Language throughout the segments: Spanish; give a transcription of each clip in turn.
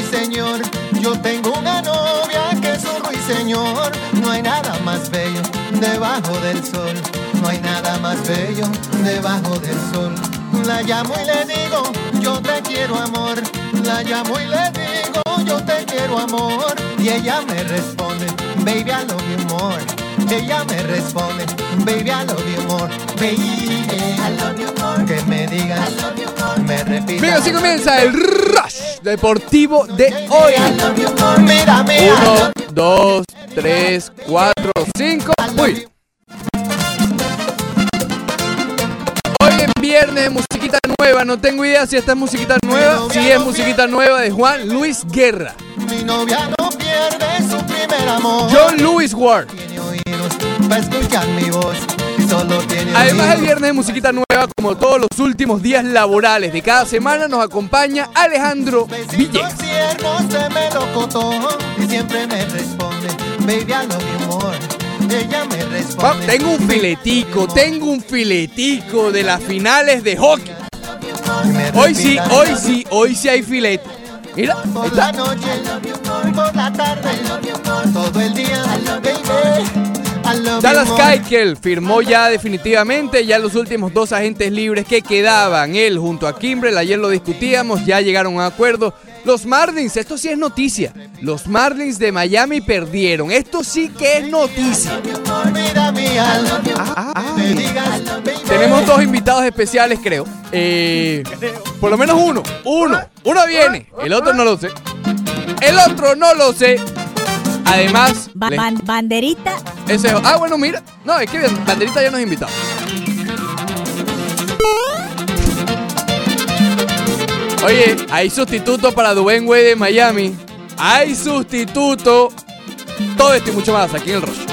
ruiseñor. Yo tengo una novia que es un ruiseñor. No hay nada más bello debajo del sol. No hay nada más bello debajo del sol. La llamo y le digo, yo te quiero amor. La llamo y le digo, yo te quiero amor. Y ella me responde, baby I love you more. Ella me responde, baby I love you more. Baby I love you more. Que me digas, I love you more. Me repita. Bien, así comienza el Rush Deportivo de hoy. 1, 2, 3, 4, 5. Uy. Hoy es viernes de musiquita nueva. No tengo idea si esta es musiquita nueva. Si es musiquita nueva de Juan Luis Guerra. Mi novia no pierde su primer amor. John Lewis Ward. Tiene oídos para escuchar mi voz. Y solo tiene Además, el oídos. viernes de musiquita nueva, como todos los últimos días laborales de cada semana, nos acompaña Alejandro Villegas. Siervo se me lo cotó y siempre me responde, baby I love you more. Ella me responde. Tengo un filetico de las finales de hockey. Me Hoy sí repita, hay filete. Mira, ahí por está. la noche, por la tarde, todo el día, baby, I love Dallas you more. Keuchel firmó ya definitivamente ya los últimos 2 agentes libres que quedaban. Él junto a Kimbrel, ayer lo discutíamos, ya llegaron a un acuerdo. Los Marlins, esto sí es noticia. Los Marlins de Miami perdieron. Esto sí que es noticia. Mira mi alma, me digas, baby. Tenemos 2 invitados especiales, creo. Por lo menos uno. Uno viene. El otro no lo sé. Además, Banderita. bueno, mira. No, es que Banderita ya nos invitó. Oye, hay sustituto para Dwayne Wade de Miami. Hay sustituto. Todo esto y mucho más aquí en el Rush.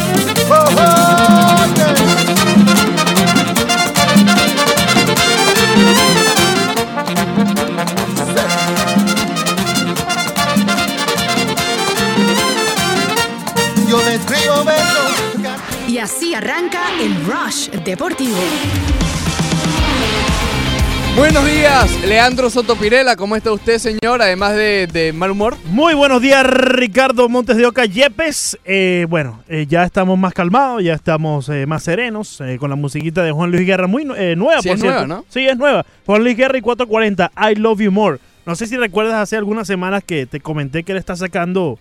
Yo le escribo besos. Y así arranca el Rush Deportivo. Buenos días, Leandro Soto Pirela. ¿Cómo está usted, señor? Además de mal humor. Muy buenos días, Ricardo Montes de Oca Yepes. Ya estamos más calmados, ya estamos más serenos con la musiquita de Juan Luis Guerra, muy nueva, Sí, por es cierto. nueva, ¿no? Sí, es nueva. Juan Luis Guerra y 440, I Love You More. No sé si recuerdas hace algunas semanas que te comenté que él está sacando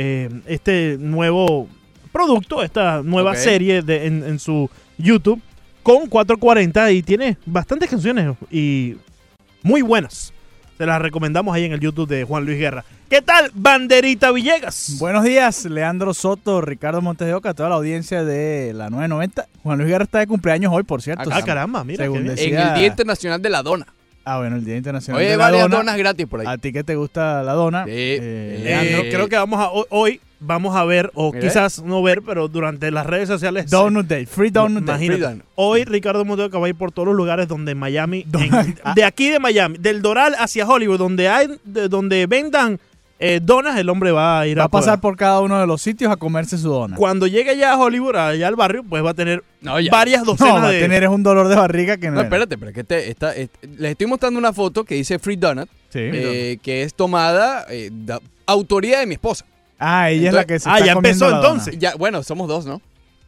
este nuevo producto, esta nueva serie en su YouTube con 440 y tiene bastantes canciones y muy buenas. Se las recomendamos ahí en el YouTube de Juan Luis Guerra. ¿Qué tal, Banderita Villegas? Buenos días, Leandro Soto, Ricardo Montes de Oca, toda la audiencia de la 990. Juan Luis Guerra está de cumpleaños hoy, por cierto. Ah, caramba, mira. Según qué bien. decía- En el Día Internacional de la Dona. Bueno, el Día Internacional Hoy de hay la varias Dona. donas gratis por ahí. ¿A ti que te gusta la dona? Sí. Leandro, creo que hoy vamos a ver, o Mira. quizás no ver, pero durante las redes sociales. Donut Day, Free Donut Day. Imagínate. Free donut. Hoy Ricardo Monteoca va a ir por todos los lugares donde Miami, Donut. de aquí de Miami, del Doral hacia Hollywood, donde vendan donas, el hombre va a ir Va a a pasar por cada uno de los sitios a comerse su dona. Cuando llegue ya a Hollywood, allá al barrio, pues va a tener No, ya. varias No, docenas va a de... tener es un dolor de barriga que no. No, espérate, pero es que les estoy mostrando una foto que dice Free Donut, Sí. que es tomada autoría de mi esposa. Ella es la que se Ah, está ya comiendo empezó la dona. entonces. Ya, bueno, somos 2, ¿no?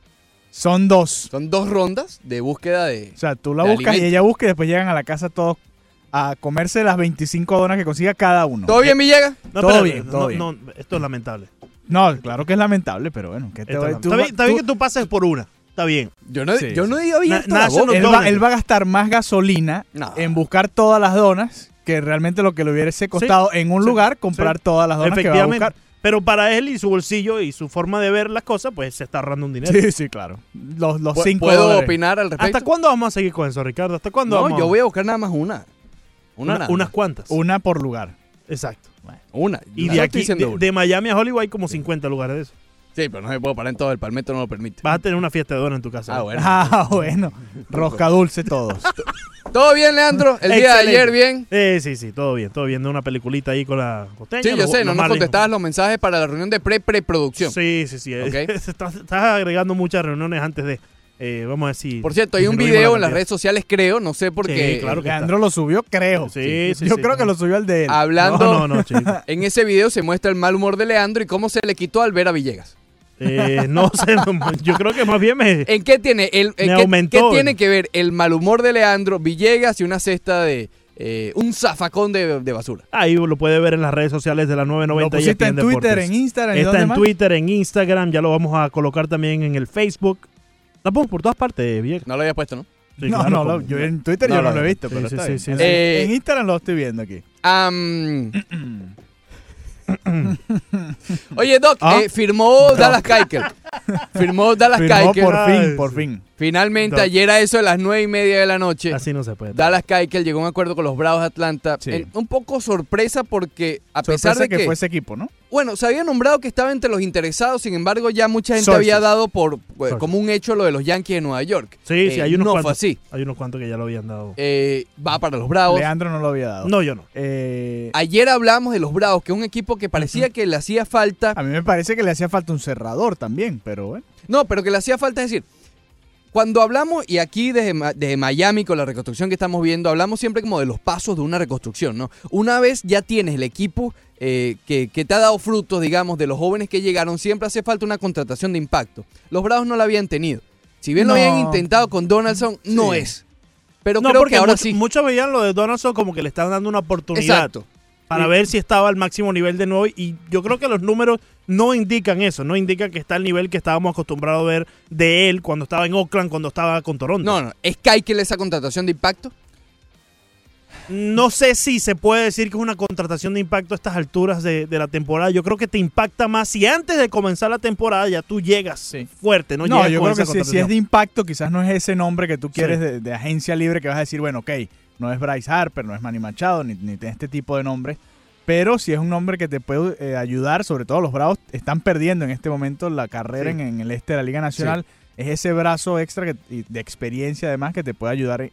Son 2. Son 2 rondas de búsqueda de... O sea, tú la de buscas y alimento. ella busca y después llegan a la casa todos a comerse las 25 donas que consiga cada uno. ¿Todo bien, Villegas? No, Todo espérate, bien, todo no, bien. no, esto es lamentable. No, claro que es lamentable, pero bueno. ¿qué te Está voy- bien. tú Está va- bien, está bien tú- que tú pases por una. Está bien. Yo no, Sí, yo no he abierto la Nace boca. unos él va a gastar más gasolina No. en buscar todas las donas que realmente lo que le hubiese costado en un sí, lugar comprar sí. todas las donas que va a Efectivamente. buscar. Pero para él y su bolsillo y su forma de ver las cosas, pues se está ahorrando un dinero. Sí, sí, claro. Los ¿Pu- 5 ¿Puedo dólares. opinar al respecto? ¿Hasta cuándo vamos a seguir con eso, Ricardo? ¿Hasta cuándo No, vamos? yo voy a buscar nada más una. Una nada unas más. cuantas. Una por lugar. Exacto. Una. Y No de estoy aquí, diciendo una. de Miami a Hollywood hay como 50 lugares de eso. Sí, pero no me puedo parar en todo. El palmetto no lo permite. Vas a tener una fiesta de donas en tu casa. Ah, bueno. Ah, bueno. Rosca dulce todos. ¿Todo bien, Leandro? ¿El día de Excelente. ayer bien? Sí, todo bien. Todo bien. De una peliculita ahí con la costeña. Sí, yo sé. No nos Marlins. contestabas los mensajes para la reunión de preproducción. Sí. Ok. Estás agregando muchas reuniones antes de... vamos a decir... Por cierto, hay un disminuimos video la en las cantidad. redes sociales, creo, no sé por Sí, qué. claro que Leandro lo subió, creo. Sí. Yo creo que lo subió al de él. Hablando, No, chico. en ese video se muestra el mal humor de Leandro y cómo se le quitó al ver a Villegas. No sé, yo creo que más bien ¿En qué tiene aumentó. qué tiene que ver el mal humor de Leandro, Villegas y una cesta de un zafacón de basura? Ahí lo puede ver en las redes sociales de la 990. Lo pusiste ESPN en Twitter, Deportes. en Instagram. ¿y Está dónde en más? Twitter, en Instagram, ya lo vamos a colocar también en el Facebook. La ponemos por todas partes, Villegas. No lo había puesto, ¿no? Sí, No, claro, no, como- yo en Twitter No, yo no, no lo he no. visto, Sí, pero sí, está sí, bien. sí. En Instagram lo estoy viendo aquí. Oye, Doc, firmó Dallas Keuchel. Firmó Dallas Firmó Keuchel. por fin. Finalmente, Doc. ayer a eso de las 9:30 de la noche, Así no se puede. Dallas Keuchel llegó a un acuerdo con los Bravos de Atlanta. Sí. Un poco sorpresa porque, a pesar Sorpresa de que fue ese equipo, ¿no? bueno, se había nombrado que estaba entre los interesados, sin embargo, ya mucha gente Sources. había dado por Sources. como un hecho lo de los Yankees de Nueva York. Sí, hay unos no cuantos. fue así. Hay unos cuantos que ya lo habían dado. Va para los Bravos. Leandro no lo había dado. No, yo no. Ayer hablamos de los Bravos, que es un equipo que parecía que le hacía falta. A mí me parece que le hacía falta un cerrador también, pero bueno. No, pero que le hacía falta, es decir, cuando hablamos, y aquí desde Miami con la reconstrucción que estamos viendo, hablamos siempre como de los pasos de una reconstrucción, ¿no? Una vez ya tienes el equipo que te ha dado frutos, digamos, de los jóvenes que llegaron, siempre hace falta una contratación de impacto. Los Bravos no la habían tenido. Si bien lo No. habían intentado con Donaldson, no Sí. es. Pero No, creo porque que ahora muchos, sí. muchos veían lo de Donaldson como que le están dando una oportunidad Exacto. para ver si estaba al máximo nivel de nuevo. Y yo creo que los números no indican eso. No indican que está al nivel que estábamos acostumbrados a ver de él cuando estaba en Oakland, cuando estaba con Toronto. No, ¿es Keuchel esa contratación de impacto? No sé si se puede decir que es una contratación de impacto a estas alturas de la temporada. Yo creo que te impacta más si antes de comenzar la temporada ya tú llegas Sí. fuerte, ¿no? No, Llegas yo con creo que esa si es contratación. de impacto, quizás no es ese nombre que tú quieres Sí. de agencia libre que vas a decir, bueno, ok, no es Bryce Harper, no es Manny Machado, ni tiene este tipo de nombres, pero si es un nombre que te puede ayudar, sobre todo los Bravos están perdiendo en este momento la carrera Sí. en el este de la Liga Nacional, es ese brazo extra y de experiencia además que te puede ayudar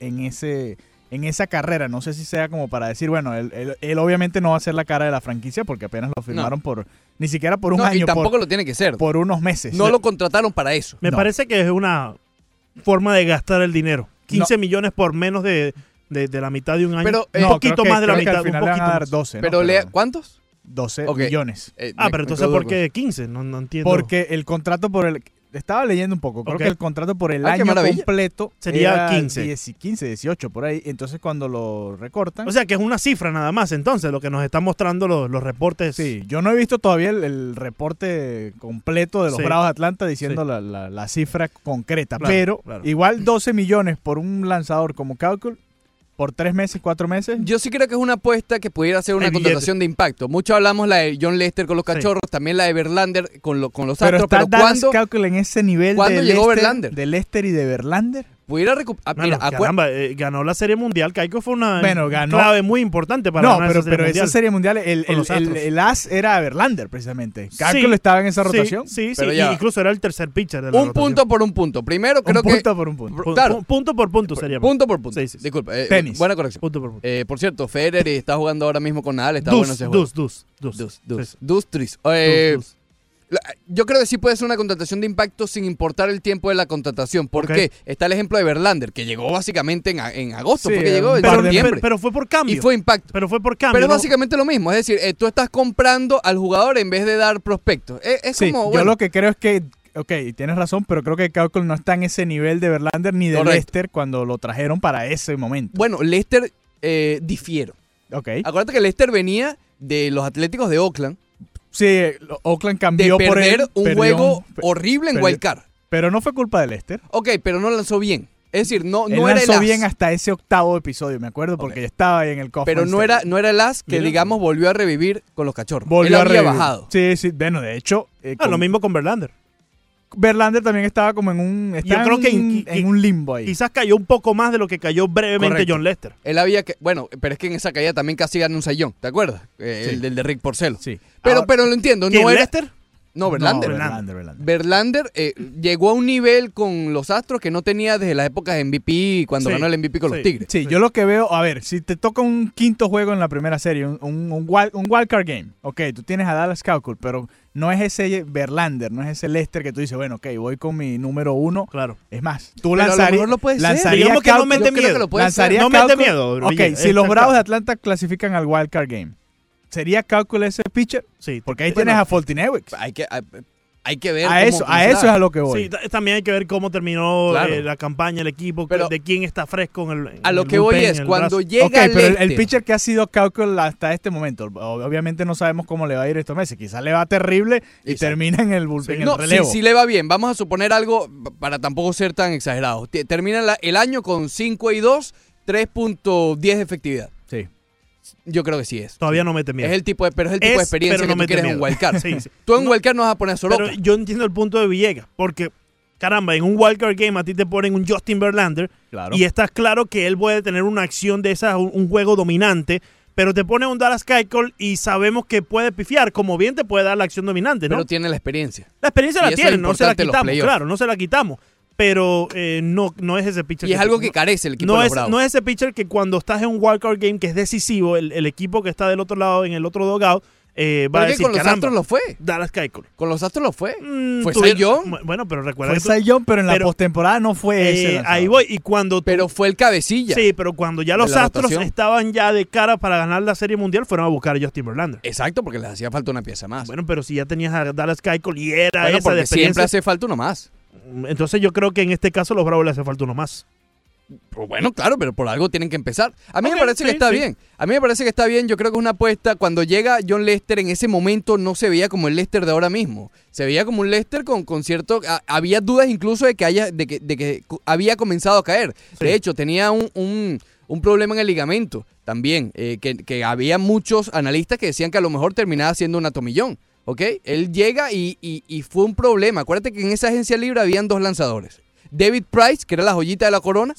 en esa carrera. No sé si sea como para decir, bueno, él obviamente no va a ser la cara de la franquicia porque apenas lo firmaron ni siquiera por un No, y año, tampoco lo tiene que ser. por unos meses. No lo contrataron para eso. Me No. parece que es una forma de gastar el dinero. 15 millones por menos de la mitad de un año. Pero, un poquito más de la creo que mitad. al final un le van poquito a dar más. 12, ¿no? Pero ¿cuántos? 12 Ok. millones. Pero Me entonces, quedo ¿por loco. qué 15? No entiendo. Porque el contrato por el... Estaba leyendo un poco. Creo Ok. que el contrato por el Ah, qué año maravilla. completo Sería era 15. 15, 18, por ahí. Entonces, cuando lo recortan... O sea, que es una cifra nada más, entonces, lo que nos están mostrando los reportes. sí, yo no he visto todavía el reporte completo de los Sí. Bravos de Atlanta diciendo Sí. la cifra concreta. Claro, pero claro. igual 12 millones por un lanzador como Keuchel, por 3 meses, 4 meses... Yo sí creo que es una apuesta que pudiera ser una El billete. contratación de impacto. Mucho hablamos la de John Lester con los Sí. Cachorros, también la de Verlander con los pero Astros, está pero Dallas ¿cuándo Keuchel en ese nivel ¿cuándo de llegó Lester, Verlander? de Lester y de Verlander. pudiera recuperar? Bueno, caramba, ganó la Serie Mundial. Keuchel fue una Ganó. clave muy importante para No, ganar esa Serie pero Mundial. esa serie mundial, Con los Astros. el as era Verlander, precisamente. Sí. Keuchel estaba en esa rotación. Sí, Pero sí. ya. Incluso era el tercer pitcher de la Un rotación. punto por un punto. Primero creo Un punto por un punto. Claro. Punto por punto sería. Punto por punto. Sí, sí, sí. Disculpa. Tenis. Buena corrección. Punto por punto. Por cierto, Federer está jugando ahora mismo con Nadal. Está bueno ese juego. Dus. Dus, tris. Dus. Yo creo que sí puede ser una contratación de impacto sin importar el tiempo de la contratación. Porque Ok. está el ejemplo de Verlander, que llegó básicamente en agosto, Sí, porque llegó en par de septiembre. Pero fue por cambio. Y fue impacto. Pero fue por cambio. Pero es ¿no? básicamente lo mismo. Es decir, tú estás comprando al jugador en vez de dar prospectos. Es Sí, como, yo bueno, lo que creo es que, ok, tienes razón, pero creo que Keuchel no está en ese nivel de Verlander ni de Correcto. Lester cuando lo trajeron para ese momento. bueno, Lester difiero. Ok. Acuérdate que Lester venía de los Atléticos de Oakland Sí, Oakland de cambió por perder él. un perdió juego pe- horrible en perdió. Wild Card. Pero no fue culpa de Lester. Ok, pero no lanzó bien. Es decir, no Él era el lanzó as. bien hasta ese octavo episodio, me acuerdo, porque Ok. ya estaba ahí en el Kauffman Pero no era el as que, Mira. digamos, volvió a revivir con los Cachorros. Volvió Él a había revivir. bajado. Sí, sí. Bueno, de hecho, Lo mismo con Verlander. Verlander también estaba como en un... estaba creo en que un- en un limbo ahí. Quizás cayó un poco más de lo que cayó brevemente Correcto. John Lester. Él había que... Bueno, pero es que en esa caída también casi ganó un sayón, ¿te acuerdas? Sí. El del de Rick Porcelo. Sí. Pero, Ahora- pero lo entiendo. ¿Quién, No era... Lester? No, Verlander. Verlander llegó a un nivel con los Astros que no tenía desde las épocas de MVP, cuando ganó el MVP con los Tigres. Sí, yo lo que veo, a ver, si te toca un quinto juego en la primera serie, un wildcard game, ok, tú tienes a Dallas Keuchel, pero no es ese Verlander, no es ese Lester que tú dices, bueno, ok, voy con mi número 1. Claro. Es más, tú pero a lo mejor lo puedes ser. Digamos que no mete miedo. No mete miedo. Ok, si los Bravos de Atlanta clasifican al wildcard game, ¿sería Keuchel ese pitcher? Sí. Porque ahí tienes a Foltynewicz. Hay que ver a eso es a lo que voy. Sí, también hay que ver cómo terminó la campaña, el equipo, pero de quién está fresco en el a lo el que voy bullpen, es, cuando llega pero el pitcher que ha sido Keuchel hasta este momento, obviamente no sabemos cómo le va a ir estos meses. Quizás le va terrible y termina en el bullpen, en el relevo. Sí le va bien. Vamos a suponer algo para tampoco ser tan exagerados. Termina el año con 5-2, 3.10 de efectividad. Sí. Yo creo que sí es. Todavía no mete miedo. Es el tipo de experiencia que tú quieres en un wildcard. Sí. Tú en un wildcard no vas a poner a Soroka. Pero yo entiendo el punto de Villegas, porque, caramba, en un wildcard game a ti te ponen un Justin Verlander y estás claro que él puede tener una acción de esas, un juego dominante, pero te pone un Dallas Keuchel y sabemos que puede pifiar, como bien te puede dar la acción dominante, ¿no? Pero tiene la experiencia. La experiencia la tiene, no se la quitamos, playoffs. claro, no se la quitamos. Pero no es ese pitcher. Y es algo que carece el equipo de los Bravos. No es ese pitcher que cuando estás en un wildcard game que es decisivo, el equipo que está del otro lado, en el otro dugout, va a decir, con los Astros lo fue. Dallas Keuchel. Con los Astros lo fue. Fue Cy Young. Bueno, pero recuerda fue Cy Young, pero en la postemporada no fue ese. Ahí voy. Y pero fue el cabecilla. Sí, pero cuando ya los Astros estaban ya de cara para ganar la Serie Mundial, fueron a buscar a Justin Verlander. Exacto, porque les hacía falta una pieza más. Bueno, pero si ya tenías a Dallas Keuchel y era esa porque de siempre hace falta uno más. Entonces yo creo que en este caso los Bravos le hace falta uno más. Pues bueno, claro, pero por algo tienen que empezar. A mí me parece que está bien. A mí me parece que está bien. Yo creo que es una apuesta. Cuando llega John Lester, en ese momento no se veía como el Lester de ahora mismo. Se veía como un Lester con cierto... había dudas incluso de que había comenzado a caer. Sí. De hecho, tenía un problema en el ligamento también. Que había muchos analistas que decían que a lo mejor terminaba siendo una tomillón. ¿Ok? Él llega y fue un problema. Acuérdate que en esa agencia libre habían 2 lanzadores. David Price, que era la joyita de la corona,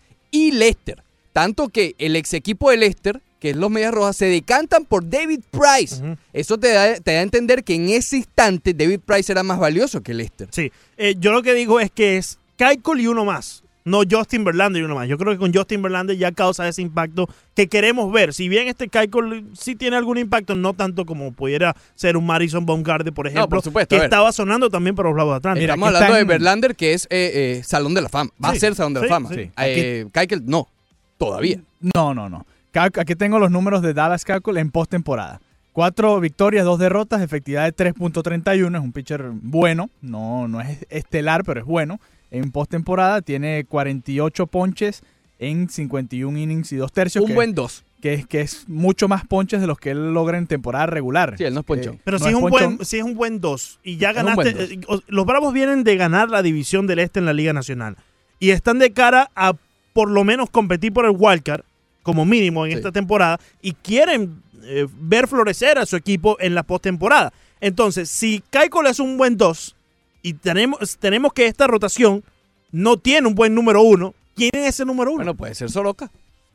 y Lester. Tanto que el ex equipo de Lester, que es los Medias Rojas, se decantan por David Price. Eso te da a entender que en ese instante David Price era más valioso que Lester. Sí. Yo lo que digo es que es Keuchel y uno más. No Justin Verlander y uno más. Yo creo que con Justin Verlander ya causa ese impacto que queremos ver. Si bien este Keuchel sí tiene algún impacto, no tanto como pudiera ser un Madison Bumgarner, por ejemplo, por supuesto, que estaba sonando también para los Bravos de Atlanta. Estamos hablando de Verlander, que es Salón de la Fama. Va a ser Salón de la Fama. Sí. Keuchel no, todavía. No. Aquí tengo los números de Dallas Keuchel en postemporada. 4 victorias, 2 derrotas, efectividad de 3.31. Es un pitcher bueno, no es estelar, pero es bueno. En postemporada tiene 48 ponches en 51 innings y 2 tercios. Un buen 2. Que es mucho más ponches de los que él logra en temporada regular. Sí, él no es ponchón. Pero no si es un buen 2 y ya ganaste. Los Bravos vienen de ganar la división del Este en la Liga Nacional y están de cara a por lo menos competir por el wildcard como mínimo en esta temporada y quieren ver florecer a su equipo en la postemporada. Entonces, si Keuchel es un buen 2 y tenemos que esta rotación no tiene un buen número 1, ¿quién es ese número 1? Bueno, puede ser Soroka.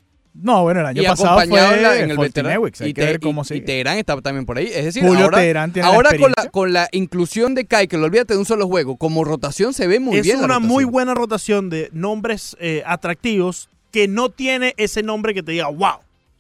No, bueno, el año pasado fue en el Foltynewicz. Hay que ver cómo sigue. Y Teherán está también por ahí. Es decir, Julio Teherán tiene ahora con la inclusión de Keuchel, olvídate de un solo juego, como rotación se ve muy bien. Es una muy buena rotación de nombres atractivos que no tiene ese nombre que te diga, wow,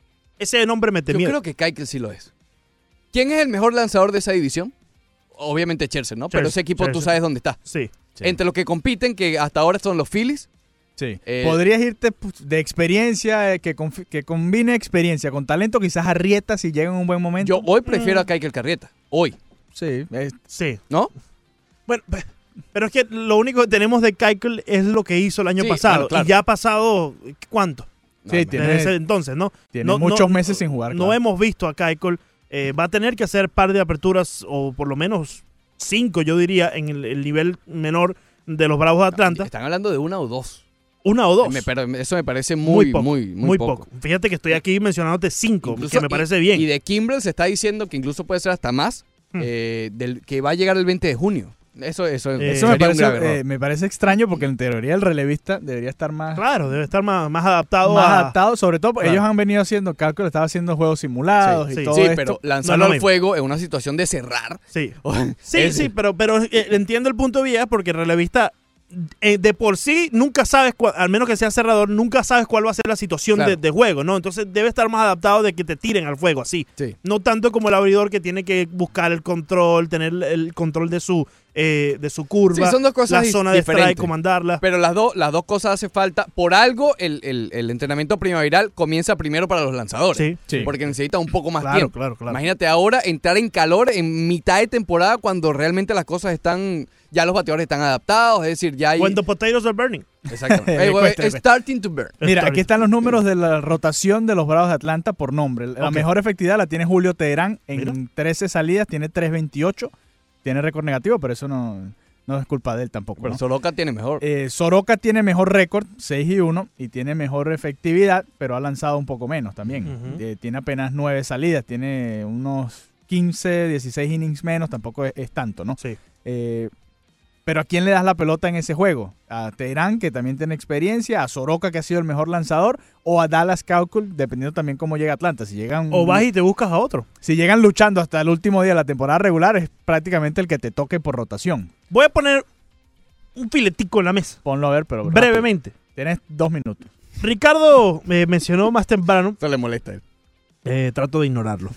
ese nombre me temía. Yo creo que Keuchel sí lo es. ¿Quién es el mejor lanzador de esa división? Obviamente Scherzer, ¿no? Pero ese equipo tú sabes dónde está. Sí. Entre los que compiten, que hasta ahora son los Phillies. Sí. Podrías irte de experiencia, que combine experiencia con talento, quizás Arrieta si llega en un buen momento. Yo hoy prefiero a Keuchel que Arrieta. Hoy. Sí. Sí. ¿No? Bueno, pero es que lo único que tenemos de Keuchel es lo que hizo el año pasado. Claro. Y ya ha pasado, ¿cuánto? Sí, desde ese entonces, ¿no? Tiene muchos meses sin jugar. No hemos visto a Keuchel. Va a tener que hacer par de aperturas, o por lo menos 5, yo diría, en el nivel menor de los Bravos de Atlanta. Están hablando de 1 o 2. 1 o 2. Pero eso me parece muy poco. Fíjate que estoy aquí mencionándote 5, que me parece bien. Y de Kimbrel se está diciendo que incluso puede ser hasta más, del que va a llegar el 20 de junio. Eso me sería un grave error. me parece extraño porque en teoría el relevista debería estar más... Claro, debe estar más adaptado adaptado, sobre todo porque Claro. ellos han venido haciendo cálculos, estaba haciendo juegos simulados y todo Sí, esto. pero no lanzarlo es lo al mismo. fuego en una situación de cerrar. Sí. Es- Sí, pero entiendo el punto de vista porque el relevista de por sí nunca sabes, al menos que sea cerrador, nunca sabes cuál va a ser la situación Claro. de juego, ¿no? Entonces debe estar más adaptado de que te tiren al fuego así. Sí. No tanto como el abridor que tiene que buscar el control, tener el control de su curva, Sí, son dos cosas la zona de strike, diferentes. comandarla. Pero las dos cosas hace falta. Por algo, el entrenamiento primaveral comienza primero para los lanzadores. Sí. Sí. Porque necesita un poco más Claro, tiempo. claro. Imagínate ahora entrar en calor en mitad de temporada cuando realmente las cosas están... Ya los bateadores están adaptados, es decir, ya hay... When the potatoes are burning. Exactamente. Le cuesta. Starting to burn. Mira, aquí están los números de la rotación de los Bravos de Atlanta por nombre. La Ok. mejor efectividad la tiene Julio Teherán en Mira. 13 salidas, tiene 3.28, tiene récord negativo, pero eso no es culpa de él tampoco. Pero ¿no? Soroka tiene mejor. Soroka tiene mejor récord, 6-1, y tiene mejor efectividad, pero ha lanzado un poco menos también. Ujú. Tiene apenas 9 salidas, tiene unos 15, 16 innings menos, tampoco es tanto, ¿no? Sí. Pero ¿a quién le das la pelota en ese juego? ¿A Teherán, que también tiene experiencia? ¿A Soroka, que ha sido el mejor lanzador? ¿O a Dallas Keuchel, dependiendo también cómo llega Atlanta? Si llegan Y te buscas a otro. si llegan luchando hasta el último día de la temporada regular, es prácticamente el que te toque por rotación. Voy a poner un filetico en la mesa, Ponlo a ver, pero rápido. brevemente. Tienes 2 minutos. Ricardo mencionó más temprano, Eso le molesta a él. trato de ignorarlo.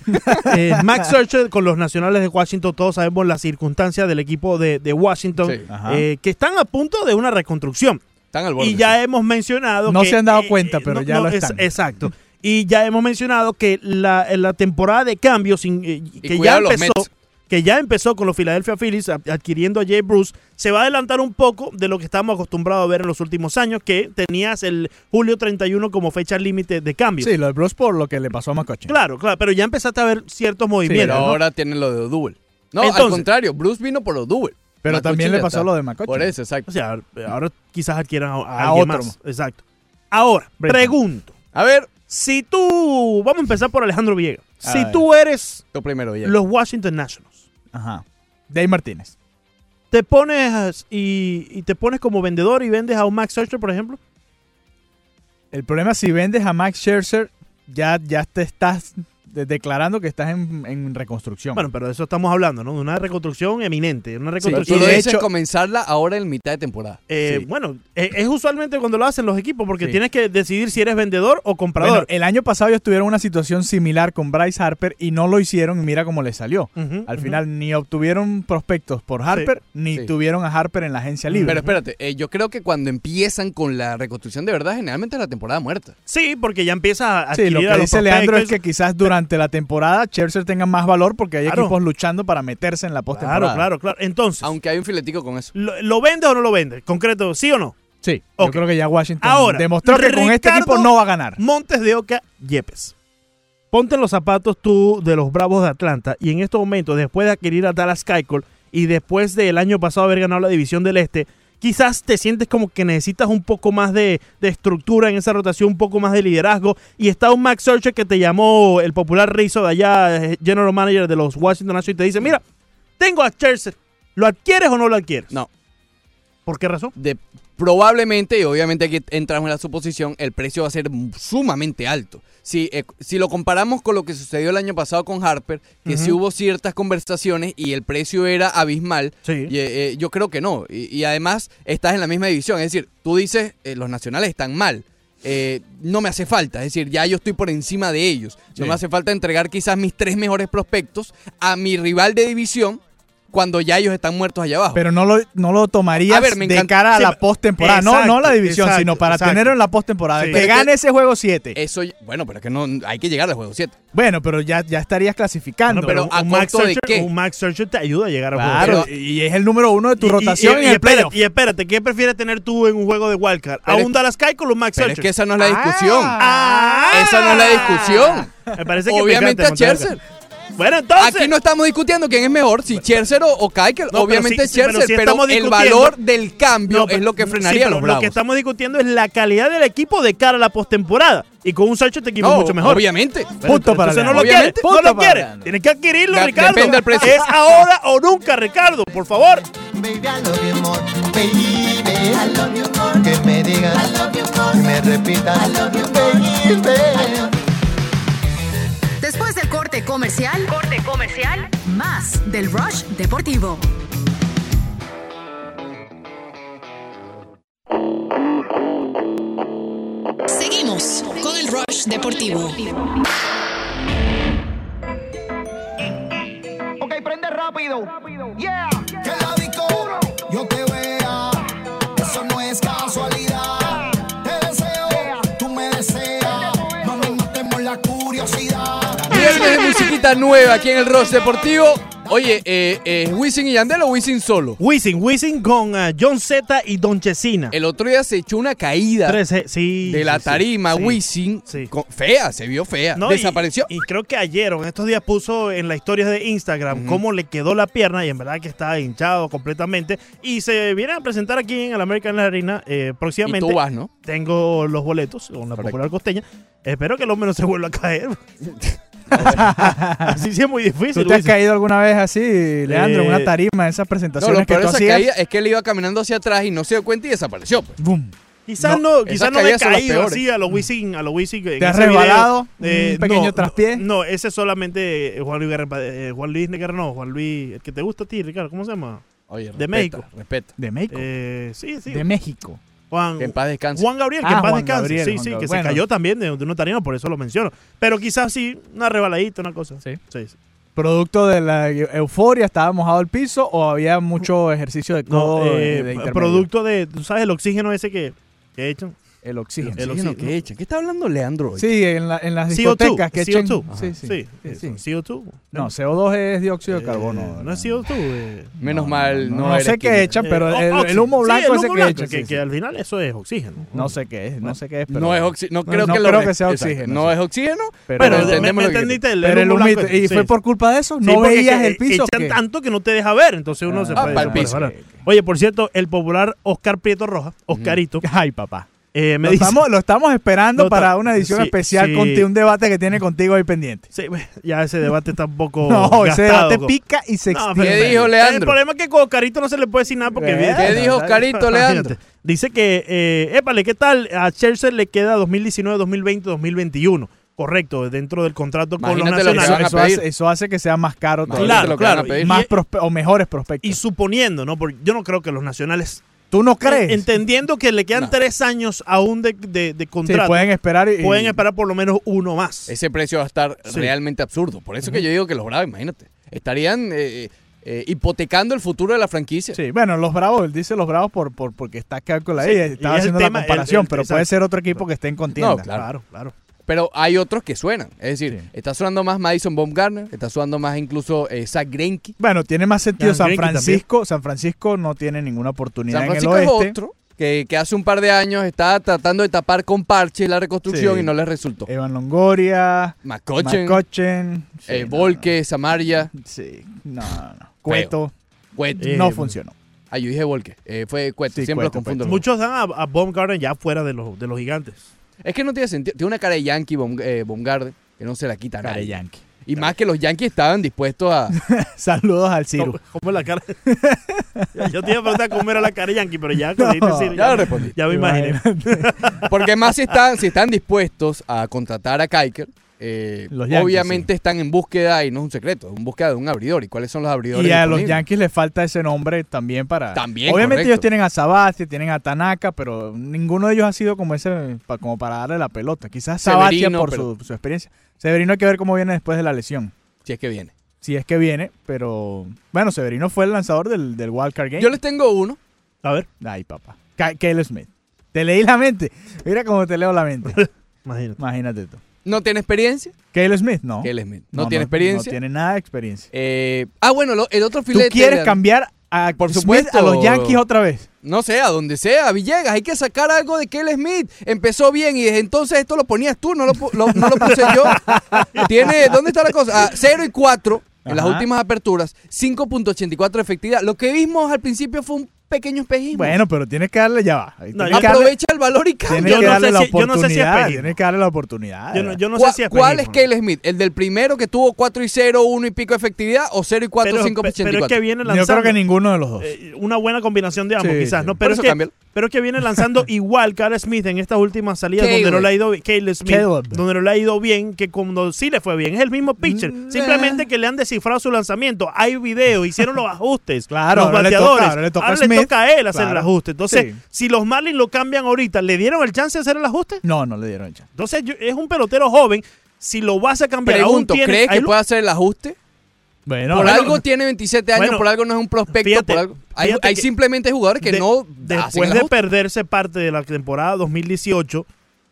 Max Scherzer con los Nacionales de Washington, todos sabemos las circunstancias del equipo de Washington, Sí. Ajá. que están a punto de una reconstrucción. Están al borde. Y ya hemos mencionado No que... se han dado cuenta, pero ya lo están. Exacto. Y ya hemos mencionado que la temporada de cambios que cuidado los empezó... Mets. Que ya empezó con los Philadelphia Phillies adquiriendo a Jay Bruce, se va a adelantar un poco de lo que estamos acostumbrados a ver en los últimos años, que tenías el julio 31 como fecha límite de cambios. Sí, lo de Bruce por lo que le pasó a McCutcheon. Claro, pero ya empezaste a ver ciertos Pero movimientos. ¿no? ahora tienen lo de Odubel. No, al Entonces- contrario, Bruce vino por Odubel. Pero McCutcheon también le ya pasó está. lo de McCutcheon. Por eso, exacto. O sea, ahora quizás adquieran a A alguien otro. más. Exacto. Ahora, Brenton. pregunto. A ver, Si tú... Vamos a empezar por Alejandro Villegas. A Si ver. tú eres tú primero, ya. los Washington Nationals, Ajá. Dave Martínez. te pones y te pones como vendedor y vendes a un Max Scherzer, por ejemplo. El problema es si vendes a Max Scherzer, ya te estás declarando que estás en reconstrucción. Bueno, pero de eso estamos hablando, ¿no? De una reconstrucción eminente. Una Tú reconstrucción. lo de dices hecho- comenzarla ahora en mitad de temporada. Sí. Bueno, es usualmente cuando lo hacen los equipos, porque Sí. tienes que decidir si eres vendedor o comprador. Bueno, el año pasado ellos tuvieron una situación similar con Bryce Harper y no lo hicieron y mira cómo les salió. Ujú, Al ujú. final ni obtuvieron prospectos por Harper, ni Sí. tuvieron a Harper en la agencia libre. Pero espérate, yo creo que cuando empiezan con la reconstrucción de verdad, generalmente es la temporada muerta. Sí, porque ya empieza a Sí, adquirir lo que a los dice Leandro es prospectos. que quizás durante la temporada Scherzer tenga más valor porque hay Claro. equipos luchando para meterse en la postemporada. Claro. Entonces, Aunque hay un filetico con eso. ¿lo vendes o no lo vendes? Concreto, ¿sí o no? Sí, Ok. yo creo que ya Washington Ahora, demostró que con este Ricardo equipo no va a ganar. Montes de Oca, Yepes. Ponte en los zapatos tú de los Bravos de Atlanta y en estos momentos, después de adquirir a Dallas Keuchel y después del año pasado haber ganado la División del Este, quizás te sientes como que necesitas un poco más de estructura en esa rotación, un poco más de liderazgo. Y está un Max Scherzer que te llamó el popular Rizzo de allá, general manager de los Washington Nationals, y te dice, mira, tengo a Scherzer, ¿lo adquieres o no lo adquieres? No. ¿Por qué razón? Probablemente, y obviamente aquí entramos en la suposición, el precio va a ser sumamente alto. Si lo comparamos con lo que sucedió el año pasado con Harper, que sí hubo ciertas conversaciones y el precio era abismal, Sí. yo creo que no. Y además estás en la misma división. Es decir, tú dices, los nacionales están mal. No me hace falta, es decir, ya yo estoy por encima de ellos. No Sí. me hace falta entregar quizás mis 3 mejores prospectos a mi rival de división cuando ya ellos están muertos allá abajo. Pero no lo tomarías A ver, me de encanta- cara a sí, la postemporada. exacto, No la división, exacto, sino para exacto. tenerlo en la postemporada. Sí. Que Pero gane que- ese juego 7. Eso, bueno, pero es que no hay que llegar al juego 7. Bueno, pero ya estarías clasificando. No, pero ¿a un Max costo de Scherzer, qué? un Max Scherzer te ayuda a llegar a claro, Pero- y es el número 1 de tu rotación en el espérate, playoff. y espérate, ¿qué prefieres tener tú en un juego de wildcard? ¿A Pero es- un Dallas Keuchel o un Max Pero Scherzer? es que esa no es la discusión. Ah. Esa no es la discusión. Me parece que Obviamente me a encanta, Scherzer. Bueno, entonces... Aquí no estamos discutiendo quién es mejor, si Scherzer o Keuchel. No, Obviamente pero sí, pero Scherzer, sí pero, estamos el discutiendo- valor del cambio No, pero- es lo que sí, frenaría a pero los Bravos. Lo que estamos discutiendo es la calidad del equipo de cara a la postemporada. Y con un Search te equipos mucho mejor. Obviamente. Punto para Entonces no Leandro. lo quiere, Obviamente. no Punto lo para quiere. Leandro. Tienes que adquirirlo, Ricardo. Depende del precio. Es ahora o nunca, Ricardo, por favor. Baby, I love you more. Baby, I love you more. Que me digas, I love you more. Que me repitas, I love you more. Baby. Después del corte comercial, más del Rush Deportivo. Seguimos con el Rush Deportivo. Ok, prende rápido. Yeah. Que la disco yo te vea, eso no es casualidad. Te deseo, tú me deseas, mami, matemos la curiosidad. Viernes de musiquita nueva aquí en el Rush Deportivo. Oye, ¿Wisin y Yandel o Wisin solo? Wisin con John Z y Don Chesina. El otro día se echó una caída de la tarima, sí, Wisin. sí. Fea, se vio fea. No, desapareció. Y creo que ayer o en estos días puso en las historias de Instagram cómo le quedó la pierna y en verdad que está hinchado completamente. Y se viene a presentar aquí en el American Arena próximamente. Y tú vas, ¿no? Tengo los boletos con la popular costeña. Espero que el hombre no se vuelva a caer. Así sí es muy difícil. ¿Tú te has Wisin. caído alguna vez así, Leandro, en una tarima, en esas No, presentaciones lo que peor tú de esa hacías? caída es que él iba caminando hacia atrás y no se dio cuenta y desapareció. Pues. ¡Bum! Quizás No, no esas me he caídas son las caído peores. así a lo Wisin. en ¿Te has ese video. resbalado? ¿Un pequeño no, traspié? No, ese es solamente Juan Luis Neguerra, no, Juan Luis, el que te gusta a ti, Ricardo, ¿cómo se llama? Oye, De México. Respeta. ¿De México? Sí. De México. Que en paz descanse. Juan Gabriel, que en paz Juan descanse. Gabriel, Sí, Juan sí, que Gabriel. se Bueno. cayó también de una tarima, por eso lo menciono. Pero quizás sí, una rebaladita, una cosa. Sí. Sí. ¿Producto de la euforia? ¿Estaba mojado el piso o había mucho ejercicio de codo No, de intermedio? producto de, ¿tú sabes el oxígeno ese que echan? El oxígeno. El Oxígeno oxígeno. que echa. ¿Qué está hablando Leandro hoy? Sí, en las CO2, discotecas que echan... CO2. Sí. CO2. No, CO2 es dióxido de carbono. No es CO2. Menos mal, no, No eres sé qué químico. echan, pero el Oxígeno. humo blanco Sí, el ese humo que blanco, echan. que al final eso es oxígeno. No sé qué es, pero... No es oxígeno. No creo no que creo lo que sea exacto. oxígeno, No sí. es oxígeno, Pero pero me entendemos lo que entendiste el Pero el humo blanco. humito. ¿Y Sí. fue por culpa de eso? Sí, ¿No porque veías que el piso? echan ¿Qué? tanto que no te deja ver, entonces uno se puede para el piso. resbalar. Oye, por cierto, el popular Oscar Prieto Rojas, Oscarito, Ay, papá. me dice... Lo estamos esperando Lo para está- una edición sí, especial sí. contigo, un debate que tiene contigo ahí pendiente. Sí, ya ese debate está un poco No, ese gastado, debate pica y se No, extiende. ¿Qué dijo Leandro? El problema es que con Oscarito no se le puede decir nada porque... ¿Qué dijo Oscarito, Leandro? Imagínate. Dice que, épale, ¿qué tal? A Chelsea le queda 2019, 2020, 2021. Correcto, dentro del contrato con los Imagínate lo que nacionales. van a pedir. Eso hace que sea más caro todavía. Imagínate lo que van a Claro, pedir. Más o mejores prospectos. Y suponiendo, ¿no? Porque yo no creo que los nacionales... ¿Tú no crees? Entendiendo que le quedan No. 3 años aún de Sí, contrato, pueden esperar. pueden esperar por lo menos uno más. Ese precio va a estar Sí. realmente absurdo. Por eso que yo digo que los Bravos, imagínate, estarían hipotecando el futuro de la franquicia. Sí, bueno, los Bravos, él dice los Bravos porque está acá con la Sí, idea, y estaba es haciendo el la tema, comparación, pero puede exacto. ser otro equipo que esté en contienda. No, claro. Claro. Pero hay otros que suenan. Es decir, Sí. está sonando más Madison Bumgarner, está sonando más incluso Zach Greinke. Bueno, tiene más sentido Jan San Greinke Francisco. San Francisco no tiene ninguna oportunidad San en el Francisco es oeste. otro que hace un par de años estaba tratando de tapar con parches la reconstrucción Sí. y no les resultó. Evan Longoria, McCutchen, McCutchen, sí, Volke, Samaria, Sí, no. Cueto, Cueto. no funcionó. Ah, yo dije Volke, fue Cueto, Sí, siempre Cueto, los confundo. Muchos dan a Baumgarten ya fuera de los gigantes. Es que no tiene sentido. Tiene una cara de Yankee Baumgarten que no se la quita a Cara de nadie. Yankee. Y más que los Yankees estaban dispuestos a... Saludos al Ciru. ¿Cómo es la cara? Yo te iba a preguntar cómo era la cara de Yankee, pero ya, No, ya lo respondí. ya me imaginé. Porque más si están dispuestos a contratar a Keuchel, Los Yankees, obviamente están en búsqueda, y no es un secreto, en búsqueda de un abridor. ¿Y cuáles son los abridores Y a los disponibles? Yankees les falta ese nombre también para... También, Obviamente correcto. ellos tienen a Sabathia, tienen a Tanaka, pero ninguno de ellos ha sido como ese como para darle la pelota. Quizás Sabathia Severino, por pero- su experiencia. Severino hay que ver cómo viene después de la lesión. Si es que viene. Si es que viene, pero... Bueno, Severino fue el lanzador del Wild Card Game. Yo les tengo uno. A ver, Ay, papá. Caleb Smith. Te leí la mente. Mira cómo te leo la mente. imagínate. Imagínate tú. ¿No tiene experiencia? Caleb Smith, no. Caleb Smith. No tiene experiencia. No tiene nada de experiencia. Bueno, el otro ¿Tú filete... quieres cambiar a Por Smith supuesto. a los Yankees otra vez? No sé, a donde sea, Villegas, hay que sacar algo de Caleb Smith. Empezó bien y desde entonces esto lo ponías tú, no lo puse yo. ¿Dónde está la cosa? 0 y 4 en las Ajá. últimas aperturas, 5.84 de efectividad. Lo que vimos al principio fue un pequeño espejismo. Bueno, pero tienes que darle, ya va. No, Tienes que darle- Aprovecha el valor y cambia. tienes que darle la yo no sé si es oportunidad. espejismo. Tienes que darle la oportunidad. Yo no sé si es ¿Cuál es espejismo, Cale Smith? ¿El del primero que tuvo 4 y 0, 1 y pico de efectividad o 0 y 4, 5 pero es que 84? viene Yo lanzando creo que ninguno de los dos. una buena combinación de ambos, Sí, quizás, sí. ¿no? Por Pero eso es, que, cámbialo. pero es que viene lanzando igual Cale Smith en estas últimas salidas Caleb. donde no le ha ido bien. Caleb Smith, Caleb. donde no le ha ido bien, que cuando sí le fue bien. Es el mismo pitcher. Simplemente que le han descifrado su lanzamiento. Hay videos, hicieron los ajustes. Claro, los ahora le bateadores. toca- ahora le toca a le Smith. toca a él hacer el Claro. ajuste. Entonces, Sí. si los Marlins lo cambian ahorita, ¿le dieron el chance de hacer el ajuste? No le dieron chance. Entonces, es un pelotero joven. Si lo vas a cambiar, Pregunto, aún tiene, ¿crees ahí que lo- puede hacer el ajuste? Bueno, Por bueno, algo tiene 27 años, bueno, por algo no es un prospecto, fíjate, por algo. Hay que simplemente jugadores que no hacen después el de ajuste. perderse parte de la temporada 2018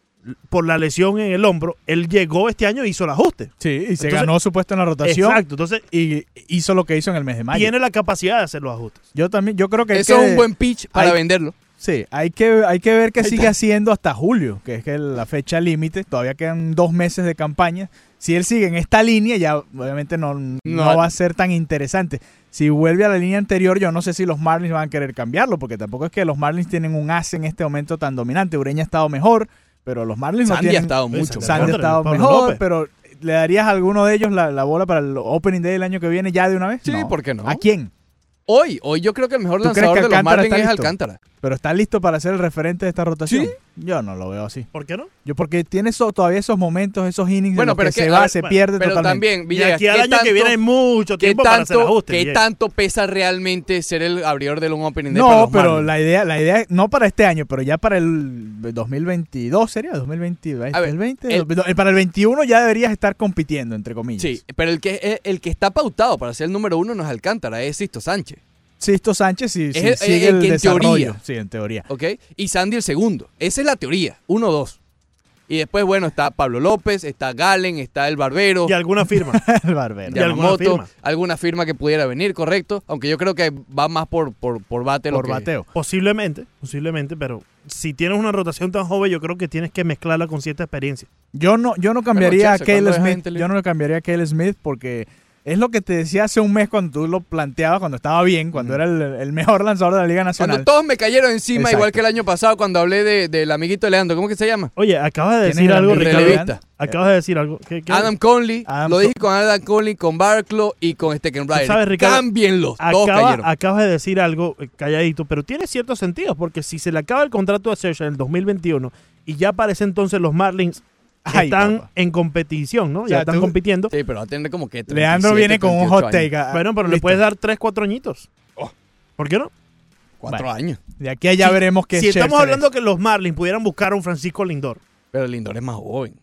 por la lesión en el hombro, él llegó este año e hizo el ajuste. sí, y se Entonces- ganó su puesto en la rotación. Exacto, entonces Y hizo lo que hizo en el mes de mayo. tiene la capacidad de hacer los ajustes. Yo creo que hay Eso que- es un buen pitch para hay- venderlo. Sí, hay que ver qué Ahí sigue está. haciendo hasta julio, que es que la fecha límite. Todavía quedan 2 meses de campaña. Si él sigue en esta línea, ya obviamente no va a ser tan interesante. Si vuelve a la línea anterior, yo no sé si los Marlins van a querer cambiarlo, porque tampoco es que los Marlins tienen un as en este momento tan dominante. Ureña ha estado mejor, pero los Marlins no Sandy tienen... ha estado mucho Sandy Sandy ha mejor. estado Pablo mejor, López. pero ¿le darías a alguno de ellos la bola para el Opening Day del año que viene ya de una vez? Sí, ¿por qué no? ¿A quién? Hoy yo creo que el mejor ¿Tú crees lanzador que de los Alcántara Marlins está es listo? Alcántara. ¿Pero está listo para ser el referente de esta rotación? Sí. Yo no lo veo así. ¿Por qué no? Porque tiene todavía esos momentos, esos innings Bueno, en los pero que es que, se a va, ver, se bueno, pierde Pero totalmente. también, Y Villegas, aquí al ¿qué año que viene hay mucho ¿qué tiempo para hacer tanto, ajustes. ¿qué Villegas. tanto pesa realmente ser el abridor de un opening day para No, los pero Marlins? la idea, no para este año, pero ya para el 2022, ¿sería? 2022, A ver, el 20, para el 21 ya deberías estar compitiendo, entre comillas. Sí, pero el que está pautado para ser el número 1 no es Alcántara, es Sisto Sánchez, Sisto Sánchez sí, Es sigue el el que en desarrollo. teoría. Sí, en teoría. ¿ok? Y Sandy el segundo. Esa es la teoría, 1-2. Y después, bueno, está Pablo López, está Galen, está el Barbero, Y alguna firma. El barbero. y alguna Yamamoto, firma. alguna firma que pudiera venir, correcto. Aunque yo creo que va más por bate. Por bateo. Posiblemente, pero si tienes una rotación tan joven, yo creo que tienes que mezclarla con cierta experiencia. Yo no cambiaría Chelsea, a Cale ¿cuándo es Smith. gente libre? Yo no lo cambiaría a Cale Smith porque es lo que te decía hace un mes cuando tú lo planteabas, cuando estaba bien, cuando era el mejor lanzador de la Liga Nacional. Cuando todos me cayeron encima, Exacto. igual que el año pasado cuando hablé del amiguito de Leandro. ¿Cómo que se llama? Oye, acabas de ¿Quién decir es algo, el Ricardo. relevista? Acabas de decir algo. ¿Qué? Adam Conley. Adam Lo Con- dije con Adam Conley, con Barclough y con Steckenrider. sabes, Ricardo, Cámbienlos. Todos cayeron. Acabas de decir algo calladito, pero tiene cierto sentido, porque si se le acaba el contrato de Scherzer en el 2021 y ya para ese entonces los Marlins Ay, están papá. en competición, ¿no? O sea, ya están tú- compitiendo. Sí, pero va a tener como que 37, Leandro viene con un 38 hot años. take. Bueno, pero le Listo. puedes dar 3-4 añitos. Oh. ¿Por qué no? 4 Bueno. años. De aquí a allá Si- veremos qué Si estamos Scherzer hablando es. que los Marlins pudieran buscar a un Francisco Lindor. Pero el Lindor es más joven.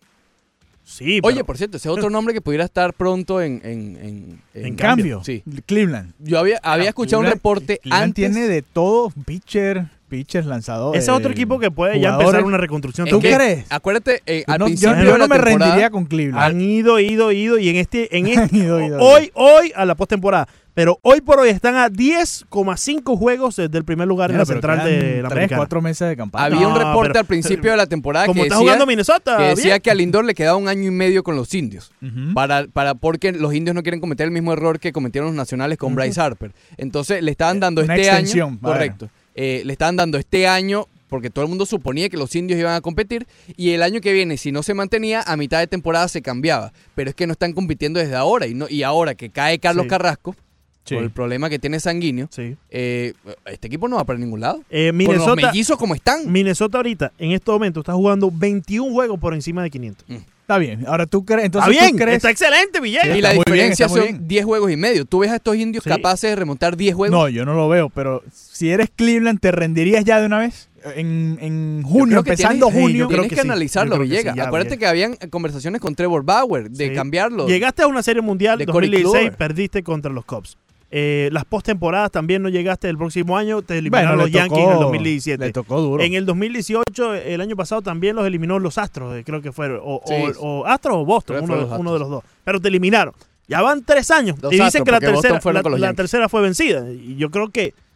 Sí, Oye, pero- por cierto, ese es otro nombre que pudiera estar pronto en En cambio, Sí. Cleveland. Yo había escuchado un Cleveland- reporte Cleveland antes. tiene de todo, pitchers, lanzadores. ese es otro equipo que puede ya jugadores. empezar una reconstrucción. Es ¿Tú que, crees? Acuérdate, al No, principio yo de no la me temporada, rendiría con Cleveland. Han ido y en este Ido. hoy a la postemporada. Pero hoy por hoy están a 10,5 juegos del primer lugar en Mira, la pero central quedan de la 3, americana. 4 meses de campaña. había un No, reporte pero- al principio de la temporada Como que está decía, jugando Minnesota. que decía bien. que a Lindor le quedaba 1 año y medio con los indios. Ujú. Porque los indios no quieren cometer el mismo error que cometieron los nacionales con Bryce Harper. Entonces le estaban dando Una este extensión, año. a ver. Correcto. Le estaban dando este año porque todo el mundo suponía que los indios iban a competir y el año que viene, si no se mantenía, a mitad de temporada se cambiaba. Pero es que no están compitiendo desde ahora y ahora que cae Carlos Sí. Carrasco, Sí. por el problema que tiene Sanguíneo, Sí. este equipo no va para ningún lado. Con los Minnesota, mellizos como están. Minnesota ahorita, en este momento, está jugando 21 juegos por encima de 500. Está bien. Ahora tú crees. Entonces Está bien, tú crees. está excelente, Villegas. Y está la muy bien, diferencia está muy son bien. 10 juegos y medio. ¿Tú ves a estos indios Sí. capaces de remontar 10 juegos? No, yo no lo veo, pero si eres Cleveland, ¿te rendirías ya de una vez? En junio, creo que empezando tienes- junio. yo creo Tienes que que sí. analizarlo, Yo creo que Villegas. sí, ya, Acuérdate Villegas. que habían conversaciones con Trevor Bauer de Sí. cambiarlo. Llegaste a una serie mundial De Corey 2016, Kluber. perdiste contra los Cubs. Las postemporadas también no llegaste el próximo año, te eliminaron Bueno, los le Yankees tocó- en el 2017. Le tocó duro. En el 2018, el año pasado, también los eliminó los Astros, creo que fueron. Sí. O Astros o Boston, Creo que uno, fueron los uno de los dos. Pero te eliminaron. Ya van 3 años. Los Y dicen Astros, que la porque Boston tercera, fueron con los la Yankees. tercera fue vencida. Y yo creo que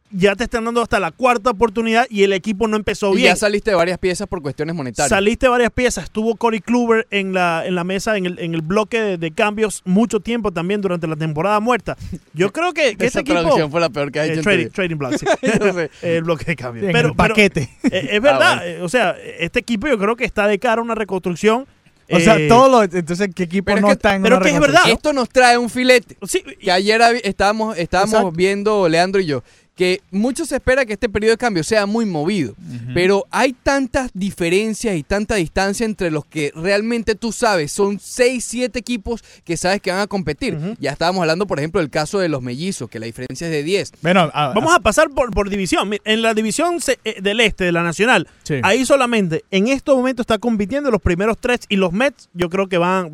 ya te están dando hasta la cuarta oportunidad y el equipo no empezó Y bien. ya saliste de varias piezas por cuestiones monetarias. Saliste varias piezas. Estuvo Corey Kluber en la mesa, en el bloque de cambios mucho tiempo también durante la temporada muerta. Yo creo que Esa este equipo... traducción fue la peor que has hecho en tu vida. Trading block, sí. Yo sé. El bloque de cambios. En el paquete. Es verdad. bueno. O sea, este equipo yo creo que está de cara a una reconstrucción. O sea, entonces, ¿qué equipo pero es no que- está en pero una que es reconstrucción? verdad. Esto nos trae un filete. Sí, Que ayer estábamos Exacto. viendo, Leandro y yo, que mucho se espera que este periodo de cambio sea muy movido, pero hay tantas diferencias y tanta distancia entre los que realmente tú sabes, son 6, 7 equipos que sabes que van a competir. Ujú. Ya estábamos hablando, por ejemplo, del caso de los mellizos, que la diferencia es de 10. Bueno, vamos a pasar por división. En la división del este, de la Nacional, Sí. ahí solamente en estos momentos está compitiendo los primeros 3 y los Mets yo creo que van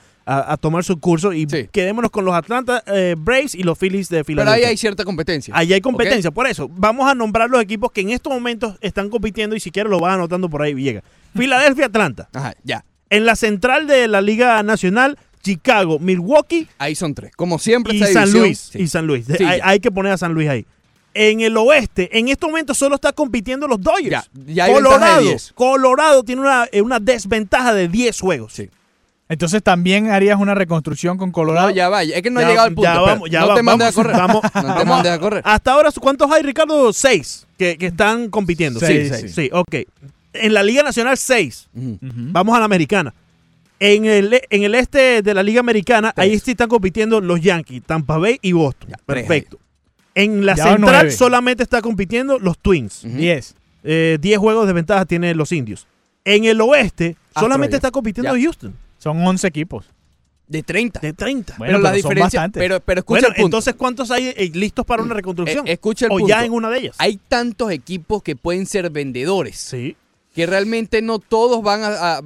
a tomar su curso y Sí. quedémonos con los Atlanta Braves y los Phillies de Pero Filadelfia. ahí hay cierta competencia. Ahí hay competencia, ¿Ok? por eso. Vamos a nombrar los equipos que en estos momentos están compitiendo y si quieres lo vas anotando por ahí, Villegas. Filadelfia, Atlanta. Ajá, ya. En la central de la Liga Nacional, Chicago, Milwaukee Ahí son 3. Como siempre, y esta San división, Luis. sí. Y San Luis. Sí, ya. Hay que poner a San Luis ahí. En el oeste, en estos momentos solo está compitiendo los Dodgers. Ya hay ventaja de 10. Colorado tiene una desventaja de 10 juegos. Sí. Entonces también harías una reconstrucción con Colorado. No, ya vaya. Es que no Ya- ha llegado al punto. ya espera. vamos, ya no te vamos, mandes a correr. vamos, no te vamos mandes a correr. Hasta ahora, ¿cuántos hay, Ricardo? 6 que están compitiendo. Seis, Sí, sí. sí, ok. En la Liga Nacional, 6. Ujú. Ujú. Vamos a la Americana. En el este de la Liga Americana, ahí Tres. sí están compitiendo los Yankees, Tampa Bay y Boston. Ya, tres Perfecto. En la Ya van central 9. solamente está compitiendo los Twins. Ujú. 10. 10 juegos de ventaja tienen los indios. En el oeste solamente ya. está compitiendo Ya. Houston. Son 11 equipos. De 30. De 30. Bueno, pero la pero son diferencia. bastantes. Pero escucha Bueno, el punto. entonces, ¿cuántos hay listos para una reconstrucción? Escucha el o punto. ya en una de ellas. Hay tantos equipos que pueden ser vendedores Sí. que realmente no todos van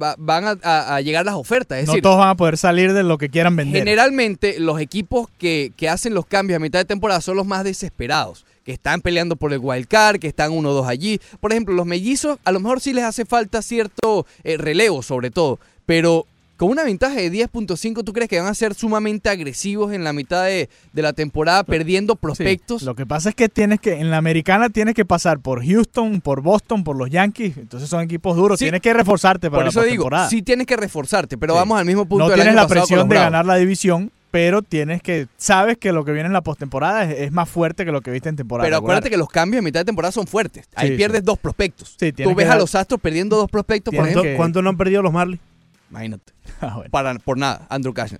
a llegar las ofertas. Es No decir, todos van a poder salir de lo que quieran vender. generalmente los equipos que hacen los cambios a mitad de temporada son los más desesperados, que están peleando por el wild card, que están 1-2 allí. Por ejemplo, los mellizos a lo mejor sí les hace falta cierto relevo sobre todo, pero con una ventaja de 10.5, ¿tú crees que van a ser sumamente agresivos en la mitad de la temporada perdiendo Sí, prospectos? lo que pasa es que en la americana tienes que pasar por Houston, por Boston, por los Yankees. Entonces son equipos duros. Sí. Tienes que reforzarte para Por eso la digo, postemporada. sí tienes que reforzarte, pero Sí. vamos al mismo punto No del tienes año la pasado con presión los de Bravos. ganar la división, pero sabes que lo que viene en la postemporada es más fuerte que lo que viste en temporada Pero regular. acuérdate que los cambios en mitad de temporada son fuertes. Ahí Sí, pierdes sí. 2 prospectos. Sí, Tú tienes ves que a dar- los Astros perdiendo 2 prospectos, por Tienes ejemplo. que- ¿Cuánto no han perdido los Marlins? Imagínate. Ah, bueno. Por nada, Andrew Cashner.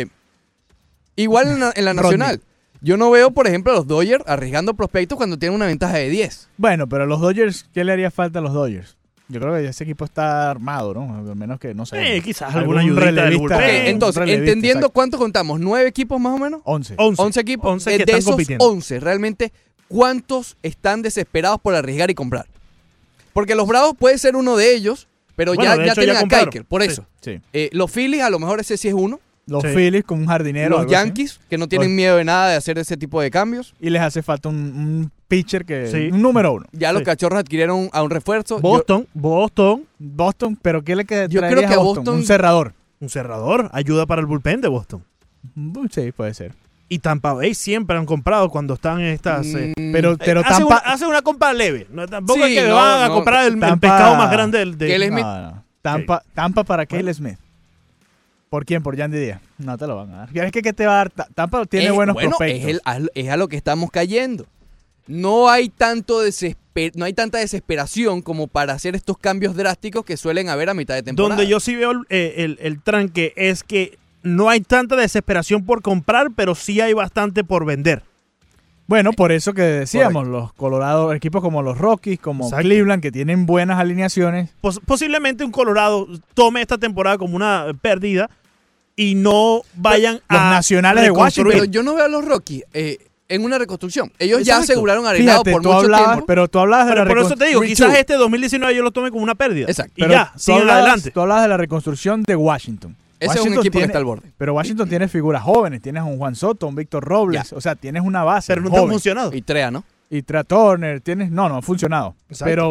Igual en la Rodney. nacional. Yo no veo, por ejemplo, a los Dodgers arriesgando prospectos cuando tienen una ventaja de 10. Bueno, pero a los Dodgers, ¿qué le haría falta a los Dodgers? Yo creo que ese equipo está armado, ¿no? Al menos que, no sé. Quizás algún alguna ayudita del relevista. bullpen. Ok, entonces, un relevista, entendiendo exacto. cuánto contamos, 9 equipos más o menos, 11. 11 equipos. 11 que de están esos compitiendo. 11, realmente, ¿cuántos están desesperados por arriesgar y comprar? Porque los Bravos puede ser uno de ellos, pero Bueno, de ya hecho, tienen ya a compraron. Kiker, por Sí. eso. Sí. Los Phillies, a lo mejor ese sí es uno. Los Sí. Phillies con un jardinero. Los algo así. Yankees, que no tienen miedo de nada de hacer ese tipo de cambios. Y les hace falta un pitcher Sí. un número 1. Ya los Sí. Cachorros adquirieron a un refuerzo. Boston, Boston, pero ¿qué le queda? Yo creo traerías que a a Boston? Boston- Un cerrador. un cerrador, ayuda para el bullpen de Boston. Sí, puede ser. Y Tampa Bay siempre han comprado cuando están en estas... Pero hace Tampa, una compra leve. No, tampoco Sí, es que no, van a no. comprar el Tampa- pescado más grande del... Que él es- Smith. No. Tampa para Cale Smith. ¿Por quién? ¿Por Yandy Díaz? No te lo van a dar. ¿Qué te va a dar? Tampa tiene buenos prospectos. Es a lo que estamos cayendo. No hay tanta desesperación como para hacer estos cambios drásticos que suelen haber a mitad de temporada. Donde yo sí veo el tranque es que no hay tanta desesperación por comprar, pero sí hay bastante por vender. Bueno, por eso que decíamos, los Colorado, equipos como los Rockies, como Exacto. Cleveland, que tienen buenas alineaciones. Posiblemente un Colorado tome esta temporada como una pérdida y no vayan Los a nacionales de reconstruir. Pero yo no veo a los Rockies en una reconstrucción. Ellos ya Exacto. aseguraron arenado Fíjate, por tú mucho hablabas, tiempo. pero tú hablabas de Pero la por eso te digo, Retool. quizás este 2019 yo lo tome como una pérdida. Exacto. Y pero ya, tú siguen hablabas- adelante. Tú hablabas de la reconstrucción de Washington. Ese es un Washington equipo que tiene- está al borde. Pero Washington tiene figuras jóvenes. Tienes a un Juan Soto, un Víctor Robles. Ya. O sea, tienes una base Pero no te ha joven. funcionado. Y Trea, ¿no? Y Trea Turner. No ha funcionado. Exacto. Pero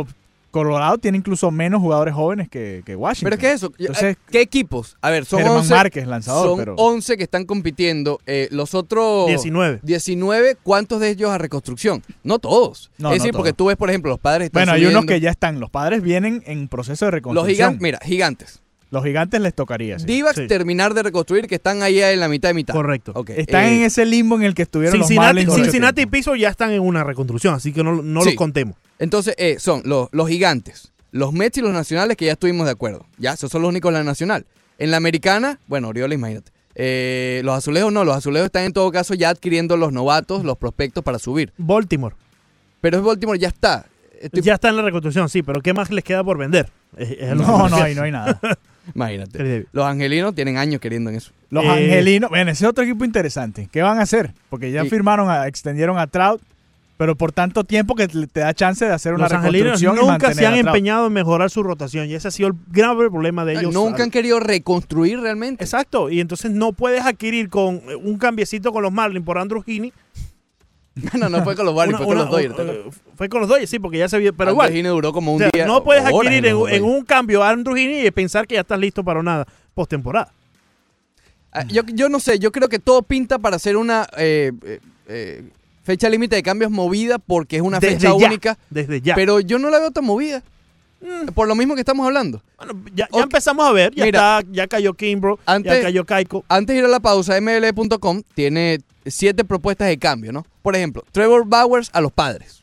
Colorado tiene incluso menos jugadores jóvenes que Washington. Pero es que eso, Entonces, ¿qué equipos? A ver, son Germán 11, Márquez, lanzador, son pero 11 que están compitiendo. Los otros 19, ¿cuántos de ellos a reconstrucción? No todos. No, es decir, no porque todos. tú ves, por ejemplo, los padres están bueno, hay subiendo. unos que ya están. Los Padres vienen en proceso de Los reconstrucción. gigantes. Los Gigantes les tocaría. Sí. D-backs Sí. terminar de reconstruir, que están ahí en la mitad de mitad. Correcto. Ok, Están en ese limbo en el que estuvieron los Marlins. mucho Cincinnati y tiempo. Piso ya están en una reconstrucción, así que no Sí. los contemos. Entonces, son los gigantes, los Mets y los nacionales, que ya estuvimos de acuerdo. Ya, esos son los únicos en la nacional. En la americana, bueno, Orioles, imagínate. Los azulejos no, los azulejos están en todo caso ya adquiriendo los novatos, los prospectos para subir. Baltimore. Pero es Baltimore, ya está. Ya está en la reconstrucción, sí, pero ¿qué más les queda por vender? Es lo que No, me no refiero. hay nada. Imagínate. Los angelinos tienen años queriendo en eso. Los angelinos, bueno, ese es otro equipo interesante. ¿Qué van a hacer? Porque ya extendieron a Trout, pero por tanto tiempo que te da chance de hacer una Los angelinos reconstrucción y nunca mantener se han a Trout. empeñado en mejorar su rotación y ese ha sido el grave problema de ellos. Nunca han querido reconstruir realmente. Exacto, y entonces no puedes adquirir con un cambiecito con los Marlins por Andrew Heaney. No fue con los Marlins, fue con los Dodgers. Fue con los Dodgers, sí, porque ya se vio, pero Andrew igual. Heaney duró como un O sea, día. no puedes horas adquirir los en Dodgers. un cambio a Andrew Heaney y pensar que ya estás listo para una postemporada. Yo no sé, yo creo que todo pinta para hacer una fecha límite de cambios movida porque es una fecha única. Desde ya. Pero yo no la veo tan movida. Por lo mismo que estamos hablando. Bueno, ya empezamos a ver, ya cayó Kimbrough, ya cayó Keiko. Antes de ir a la pausa, MLB.com tiene 7 propuestas de cambio, ¿no? Por ejemplo, Trevor Bauer a los Padres.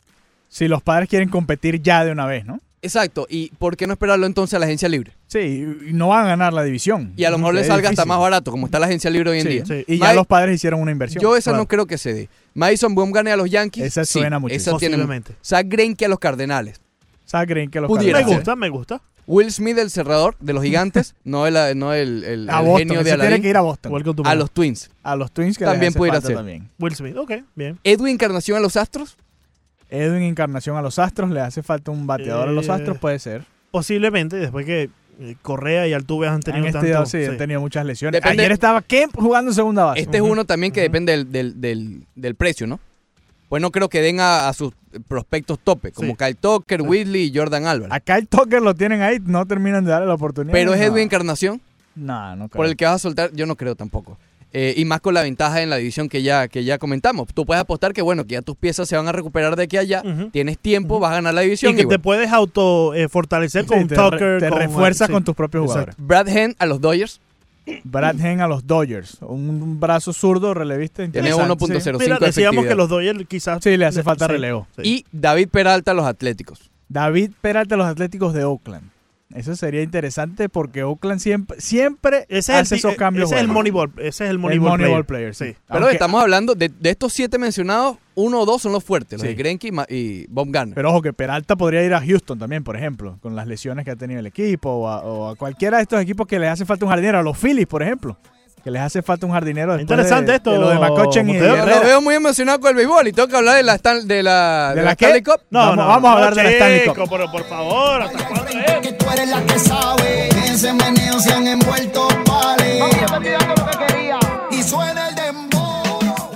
Si los Padres quieren competir ya de una vez, ¿no? Exacto. ¿Y por qué no esperarlo entonces a la agencia libre? Sí, y no van a ganar la división. Y a lo mejor le Es salga hasta difícil. más barato, como está la agencia libre hoy en Sí, día. sí. Y ya los Padres hicieron una inversión. Yo esa Claro. no creo que se dé. Madison Bumgarner a los Yankees. Esa suena mucho. Esa tiene. Posiblemente. Zach Greinke a los Cardenales. Creen que los Pudiera Cardenales. ser. Me gusta. Will Smith, el cerrador de los Gigantes, no el A genio Boston, de ese tiene Aladín. que ir a Boston. Welcome to A Boston. los Twins. A los Twins que También les hace pudiera falta ser. también. Will Smith, ok, bien. Edwin Encarnación a los Astros. Edwin Encarnación a los Astros, le hace falta un bateador a los Astros, puede ser. Posiblemente, después que Correa y Altuve han tenido Sí, han tenido muchas lesiones. Depende- Ayer estaba Kemp jugando segunda base. Este es uno también que depende del precio, ¿no? Pues no creo que den a sus prospectos tope, como Sí. Kyle Tucker, Whitley y Jordan Álvarez. A Kyle Tucker lo tienen ahí, no terminan de darle la oportunidad. Pero es no. Edwin Encarnación, No, no creo. por el que vas a soltar, yo no creo tampoco. Y más con la ventaja en la división que ya comentamos. Tú puedes apostar que, bueno, que ya tus piezas se van a recuperar de aquí a allá, Ujú. tienes tiempo, vas a ganar la división. Y que y bueno. te puedes auto fortalecer Sí, con te Tucker. te con, refuerzas sí. con tus propios Exacto. jugadores. Brad Hand a los Dodgers, Brad Hen a los Dodgers, un brazo zurdo relevista tiene interesante, 1.05 Mira, decíamos efectividad. que los Dodgers quizás... Sí, le hace falta Sí, relevo. sí. Y David Peralta a los Atléticos. David Peralta a los Atléticos de Oakland. Eso sería interesante porque Oakland siempre Ese hace es esos cambios. Ese es el buenos. Moneyball. Ese es el El Moneyball, Moneyball player, sí. Pero Aunque- estamos hablando de estos 7 mencionados, 1 o 2 son los fuertes, los Sí. de Greinke y Bob Garner. Pero ojo que Peralta podría ir a Houston también, por ejemplo, con las lesiones que ha tenido el equipo o a cualquiera de estos equipos que les hace falta un jardinero, a los Phillies, por ejemplo, que les hace falta un jardinero. después Interesante de, esto, de lo de McCutchen y de Mateo. Lo Herrera. veo muy emocionado con el béisbol y tengo que hablar de la qué? Stanley Cup. Vamos a hablar de la Stanley Cup. chico, pero por favor, ¿hasta cuándo es? Que tú eres la que sabe. En ese meneo se han envuelto pales. Mami, yo te estoy dando lo que quería. Y suena el dembow.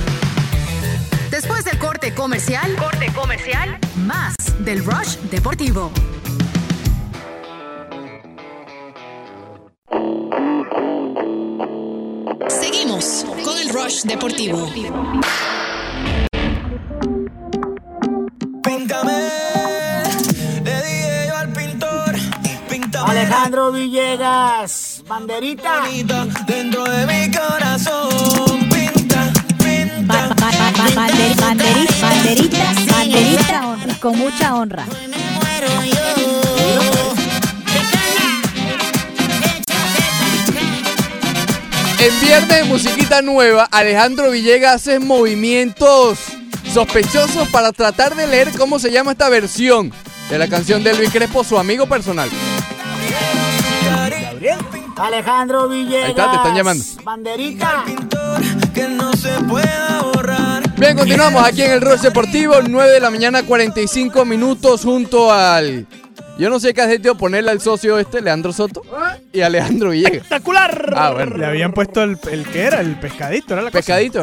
Después del corte comercial, más del Rush Deportivo. Seguimos con el Rush Deportivo. Píntame, le dije yo al pintor. Píntame Alejandro Villegas, banderita. bonita dentro de mi corazón. Pinta, pinta. Banderita y con mucha honra. Muero yo. En viernes de musiquita nueva, Alejandro Villegas hace movimientos sospechosos para tratar de leer cómo se llama esta versión de la canción de Elvis Crespo, su amigo personal. Alejandro Villegas. Ahí está, te están llamando. Banderita. Que no se pueda borrar. Bien, continuamos aquí en el Rush Deportivo, 9 de la mañana, 45 minutos, junto al... Yo no sé qué adjetivo ponerle al socio Leandro Soto, y Alejandro Villegas. ¡Espectacular! Ah, bueno. Le habían puesto el que era, el pescadito, era la cosa. Pescadito, ¿verdad?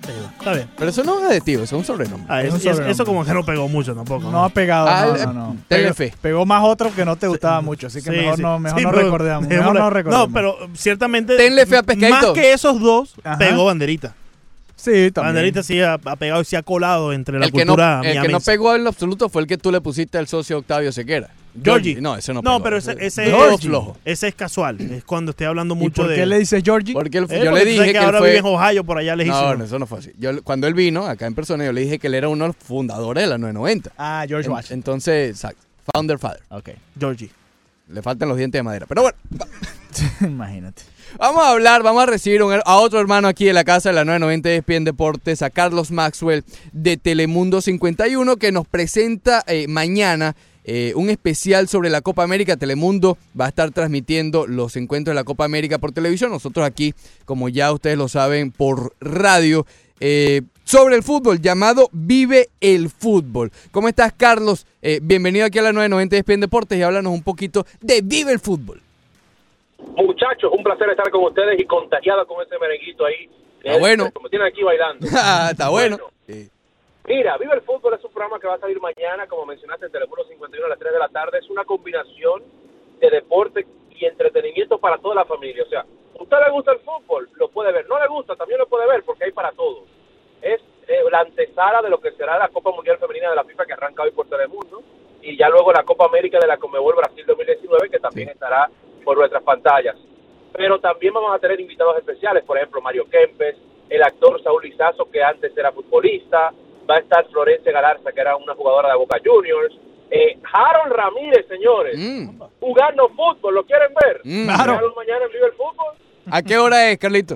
Está bien. Pero eso no es adjetivo, eso es un sobrenombre. Eso como que no pegó mucho tampoco. No ha pegado, no. Telefe. Pegó más otro que no te gustaba mucho, así que mejor no recordamos. No, pero ciertamente, Tenle fe a Pescadito. más que esos dos, Ajá. pegó Banderita. Sí, también. Banderita sí ha pegado y se ha colado entre la cultura El que no pegó en lo absoluto fue el que tú le pusiste al socio Octavio Sequera. Georgie. No, ese no pegó. No, pero ese flojo. Ese es casual. Es cuando estoy hablando ¿Y mucho por de... qué le dices Georgie? Porque yo porque le dije que ahora él fue... vive en Ohio, por allá lejísimo. No, eso no fue así. Cuando él vino acá en persona, yo le dije que él era uno de los fundadores de la 990. Ah, George Washington. Entonces, exacto. Founder father. Ok. Georgie. Le faltan los dientes de madera. Pero bueno, Imagínate. vamos a recibir a otro hermano aquí de la casa de la 990 de ESPN Deportes, a Carlos Maxwell de Telemundo 51, que nos presenta mañana un especial sobre la Copa América. Telemundo va a estar transmitiendo los encuentros de la Copa América por televisión. Nosotros aquí, como ya ustedes lo saben, por radio, sobre el fútbol, llamado Vive el Fútbol. ¿Cómo estás, Carlos? Bienvenido aquí a la 990 de ESPN Deportes y háblanos un poquito de Vive el Fútbol. Muchachos, un placer estar con ustedes y contagiado con ese merenguito ahí. Está bueno. Como tienen aquí bailando. Está bueno. Sí. Mira, Vive el Fútbol es un programa que va a salir mañana, como mencionaste, en Telemundo 51 a las 3 de la tarde. Es una combinación de deporte y entretenimiento para toda la familia. O sea, ¿a usted le gusta el fútbol? Lo puede ver. ¿No le gusta? También lo puede ver porque hay para todos. Es la antesala de lo que será la Copa Mundial Femenina de la FIFA, que arranca hoy por Telemundo, y ya luego la Copa América de la Conmebol Brasil 2019, que también estará por nuestras pantallas. Pero también vamos a tener invitados especiales, por ejemplo, Mario Kempes, el actor Saúl Lizazo, que antes era futbolista, va a estar Florencia Galarza, que era una jugadora de Boca Juniors, Harold Ramírez, señores, jugando fútbol, ¿lo quieren ver? Claro. Mañana en Vive el Fútbol. ¿A qué hora es, Carlito?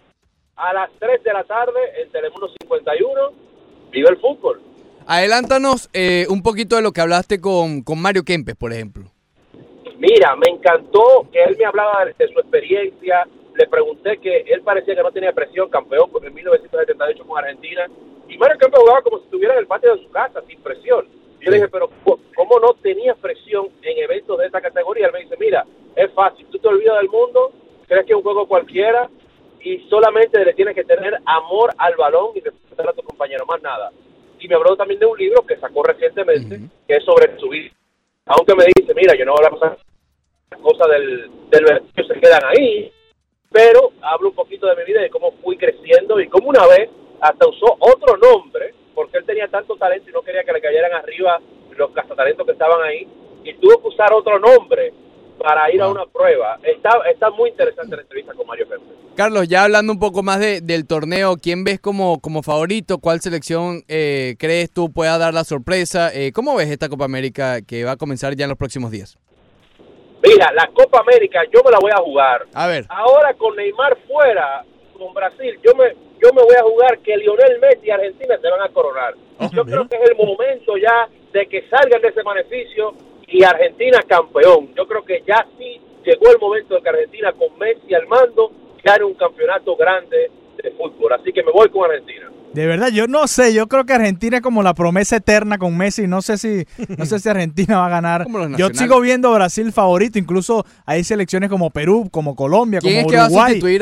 A las 3 de la tarde en Telemundo 51, Vive el Fútbol. Adelántanos un poquito de lo que hablaste con Mario Kempes, por ejemplo. Mira, me encantó que él me hablaba de su experiencia. Le pregunté que él parecía que no tenía presión, campeón en 1978 con Argentina. Y Mario Kempes jugaba como si estuviera en el patio de su casa, sin presión. Yo le dije, pero ¿cómo no tenía presión en eventos de esta categoría? Él me dice, mira, es fácil. Tú te olvidas del mundo, crees que es un juego cualquiera y solamente le tienes que tener amor al balón y respetar a tu compañero, más nada. Y me habló también de un libro que sacó recientemente, que es sobre su vida. Aunque me dice, mira, yo no voy a pasar las cosas del que se quedan ahí, pero hablo un poquito de mi vida y de cómo fui creciendo y cómo una vez hasta usó otro nombre, porque él tenía tanto talento y no quería que le cayeran arriba los cazatalentos que estaban ahí, y tuvo que usar otro nombre para ir a una prueba. Está muy interesante la entrevista con Mario Kempes. Carlos, ya hablando un poco más del torneo, ¿quién ves como favorito? ¿Cuál selección crees tú pueda dar la sorpresa? ¿Cómo ves esta Copa América que va a comenzar ya en los próximos días? Mira, la Copa América yo me la voy a jugar. A ver. Ahora con Neymar fuera, con Brasil, yo me voy a jugar que Lionel Messi y Argentina se van a coronar. Yo creo que es el momento ya de que salgan de ese beneficio y Argentina campeón. Yo creo que ya sí llegó el momento de que Argentina con Messi al mando gane un campeonato grande de fútbol. Así que me voy con Argentina. De verdad, yo no sé, yo creo que Argentina es como la promesa eterna con Messi, no sé si Argentina va a ganar. Yo sigo viendo Brasil favorito, incluso hay selecciones como Perú, como Colombia, como Uruguay. ¿Quién es que va a sustituir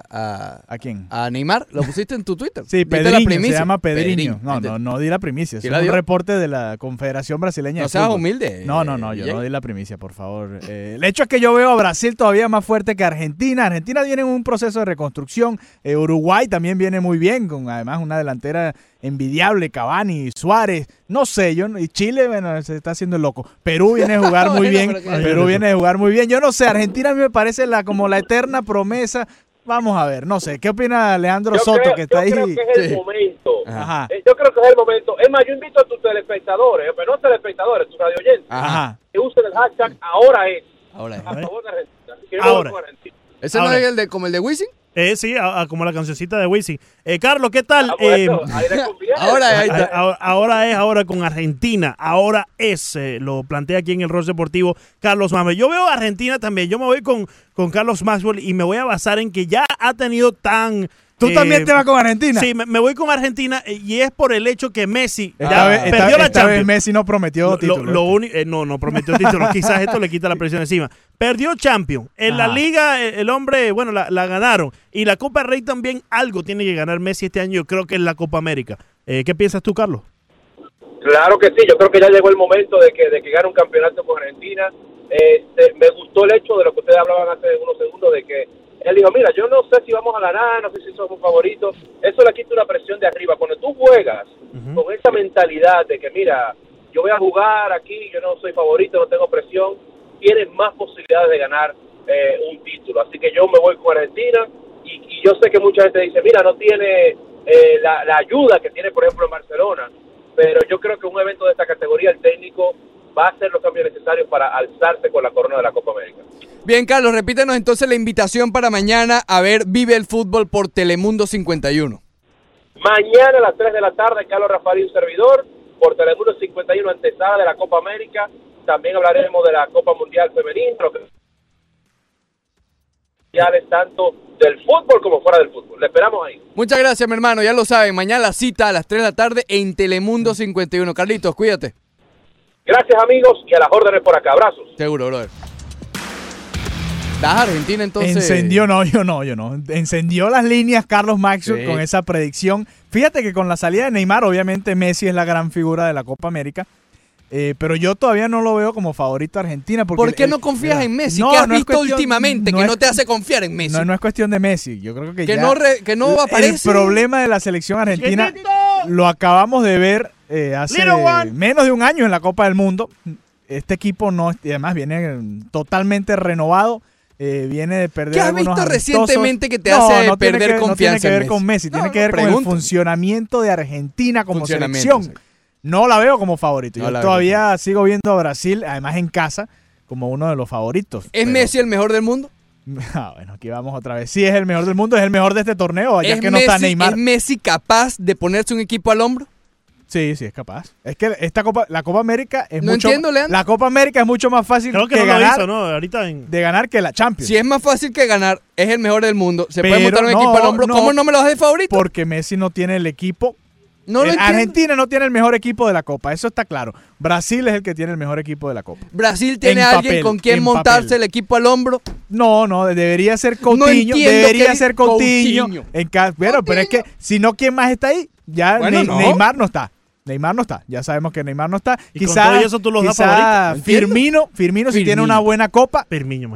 a quién? A Neymar, ¿lo pusiste en tu Twitter? Sí, Pedriño, se llama Pedriño. No, No di la primicia, es un reporte de la Confederación Brasileña de No seas Fútbol. humilde. No, yo no di la primicia, por favor. El hecho es que yo veo a Brasil todavía más fuerte que Argentina. Argentina viene en un proceso de reconstrucción, Uruguay también viene muy bien, con además una delantera envidiable, Cavani, Suárez, no sé, y Chile, bueno, se está haciendo el loco. Perú viene a jugar muy bien, yo no sé, Argentina a mí me parece como la eterna promesa. Vamos a ver, no sé, ¿qué opina Leandro Soto que está ahí? Yo creo que es el momento. Ajá. Yo creo que es el momento. Es más, yo invito a tus telespectadores, pero no telespectadores, tus radio oyentes, que usen el hashtag ahora es. A favor de Argentina. Así que yo voy con Argentina. ¿Ese no es como el de Wisin? Sí, como la cancioncita de Wisin. Carlos, ¿qué tal? Ahora con Argentina. Ahora lo plantea aquí en el Ross Deportivo Carlos Maxwell. Yo veo a Argentina también. Yo me voy con Carlos Maxwell y me voy a basar en que ya ha tenido tan ¿Tú también te vas con Argentina? Sí, me voy con Argentina y es por el hecho que Messi Esta vez la Champions. Messi no prometió título. No prometió título. Quizás esto le quita la presión encima. Perdió Champions. En la Liga, el hombre, bueno, la ganaron. Y la Copa Rey también algo tiene que ganar Messi este año. Yo creo que es la Copa América. ¿Qué piensas tú, Carlos? Claro que sí. Yo creo que ya llegó el momento de que gane un campeonato con Argentina. Me gustó el hecho de lo que ustedes hablaban hace unos segundos de que él dijo, mira, yo no sé si vamos a ganar, no sé si somos favoritos. Eso le quita una presión de arriba. Cuando tú juegas con esa mentalidad de que, mira, yo voy a jugar aquí, yo no soy favorito, no tengo presión, tienes más posibilidades de ganar un título. Así que yo me voy con Argentina y yo sé que mucha gente dice, mira, no tiene la ayuda que tiene, por ejemplo, en Barcelona. Pero yo creo que un evento de esta categoría, el técnico va a hacer los cambios necesarios para alzarse con la corona de la Copa América. Bien, Carlos, repítenos entonces la invitación para mañana a ver Vive el Fútbol por Telemundo 51. Mañana a las 3 de la tarde, Carlos Rafael y un servidor, por Telemundo 51, antesada de la Copa América. También hablaremos de la Copa Mundial Femenina, tanto del fútbol como fuera del fútbol. Le esperamos ahí. Muchas gracias, mi hermano. Ya lo saben, mañana la cita a las 3 de la tarde en Telemundo 51. Carlitos, cuídate. Gracias, amigos, y a las órdenes por acá. Abrazos. Seguro, brother. ¿Das Argentina entonces? Encendió, yo no. Encendió las líneas Carlos Maxwell Sí. con esa predicción. Fíjate que con la salida de Neymar, obviamente Messi es la gran figura de la Copa América. Pero yo todavía no lo veo como favorito a Argentina. Porque ¿Por qué no confías en Messi? No, ¿Qué has no es visto cuestión- últimamente no que es- no te hace confiar en Messi? No es cuestión de Messi. Yo creo que Que ya no aparece. El problema de la selección argentina lo acabamos de ver hace Little one. menos de un año en la Copa del Mundo. Este equipo no, y además viene totalmente renovado. Viene de perder ¿Qué has algunos visto amistosos. recientemente que te hace no tiene perder que- No tiene confianza que en ver con Messi, No, tiene que ver con el pregunto. funcionamiento de Argentina como Funcionamiento, selección. sí. No la veo como favorito. No Yo la veo todavía sigo viendo a Brasil, además en casa, como uno de los favoritos. ¿Es Pero- Messi el mejor del mundo? Bueno, aquí vamos otra vez. Sí, es el mejor del mundo, es el mejor de este torneo, ya ¿Es que no está Messi- Neymar. ¿Es Messi capaz de ponerse un equipo al hombro? Sí, es capaz. Es que la Copa América es No mucho. entiendo, Leandro. La Copa América es mucho más fácil Creo que que no lo ganar, hizo, ¿no? Ahorita de ganar que la Champions. Si es más fácil que ganar, es el mejor del mundo. Se puede Pero montar un no, equipo al hombro. no. ¿Cómo no me lo das de favorito? Porque Messi no tiene el equipo. No lo entiendo. Argentina no tiene el mejor equipo de la Copa, eso está claro. Brasil es el que tiene el mejor equipo de la Copa. Brasil tiene En a alguien papel, con quien en montarse papel. el equipo al hombro. No, debería ser Coutinho. entiendo Debería que ser Coutinho. Bueno, pero es que si no, ¿quién más está ahí? Ya Bueno, no. Neymar no está. Neymar no está. Ya sabemos que Neymar no está. Y con todo eso tú los das favoritos. Firmino si tiene Firmino. una buena copa. Firmino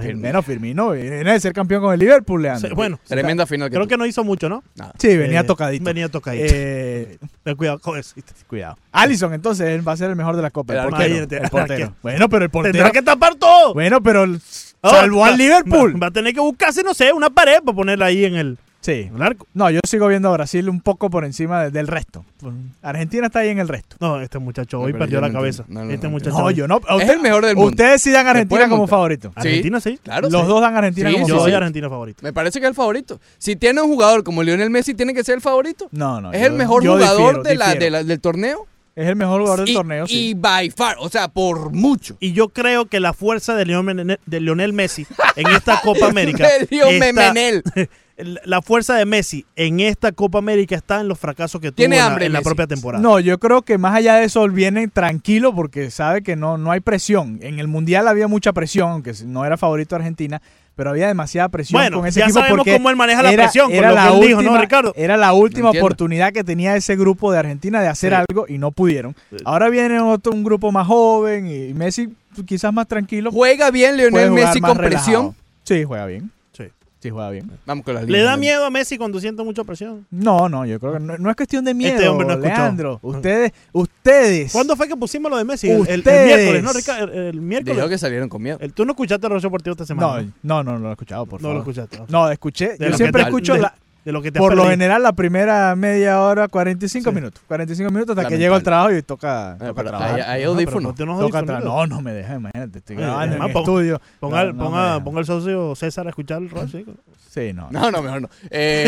Viene de ser campeón con el Liverpool, Leandro. Bueno, Tremenda final. creo que no hizo mucho, ¿no? Nada. Sí, venía tocadito. Venía tocadito. Ten cuidado con eso. Cuidado. Alisson, entonces, él va a ser el mejor de la Copa. El El portero. arquero. El portero. Bueno, pero el portero. Tendrá que tapar todo. Bueno, pero salvó al Liverpool. Va a tener que buscarse, no sé, una pared para ponerla ahí en el Sí. arco. No, yo sigo viendo a Brasil un poco por encima del resto. Argentina está ahí en el resto. No, este muchacho hoy pero perdió yo la no cabeza. entiendo. No, Este no muchacho. No, hoy- yo no. Es el mejor del mundo. Ustedes sí dan a Se Argentina puede como montar. favorito. Argentina sí. Claro. Los sí. dos dan a Argentina Sí, como Yo favorito. soy Argentina favorito. Me parece que es el favorito. Si tiene un jugador como Lionel Messi, tiene que ser el favorito. No. Es el mejor jugador del torneo. Es el mejor jugador del Y- torneo, Y sí. by far, o sea, por mucho. Y yo creo que la fuerza de Lionel Messi en esta Copa América. Me dio Memenel. La fuerza de Messi en esta Copa América está en los fracasos que tuvo Tiene en hambre, la Messi. propia temporada. No, yo creo que más allá de eso él viene tranquilo porque sabe que no hay presión. En el Mundial había mucha presión, aunque no era favorito de Argentina, pero había demasiada presión Bueno, con ese ya equipo sabemos porque cómo él maneja la presión, con lo la que él dijo, última, ¿no, Ricardo? Era la última Entiendo. oportunidad que tenía ese grupo de Argentina de hacer Sí. algo y no pudieron. Ahora viene un grupo más joven y Messi quizás más tranquilo. ¿Juega bien puede Lionel jugar Messi más con presión? relajado. Sí, juega bien. Sí. Sí, juega bien. Vamos con las ¿Le líneas. da miedo a Messi cuando siente mucha presión? No, yo creo que no es cuestión de miedo, Este hombre no ha escuchado. Leandro. Ustedes. ¿Cuándo fue que pusimos lo de Messi? El Ustedes. miércoles, ¿no, Ricardo? El miércoles. Dijo que salieron con miedo. Tú no escuchaste el Roche Deportivo esta semana. No lo he escuchado, por No favor. lo escuchaste. No, escuché. De Yo lo siempre que te- escucho de lo que te has por lo perdido. general la primera media hora, 45 Sí. minutos. 45 minutos hasta que Lamentable. llego al trabajo y toca Pero trabajar. hay No, audífonos. pero ponte unos Toca audífonos. no me deja, imagínate. Estoy Oye, grabando en además, el pon- estudio. Ponga No me el socio César a escuchar el Roche. Sí, no. No, mejor no.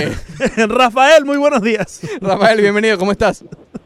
Rafael, muy buenos días. Rafael, bienvenido, ¿cómo estás?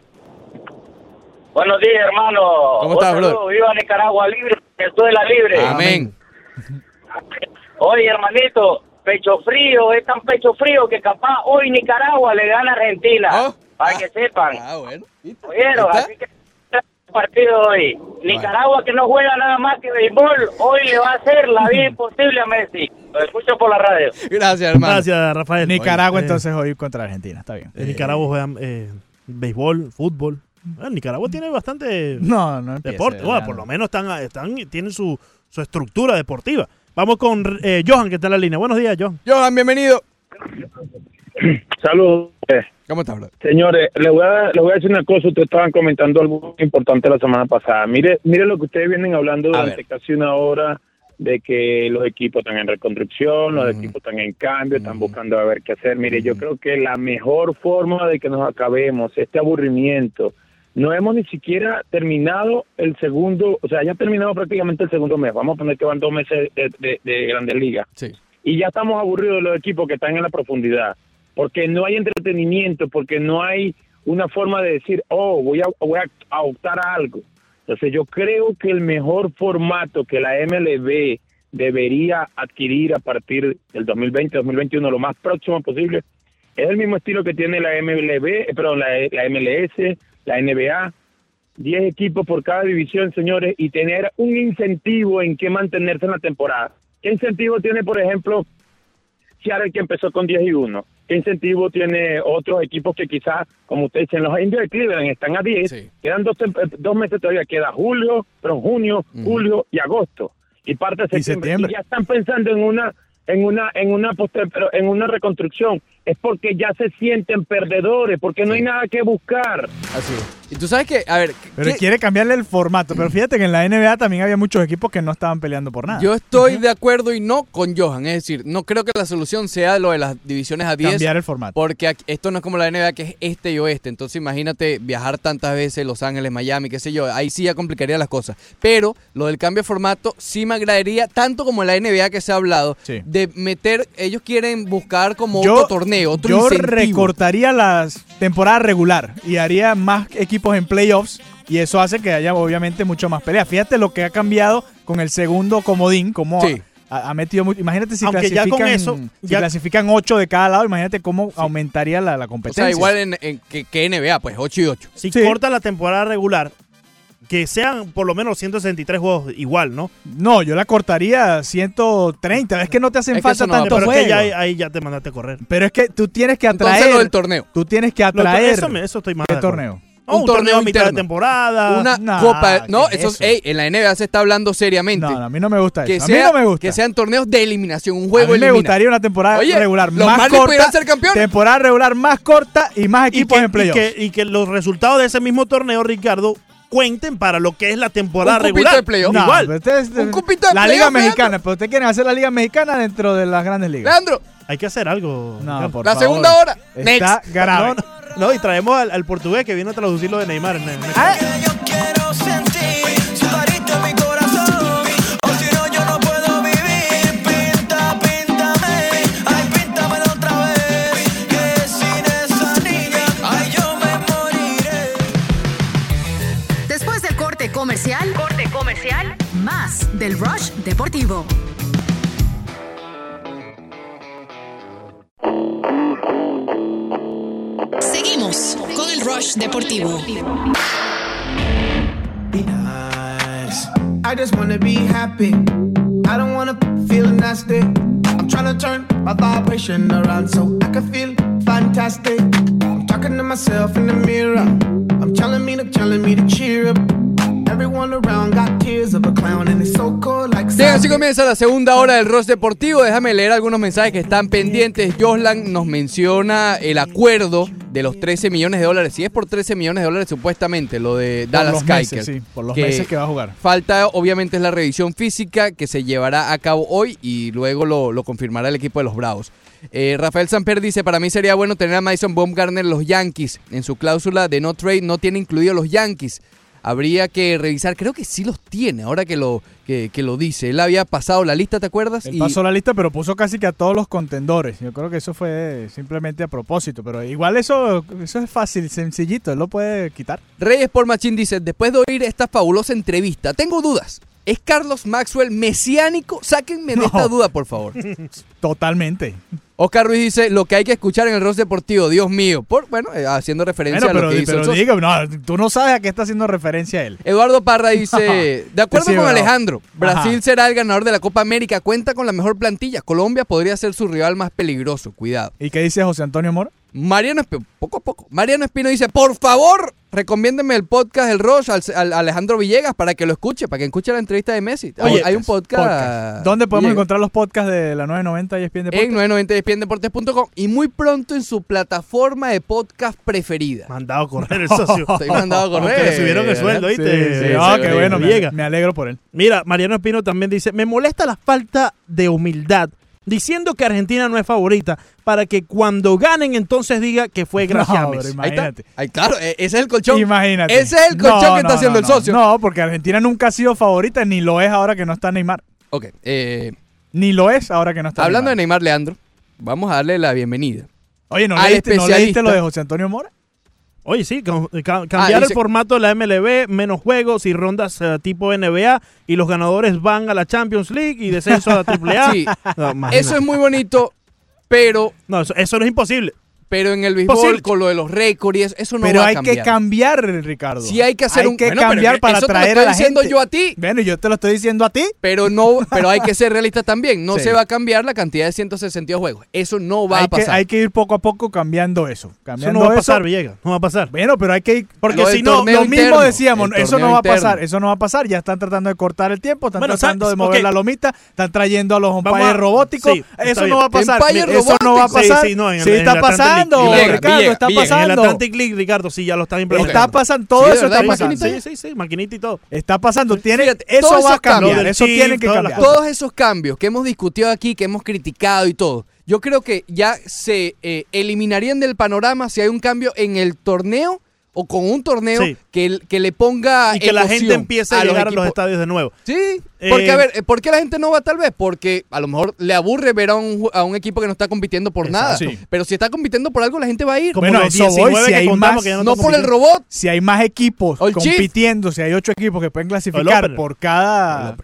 Buenos días, hermano. ¿Cómo estás, Un saludo. brother? Viva Nicaragua libre, Venezuela libre. Amén. Oye, hermanito, pecho frío, es tan pecho frío que capaz hoy Nicaragua le gana a Argentina. Para que sepan. Bueno. ¿Oyeron? Así que partido hoy. Nicaragua, que no juega nada más que béisbol, hoy le va a hacer la vida imposible a Messi. Lo escucho por la radio. Gracias, hermano. Gracias, Rafael. Nicaragua entonces hoy contra Argentina, está bien. Nicaragua juegan béisbol, fútbol. Nicaragua tiene bastante deporte. Bueno, por lo menos tienen su estructura deportiva. Vamos con Johan, que está en la línea. Buenos días, Johan. Johan, bienvenido. Saludos. ¿Cómo estás, bro? Señores, le voy a decir una cosa. Ustedes estaban comentando algo importante la semana pasada. Mire lo que ustedes vienen hablando durante casi una hora, de que los equipos están en reconstrucción, los equipos están en cambio, están buscando a ver qué hacer. Mire, yo creo que la mejor forma de que nos acabemos este aburrimiento, no hemos ni siquiera terminado el segundo, o sea, ya terminamos prácticamente el segundo mes. Vamos a poner que van 2 meses de Grandes Ligas. Sí. Y ya estamos aburridos de los equipos que están en la profundidad, porque no hay entretenimiento, porque no hay una forma de decir, voy a optar a algo. Entonces yo creo que el mejor formato que la MLB debería adquirir a partir del 2020-2021, lo más próximo posible, es el mismo estilo que tiene la la MLS, la NBA, 10 equipos por cada división, señores, y tener un incentivo en que mantenerse en la temporada. ¿Qué incentivo tiene, por ejemplo, Seattle, que empezó con 10-1? ¿Qué incentivo tiene otros equipos que quizás, como ustedes dicen, los Indios de Cleveland están a 10? Sí. Quedan 2 meses todavía, queda junio, julio y agosto. Y parte de septiembre. Y ya están pensando en una reconstrucción. Es porque ya se sienten perdedores, porque no hay nada que buscar. Así es. Y tú sabes que, a ver... Pero quiere cambiarle el formato. Pero fíjate que en la NBA también había muchos equipos que no estaban peleando por nada. Yo estoy de acuerdo y no con Johan. Es decir, no creo que la solución sea lo de las divisiones a 10. Cambiar el formato. Porque esto no es como la NBA, que es este y oeste. Entonces imagínate viajar tantas veces, Los Ángeles, Miami, qué sé yo. Ahí sí ya complicaría las cosas. Pero lo del cambio de formato sí me agradaría, tanto como en la NBA que se ha hablado, de meter... Ellos quieren buscar como otro torneo, otro incentivo. Recortaría la temporada regular y haría más equipos en playoffs, y eso hace que haya obviamente mucho más pelea. Fíjate lo que ha cambiado con el segundo comodín, como ha metido mucho. Imagínate si clasifican, ya con eso, clasifican 8 de cada lado, imagínate cómo aumentaría la competencia. O sea, igual que NBA, pues 8 y 8. Si corta la temporada regular, que sean por lo menos 163 juegos igual, ¿no? No, yo la cortaría 130. Es que no te hacen falta tantos juegos. Pero es que ahí ya te mandaste a correr. Pero es que tú tienes que atraer... Entonces lo del torneo. Tú tienes que atraer... Eso estoy más ¿Qué torneo? Un torneo a mitad de temporada. Una copa. No, eso en la NBA se está hablando seriamente. No, a mí no me gusta eso. A mí no me gusta. Que sean torneos de eliminación, un juego a mí me gustaría una temporada regular los más corta. Pudieran ser campeones. Temporada regular más corta y más equipos en playoffs. Y que los resultados de ese mismo torneo, Ricardo, cuenten para lo que es la temporada regular. De playoff. Igual. Un cupito de la Liga Mexicana. Pero ustedes quieren hacer la Liga Mexicana dentro de las grandes ligas. Leandro. Hay que hacer algo. No, por la favor. segunda hora. Está grave. No, y traemos al portugués que viene a traducir lo de Neymar. Yo quiero sentir sudadito en mi corazón, o si no yo no puedo vivir. Píntame, ay píntamelo otra vez, que sin esa niña, ay yo me moriré. Después del corte comercial, más del Rush Deportivo. Seguimos con el Rush Deportivo. I just wanna be happy. I don't wanna feel nasty. I'm trying to turn my vibration around so I can feel fantastic. I'm talking to myself in the mirror. I'm telling me to cheer up. Everyone around got tears of a clown and it's so cold like bien, así comienza la segunda hora del Rush Deportivo. Déjame leer algunos mensajes que están pendientes. Joslan nos menciona el acuerdo de los $13 millones. Si es por $13 millones supuestamente, lo de Dallas Keuchel. Sí, por los meses que va a jugar. Falta, obviamente, es la revisión física que se llevará a cabo hoy y luego lo confirmará el equipo de los Bravos. Rafael Samper dice, para mí sería bueno tener a Mason Bumgarner en los Yankees. En su cláusula de no trade no tiene incluido los Yankees. Habría que revisar, creo que sí los tiene, ahora que lo dice. Él había pasado la lista, ¿te acuerdas? Él pasó la lista, pero puso casi que a todos los contendores. Yo creo que eso fue simplemente a propósito, pero igual eso es fácil, sencillito, él lo puede quitar. Reyes por Machín dice, después de oír esta fabulosa entrevista, tengo dudas. ¿Es Carlos Maxwell mesiánico? Sáquenme de esta duda, por favor. Totalmente. Oscar Ruiz dice, lo que hay que escuchar en el Roast Deportivo, Dios mío. Haciendo referencia a lo que dice el socio. Digo, no, tú no sabes a qué está haciendo referencia él. Eduardo Parra dice, de acuerdo con Alejandro, Brasil Ajá. será el ganador de la Copa América, cuenta con la mejor plantilla. Colombia podría ser su rival más peligroso, cuidado. ¿Y qué dice José Antonio Mora? Mariano Espino, poco a poco. Mariano Espino dice, por favor, recomiéndeme el podcast del Roche al Alejandro Villegas para que lo escuche, para que escuche la entrevista de Messi. Oye, hay un podcast. ¿Dónde podemos encontrar los podcasts de la 990 y ESPN Deportes? En 990ESPNdeportes.com y muy pronto en su plataforma de podcast preferida. Mandado a correr el socio. Estoy mandado a correr. Aunque le subieron el sueldo, ¿viste? Sí, qué bueno, me alegro por él. Mira, Mariano Espino también dice, me molesta la falta de humildad diciendo que Argentina no es favorita para que cuando ganen entonces diga que fue gracias a Messi. Imagínate. Ahí está. Claro, ese es el colchón. Imagínate. Ese es el colchón que está haciendo el socio. No, porque Argentina nunca ha sido favorita, ni lo es ahora que no está Neymar. Ok. Ni lo es ahora que no está hablando de Neymar, Leandro, vamos a darle la bienvenida. Oye, ¿no leíste lo de José Antonio Mora? Oye, sí, cambiar el formato de la MLB, menos juegos y rondas tipo NBA, y los ganadores van a la Champions League y descenso a la AAA. Sí, eso es muy bonito, pero... No, eso no es imposible. Pero en el béisbol, con lo de los récords y eso no va a cambiar. Pero hay que cambiar, Ricardo. Sí hay que hacer cambiar para atraer a la gente. Eso te lo estoy diciendo yo a ti. Bueno, yo te lo estoy diciendo a ti. Pero hay que ser realistas también. No se va a cambiar la cantidad de 162 juegos. Eso no va a pasar. Hay que ir poco a poco cambiando eso. Eso no va a pasar, Villegas. No va a pasar. Bueno, pero hay que ir... Porque si no, lo mismo decíamos, eso no va a pasar. Eso no va a pasar. Ya están tratando de cortar el tiempo, están tratando de mover la lomita, están trayendo a los umpires robóticos. Eso no va a pasar. Eso no va a pasar. Sí, está pasando, Ricardo. Está pasando. En el Atlantic League, Ricardo, sí, ya lo están implementando. Está pasando, todo eso está pasando. Sí, maquinita y todo. Está pasando, eso va a cambiar, eso tiene que cambiar. Todos esos cambios que hemos discutido aquí, que hemos criticado y todo, yo creo que ya se eliminarían del panorama si hay un cambio en el torneo o con un torneo que le ponga y que la gente empiece a llegar a los estadios de nuevo. Sí, porque a ver, ¿por qué la gente no va tal vez? Porque a lo mejor le aburre ver a un equipo que no está compitiendo por nada. Sí. Pero si está compitiendo por algo, la gente va a ir. Como bueno, eso voy, si hay más, no por el robot. Si hay más equipos compitiendo, si hay 8 equipos que pueden clasificar por cada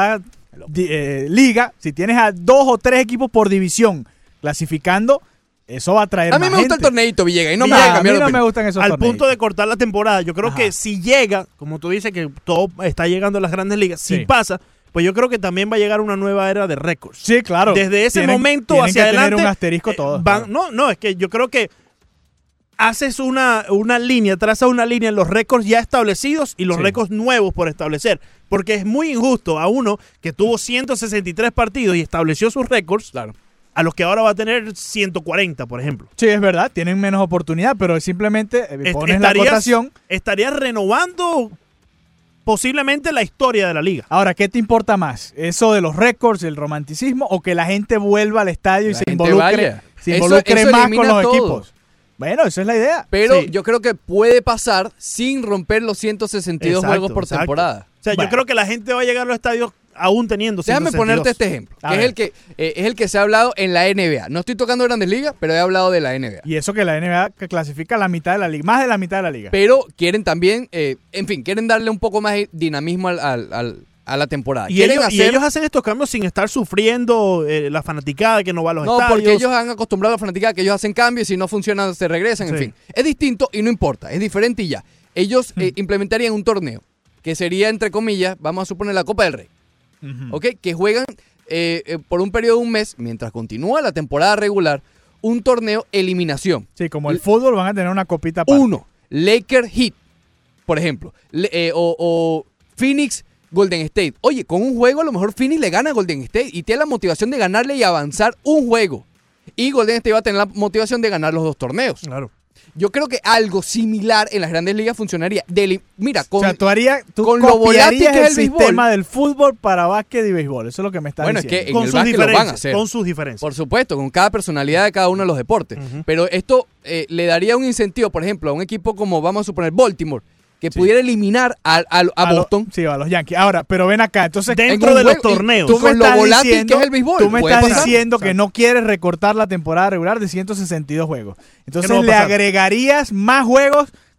liga, si tienes a 2 o 3 equipos por división clasificando, eso va a traer a mí más me gusta gente. el torneito, Villegas, y no me va a cambiar. A mí no me gustan esos al torneitos. Punto de cortar la temporada. Yo creo que si llega, como tú dices, que todo está llegando a las grandes ligas, si pasa, pues yo creo que también va a llegar una nueva era de récords. Sí, claro. Desde ese momento hacia adelante. Tener un asterisco todo. No, es que yo creo que haces una línea, trazas una línea en los récords ya establecidos y los récords nuevos por establecer. Porque es muy injusto a uno que tuvo 163 partidos y estableció sus récords. Claro. A los que ahora va a tener 140, por ejemplo. Sí, es verdad, tienen menos oportunidad, pero simplemente pones la cotación. Estarías renovando posiblemente la historia de la liga. Ahora, ¿qué te importa más? ¿Eso de los récords, el romanticismo, o que la gente vuelva al estadio y se involucre más con los equipos? Bueno, esa es la idea. Pero yo creo que puede pasar sin romper los 162 juegos por temporada. O sea, yo creo que la gente va a llegar a los estadios aún teniendo 162. Déjame ponerte este ejemplo, que es el que se ha hablado en la NBA. No estoy tocando Grandes Ligas, pero he hablado de la NBA. Y eso que la NBA que clasifica la mitad de la liga, más de la mitad de la liga. Pero quieren también, quieren darle un poco más de dinamismo a la temporada. Y ellos hacen estos cambios sin estar sufriendo la fanaticada que no va a los estadios. No, porque ellos han acostumbrado a la fanaticada que ellos hacen cambios y si no funciona se regresan, en fin. Es distinto y no importa, es diferente y ya. Ellos implementarían un torneo que sería, entre comillas, vamos a suponer la Copa del Rey. ¿Okay? Que juegan por un periodo de un mes, mientras continúa la temporada regular, un torneo eliminación. Sí, como el fútbol van a tener una copita aparte. Lakers Heat, por ejemplo, o Phoenix Golden State. Oye, con un juego a lo mejor Phoenix le gana a Golden State y tiene la motivación de ganarle y avanzar un juego. Y Golden State va a tener la motivación de ganar los 2 torneos. Claro. Yo creo que algo similar en las grandes ligas funcionaría. Mira, con, o sea, tú con lo volátil que es el sistema del fútbol para básquet y béisbol. Eso es lo que me estás diciendo. Bueno, es que en el básquet lo van a hacer. Con sus diferencias. Por supuesto, con cada personalidad de cada uno de los deportes. Pero esto le daría un incentivo, por ejemplo, a un equipo como, vamos a suponer, Baltimore, que pudiera eliminar a Boston. A los Yankees. Ahora, pero ven acá. Entonces, dentro de los torneos. Tú con lo volátil que es el béisbol. Tú me estás diciendo que no quieres recortar la temporada regular de 162 juegos. Entonces, le agregarías más juegos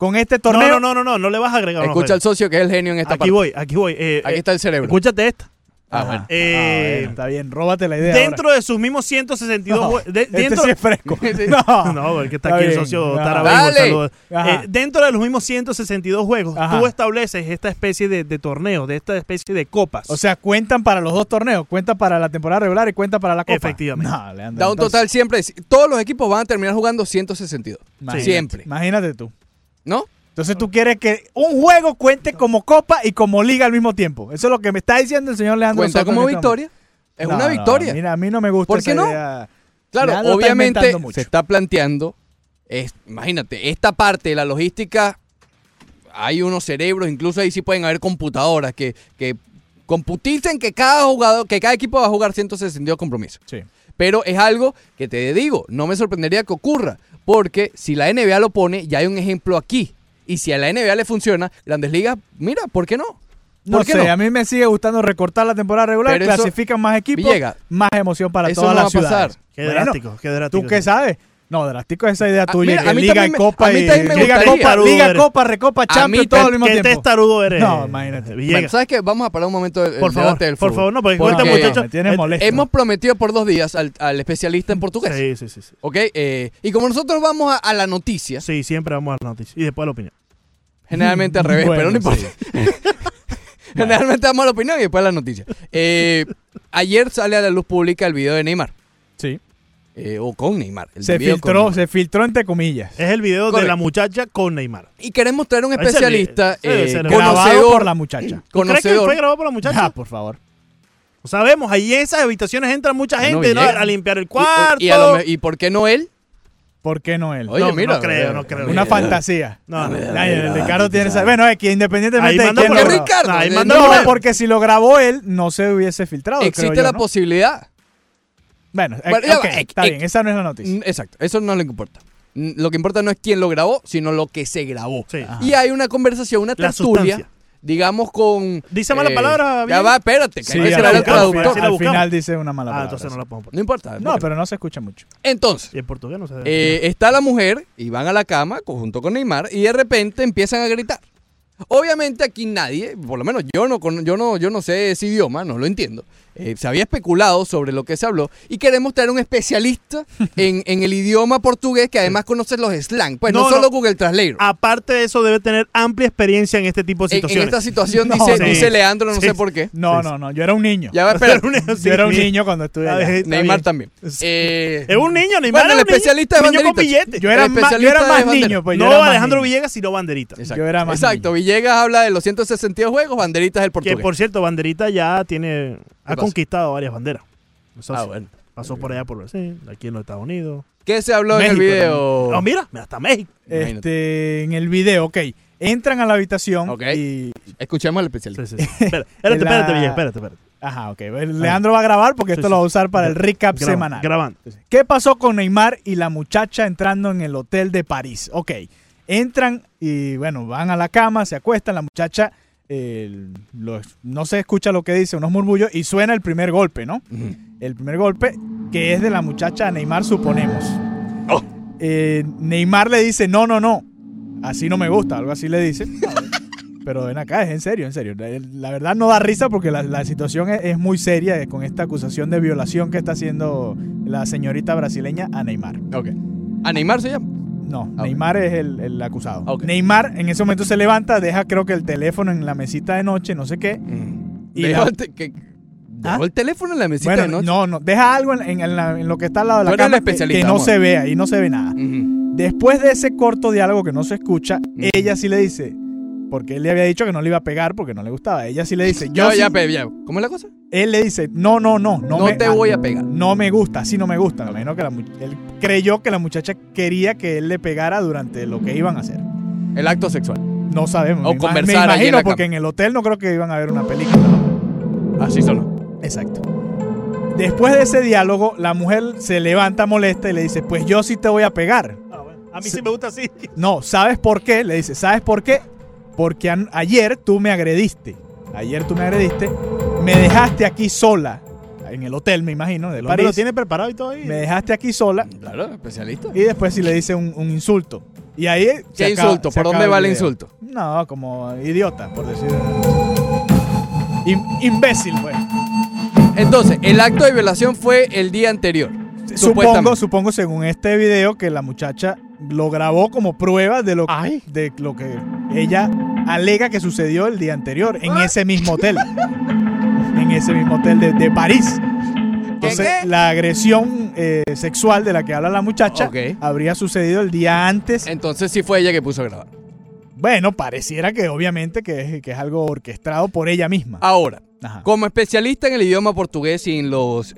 con este torneo. No le vas a agregar. Escucha al socio que es el genio en esta parte. Aquí voy. Aquí está el cerebro. Escúchate esta. Bueno. Está bien, róbate la idea. Dentro de sus mismos 162 este sí es fresco. No, porque está aquí el socio Dale. Dentro de los mismos 162 juegos, tú estableces esta especie de torneo, de esta especie de copas. O sea, cuentan para los dos torneos, cuentan para la temporada regular y cuentan para la copa. Efectivamente. No, Leandro, da un total siempre. Todos los equipos van a terminar jugando 162. Siempre. Imagínate tú. ¿No? Entonces tú quieres que un juego cuente como copa y como liga al mismo tiempo. Eso es lo que me está diciendo el señor Leandro. Cuenta como victoria. Es una victoria. Mira, a mí no me gusta. ¿Por qué no? Idea. Claro, Leandro obviamente se está planteando, imagínate, esta parte de la logística, hay unos cerebros, incluso ahí sí pueden haber computadoras que computicen que cada equipo va a jugar 162 compromisos. Sí. Pero es algo que te digo, no me sorprendería que ocurra, porque si la NBA lo pone, ya hay un ejemplo aquí. Y si a la NBA le funciona, Grandes Ligas, mira, ¿por qué no? No sé, a mí me sigue gustando recortar la temporada regular, pero clasifican más equipos, más emoción para todas las ciudades. Qué drástico. ¿Tú qué sabes? No, drástico es esa idea tuya, mira, que Liga y Copa y Liga, Copa, Recopa, Champions, todo al mismo tiempo. ¿Qué testarudo eres? No, imagínate. Bueno, ¿sabes qué? Vamos a parar un momento el debate del fútbol. Por favor, no, porque ahorita, muchachos, me tienes molesto. Hemos prometido por 2 días al especialista en portugués. Sí. ¿Ok? Y como nosotros vamos a la noticia. Sí, siempre vamos a la noticia. Y después a la opinión. Generalmente al revés, pero no importa. Generalmente damos la opinión y después la noticia. Ayer sale a la luz pública el video de Neymar. Sí. O con Neymar. Se filtró entre comillas. Es el video de la muchacha con Neymar. Y queremos traer un especialista grabado por la muchacha. ¿Tú crees que fue grabado por la muchacha? Por favor. Lo sabemos, ahí en esas habitaciones entra mucha gente, ¿no? A limpiar el cuarto. ¿Y por qué no él? ¿Por qué no él? Oye, mira, no creo. Una fantasía. No, Ricardo tiene esa. Bueno, es que independientemente de quién Ricardo. No, porque si lo grabó él, no se hubiese filtrado. Existe la posibilidad. Bueno, está bien, esa no es la noticia. Exacto, eso no le importa. Lo que importa no es quién lo grabó, sino lo que se grabó. Sí. Y hay una conversación, una tertulia, digamos con... ¿Dice mala palabra? Ya va, espérate, que sí, hay que esperar al traductor. Al final dice una mala palabra. Entonces no la podemos poner. No importa. No, pero no se escucha mucho. Entonces, y en portugués no se debe. Está la mujer y van a la cama junto con Neymar y de repente empiezan a gritar. Obviamente aquí nadie, por lo menos yo no sé ese idioma, no lo entiendo. Se había especulado sobre lo que se habló y queremos traer un especialista en el idioma portugués que además conoce los slang, pues no solo Google Translator. Aparte de eso debe tener amplia experiencia en este tipo de situaciones. En esta situación dice Leandro, no sé por qué. No, yo era un niño. Ya va a esperar. Yo era un niño cuando estuve allá. Neymar también. Es un niño, Neymar. Bueno, el especialista de banderitas. Yo era más niño. No Alejandro Villegas, sino banderitas. Yo era más Exacto, niño. Villegas habla de los 162 juegos, banderitas del portugués. Que por cierto, banderita ya ha conquistado varias banderas. Bueno. Pasó por allá por Brasil, aquí en los Estados Unidos. ¿Qué se habló en el video? No, mira, hasta México. En el video, entran a la habitación y... Escuchemos al especialista. Sí. Espérate, Villegas, espérate. Ajá, ok. Leandro va a grabar porque esto lo va a usar para el recap semanal. Grabando. ¿Qué pasó con Neymar y la muchacha entrando en el hotel de París? Ok, entran y bueno, van a la cama, se acuestan, la muchacha... no se escucha lo que dice, unos murmullos, y suena el primer golpe, ¿no? Uh-huh. El primer golpe, que es de la muchacha a Neymar, suponemos. Neymar le dice, no, así no me gusta, algo así le dice. Pero ven acá, es en serio. La verdad no da risa porque la situación es muy seria con esta acusación de violación que está haciendo la señorita brasileña a Neymar. ¿A Neymar se llama? No, Neymar es el acusado. Neymar en ese momento se levanta, deja creo que el teléfono en la mesita de noche, no sé qué. Y ¿Dejó el teléfono en la mesita de noche? No, deja algo en lo que está al lado de la cama que no se ve, ahí no se ve nada. Uh-huh. Después de ese corto diálogo que no se escucha, ella sí le dice, porque él le había dicho que no le iba a pegar porque no le gustaba. Ella sí le dice, ¿cómo es la cosa? Él le dice, no te voy a pegar. No me gusta, así no me gusta. Menos que él creyó que la muchacha quería que él le pegara durante lo que iban a hacer. El acto sexual. No sabemos. O conversar. Me imagino porque en el hotel no creo que iban a ver una película. Así sonó. Exacto. Después de ese diálogo, la mujer se levanta molesta y le dice, pues yo sí te voy a pegar. A mí sí me gusta así. No, ¿sabes por qué? Le dice, ¿sabes por qué? Porque ayer tú me agrediste. Me dejaste aquí sola. En el hotel, me imagino, de París. ¿Lo tiene preparado y todo ahí? Me dejaste aquí sola. Claro, especialista. Y después sí le dice un insulto. Y ahí... ¿Qué insulto? ¿Por dónde va el insulto? No, como idiota, por decirlo. Imbécil, pues. Entonces, el acto de violación fue el día anterior. Supongo, según este video, que la muchacha lo grabó como prueba de lo que ella alega que sucedió el día anterior en ese mismo hotel. En ese mismo hotel de París. Entonces, la agresión sexual de la que habla la muchacha habría sucedido el día antes. Entonces sí fue ella que puso a grabar. Bueno, pareciera que obviamente que es algo orquestado por ella misma. Ahora, como especialista en el idioma portugués y en los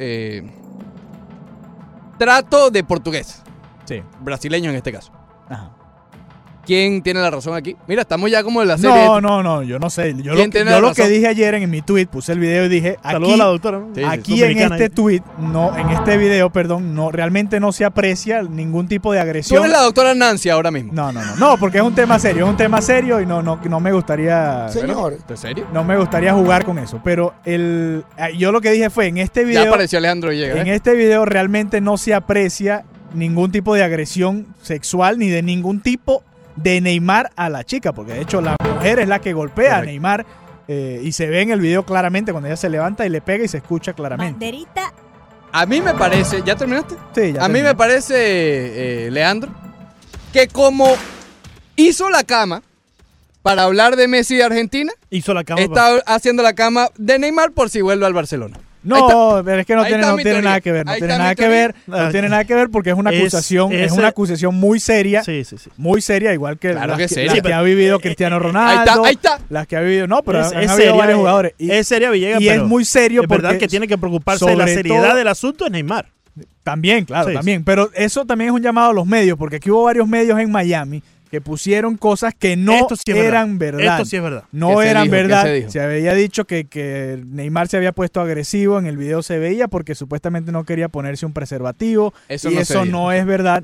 trato de portugués. Sí. Brasileño en este caso. Ajá. ¿Quién tiene la razón aquí? Mira, estamos ya como en la serie. No, yo no sé. Yo lo que dije ayer en mi tweet, puse el video y dije, saludos a la doctora. Aquí en este tweet, en este video, realmente no se aprecia ningún tipo de agresión. Tú eres la doctora Nancy ahora mismo. No, porque es un tema serio y no me gustaría. Señor, ¿en serio? No me gustaría jugar con eso, pero yo lo que dije fue, en este video. Ya apareció Alejandro Villegas. En este video realmente no se aprecia ningún tipo de agresión sexual ni de ningún tipo de Neymar a la chica, porque de hecho la mujer es la que golpea a Neymar y se ve en el video claramente cuando ella se levanta y le pega y se escucha claramente. Banderita. A mí me parece, ¿ya terminaste? Sí, ya A mí me parece, Leandro, que como hizo la cama para hablar de Messi de Argentina, hizo la cama está haciendo la cama de Neymar por si vuelve al Barcelona. No, pero es que no tiene nada que ver. No tiene nada que ver porque es una acusación, es una acusación muy seria. Sí. Muy seria, igual que claro las que que ha vivido Cristiano Ronaldo. Ahí está. Las que ha vivido, no, pero han habido varios jugadores. Es seria, Villegas, y es muy serio es porque verdad que tiene que preocuparse de la seriedad del asunto de Neymar. También, claro, también. Pero eso también es un llamado a los medios, porque aquí hubo varios medios en Miami que pusieron cosas que no eran verdad. Esto sí es verdad. No eran verdad. Se había dicho que Neymar se había puesto agresivo, en el video se veía porque supuestamente no quería ponerse un preservativo. Eso no es verdad.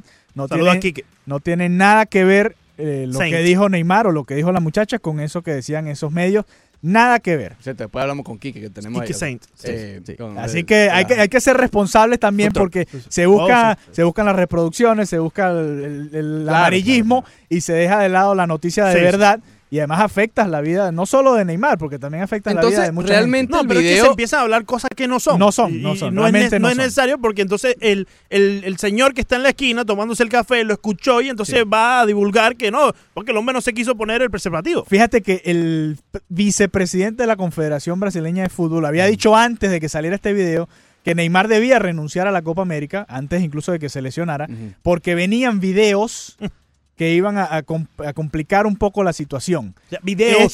No tiene nada que ver lo que dijo Neymar o lo que dijo la muchacha con eso que decían esos medios. Nada que ver. Después hablamos con Quique, que tenemos Quique ahí. Saint. Así que hay que ser responsables también porque se buscan las reproducciones, se busca el amarillismo y se deja de lado la noticia de verdad. Y además afectas la vida, no solo de Neymar, porque también afectas la vida de mucha realmente gente. No, pero es que se empiezan a hablar cosas que no son. No son. No es necesario porque entonces el señor que está en la esquina tomándose el café lo escuchó y entonces va a divulgar que no, porque el hombre no se quiso poner el preservativo. Fíjate que el vicepresidente de la Confederación Brasileña de Fútbol había dicho antes de que saliera este video que Neymar debía renunciar a la Copa América, antes incluso de que se lesionara, porque venían videos que iban a complicar un poco la situación. Videos.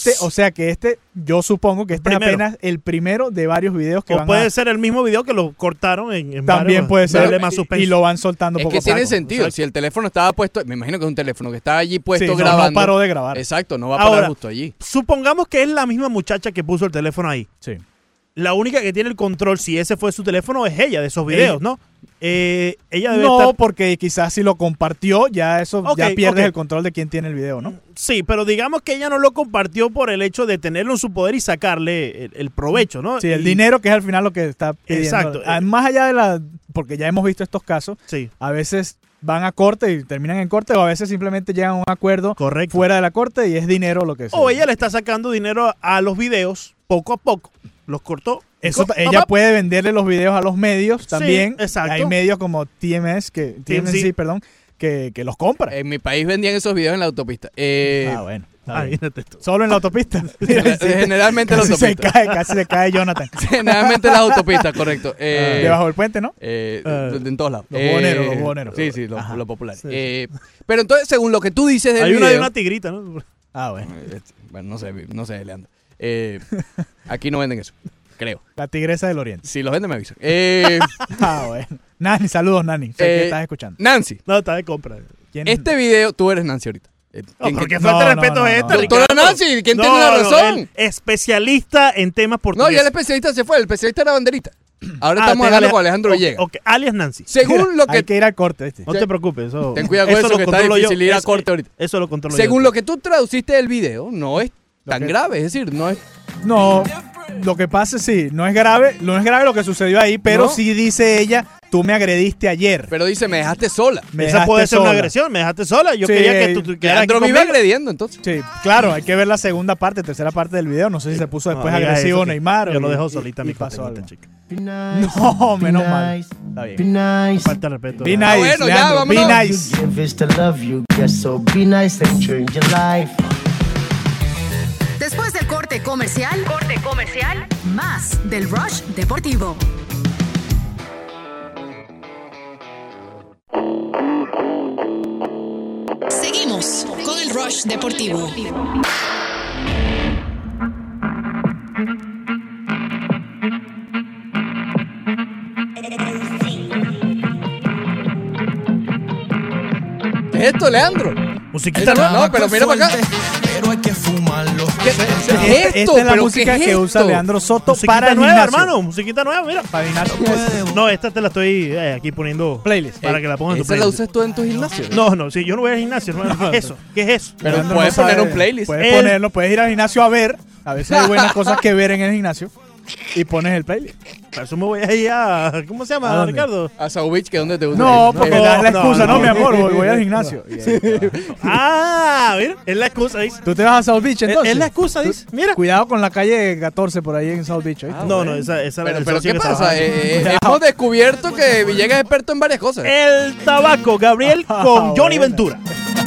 Yo supongo que este es apenas el primero de varios videos que puede ser el mismo video que lo cortaron en también puede ser. Más y lo van soltando poco a poco. Es que tiene sentido. Exacto. Si el teléfono estaba puesto, me imagino que es un teléfono que estaba allí puesto grabando. No paró de grabar. Exacto, no va a parar justo allí. Supongamos que es la misma muchacha que puso el teléfono ahí. Sí. La única que tiene el control, si ese fue su teléfono, es ella, de esos videos, ¿no? Ella debe porque quizás si lo compartió, ya pierdes el control de quién tiene el video, ¿no? Sí, pero digamos que ella no lo compartió por el hecho de tenerlo en su poder y sacarle el provecho, ¿no? Sí, el dinero, que es al final lo que está pidiendo. Exacto. Más allá de porque ya hemos visto estos casos, a veces van a corte y terminan en corte, o a veces simplemente llegan a un acuerdo fuera de la corte y es dinero lo que sea. O ella le está sacando dinero a los videos poco a poco. Los cortó. Ella puede venderle los videos a los medios también. Sí, exacto. Hay medios como TMZ que los compran. En mi país vendían esos videos en la autopista. Bueno. Solo en la autopista. Generalmente en la autopista. Casi se cae Jonathan. Generalmente en las autopistas, correcto. Debajo del puente, ¿no? En todos lados. Los buhoneros. Sí, los populares. Sí. Pero entonces, según lo que tú dices del video... Hay una tigrita, ¿no? Bueno. Bueno, no sé, Leandro. Aquí no venden eso, creo. La tigresa del oriente. Si los venden me avisan. Bueno. Nani, saludos, Nani. Sé que estás escuchando. Nancy. No, está de compra. Este video, tú eres Nancy ahorita. Porque falta de respeto a esta, Doctora Nancy, ¿quién tiene la razón? Especialista en temas portugueses. No, ya el especialista se fue, el especialista era Banderita. Ahora estamos hablando con Alejandro Villegas. Alias Nancy. Según lo que... Hay que ir al corte, ¿viste? No te preocupes. Ten cuidado con eso que está difícil ir al corte ahorita. Eso lo controlo Según lo que tú traduciste del video, no es tan grave, es decir, no es... No, lo que pasa no es grave lo que sucedió ahí, pero sí dice ella tú me agrediste ayer. Pero dice, me dejaste sola. Esa puede ser una agresión, me dejaste sola. Yo quería que tú quedaras aquí Leandro me iba conmigo. agrediendo, entonces. Sí, claro, hay que ver la segunda parte, tercera parte del video. No sé si se puso después No, diga agresivo eso, que Neymar. yo lo y- dejo solita y mi pasó contenido, algo. chica. No, menos mal. Está Be bien. nice. Falta de respeto. Be Ah, nice, bueno, ya, Leandro, be vámonos. nice. You give is to love you guess, so be nice and change your life. Después del corte comercial, más del Rush Deportivo. Seguimos con el Rush Deportivo. ¿Qué es esto, Leandro? Musiquita Esta nueva. no, pero mira para acá. Pero hay que fumarlo. ¿Qué es esto? Esta es la ¿Pero música qué es que usa esto? Leandro Soto Musiquita para el nueva, gimnasio. hermano. Musiquita nueva, mira. Para el gimnasio. No, esta te la estoy aquí poniendo Playlist. para que la pongas en tu ¿Esa la playlist. usas tú en tu gimnasio? No, si yo no voy al gimnasio, hermano. ¿Qué es eso? ¿Qué es eso? Pero Leandro puedes no poner sabe. un playlist. Puedes ponerlo, puedes ir al gimnasio a ver. A veces hay buenas cosas que ver en el gimnasio. Y pones el playlist. Para eso me voy a ir a... ¿Cómo se ¿A llama, dónde? Ricardo? A South Beach, que es donde te gusta. No, ir. porque das la excusa, no, mi amor, voy al gimnasio. Ah, mira, es la excusa, dice. ¿Tú te vas a South Beach entonces? Es la excusa, dice. Mira. Cuidado con la calle 14 por ahí en South Beach. ¿oíste? No, esa Pero, el pero socio ¿qué que pasa? trabaja. Hemos descubierto que Villegas es experto en varias cosas. El tabaco, Gabriel con Johnny bueno. Ventura.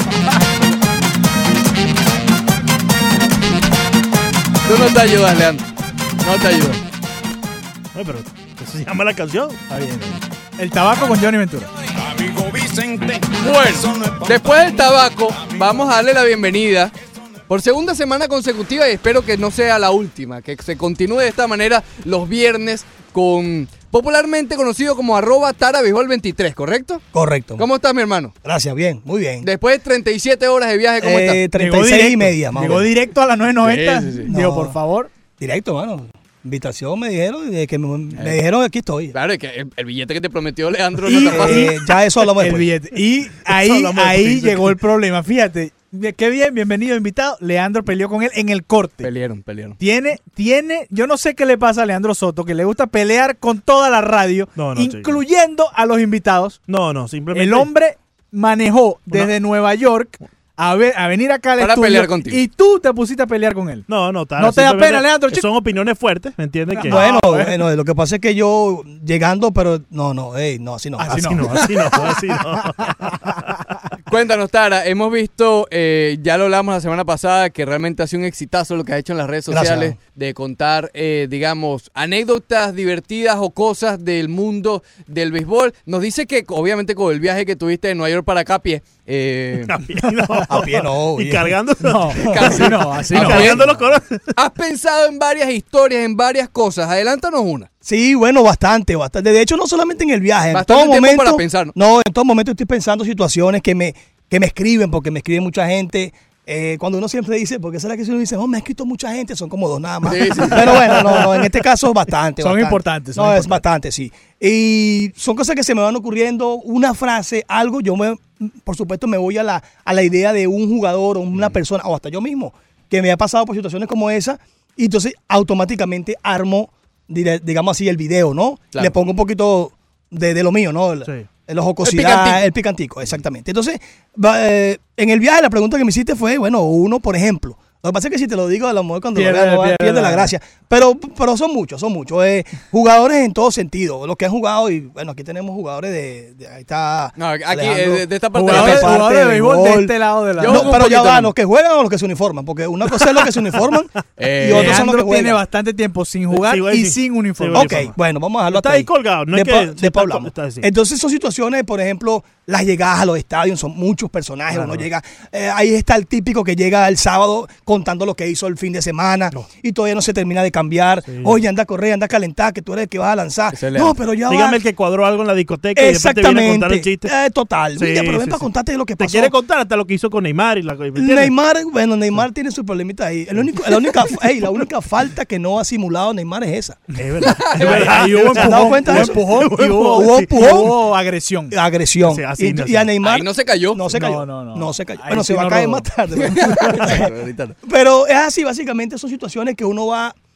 Tú no te ayudas, Leandro. No te ayudas. No, pero eso se llama la canción. Está bien. El tabaco con Johnny Ventura. Amigo Vicente. Bueno, después del tabaco, vamos a darle la bienvenida por segunda semana consecutiva y espero que no sea la última, que se continúe de esta manera los viernes con popularmente conocido como @tarabisbol23, ¿correcto? Correcto. ¿Cómo estás, mi hermano? Gracias, bien, muy bien. Después de 37 horas de viaje, ¿cómo estás? 36 y media, más o Llegó menos. directo a las 9:90. Sí, sí, sí. Digo, No. por favor. Directo, mano. Invitación me dijeron y de que me dijeron aquí estoy. Claro, es que el billete que te prometió Leandro no Y, está fácil. Ya eso hablamos El después. billete. Y ahí llegó el problema. Fíjate, qué bien, bienvenido invitado. Leandro peleó con él en el corte. Pelearon. Tiene, yo no sé qué le pasa a Leandro Soto, que le gusta pelear con toda la radio, No, no, incluyendo a los invitados. No, simplemente. El hombre manejó desde Nueva York a venir acá al Para estudio pelear contigo. y tú te pusiste a pelear con él. No, ¿No te da simplemente pena, Leandro, chico? Son opiniones fuertes, ¿me entiendes? Que Bueno, lo que pasa es que yo llegando, pero no, así no. así no. Cuéntanos, Tara, hemos visto, ya lo hablamos la semana pasada, que realmente ha sido un exitazo lo que has hecho en las redes sociales, de contar, digamos, anécdotas divertidas o cosas del mundo del béisbol. Nos dice que, obviamente, con el viaje que tuviste de Nueva York para acá a pie. A pie no. Y oye. cargando. No, Casi. así A no. pie. Cargando los coros. Has pensado en varias historias, en varias cosas. Adelántanos una. Sí, bueno, bastante. De hecho, no solamente en el viaje. Bastante en todo tiempo momento, para pensar, ¿no? No, en todo momento estoy pensando situaciones que me escriben, porque me escribe mucha gente. Cuando uno siempre dice, porque será que si uno dice, me ha escrito mucha gente, son como dos nada más. Sí, sí. Pero bueno, no, en este caso bastante. Son bastante. importantes, No, es bastante, sí. Y son cosas que se me van ocurriendo, una frase, algo, por supuesto me voy a la idea de un jugador o una persona, o hasta yo mismo, que me ha pasado por situaciones como esa, y entonces automáticamente armo, digamos así, el video, ¿no? Claro. Le pongo un poquito de lo mío, ¿no? Sí. La jocosidad, el picantico, exactamente. Entonces, en el viaje la pregunta que me hiciste fue, bueno, uno, por ejemplo. Lo que pasa es que si te lo digo, a lo mejor cuando lo veas pierde la gracia. Pero son muchos. Jugadores en todo sentido. Los que han jugado, y bueno, aquí tenemos jugadores ahí está. No, aquí, Alejandro. de esta parte Jugadores de béisbol de este lado de la Yo- No, un pero ya poquito va, menos. los que juegan o los que se uniforman. Porque una cosa es los que se uniforman y otros son los que Leandro juegan. tiene bastante tiempo sin jugar Sí, y sí. sin uniforme. Sí, Ok, bueno, vamos a dejarlo Está hasta ahí colgado, no es que- Después hablamos. está así. Entonces son situaciones, por ejemplo, las llegadas a los estadios, son muchos personajes, Claro. uno llega, ahí está el típico que llega el sábado contando lo que hizo el fin de semana y todavía no se termina de cambiar. Sí. Oye, anda a correr, anda a calentar, que tú eres el que vas a lanzar. Ese es No, Leandro. pero ya Dígame va. el que cuadró algo en la discoteca y después te viene a contar un chiste. Total. Sí, Mira, pero ven sí, para sí. contarte lo que Te pasó. quiere contar hasta lo que hizo con Neymar y la ¿me entiendes? Neymar tiene su problemita ahí. La única falta que no ha simulado Neymar es esa. Es verdad. Es verdad. Ahí hubo ¿Se han dado cuenta de eso? empujón y Hubo empujón. hubo agresión. Agresión. Sí, así no, y a Neymar Ahí no se cayó. no se cayó. No. No se cayó. Ahí Bueno, sí se va no a caer rodó. más tarde. Ahorita no. Pero es así, básicamente son situaciones que uno va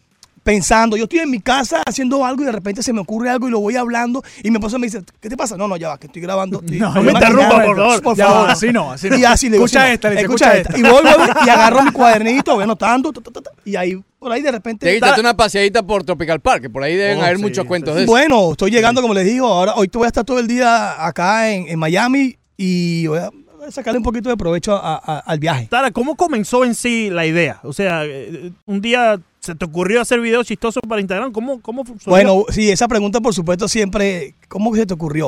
pensando. Yo estoy en mi casa haciendo algo y de repente se me ocurre algo y lo voy hablando y mi esposa me dice, ¿qué te pasa? No, ya va, que estoy grabando. No me interrumpa, por favor. Por Ya, favor. así no. Y así le digo, Escucha sí, no. esta, le dice, Escucha esta. Y voy y agarro mi cuadernito, voy anotando, y ahí, por ahí de repente... Te quitaste una paseadita por Tropical Park, que por ahí deben haber muchos cuentos de eso. Bueno, estoy llegando, como les digo, hoy te voy a estar todo el día acá en Miami y voy a sacarle un poquito de provecho al viaje. Tara, ¿cómo comenzó en sí la idea? O sea, un día se te ocurrió hacer videos chistosos para Instagram. ¿Cómo funcionó? Bueno, sí, esa pregunta, por supuesto, siempre, ¿cómo se te ocurrió?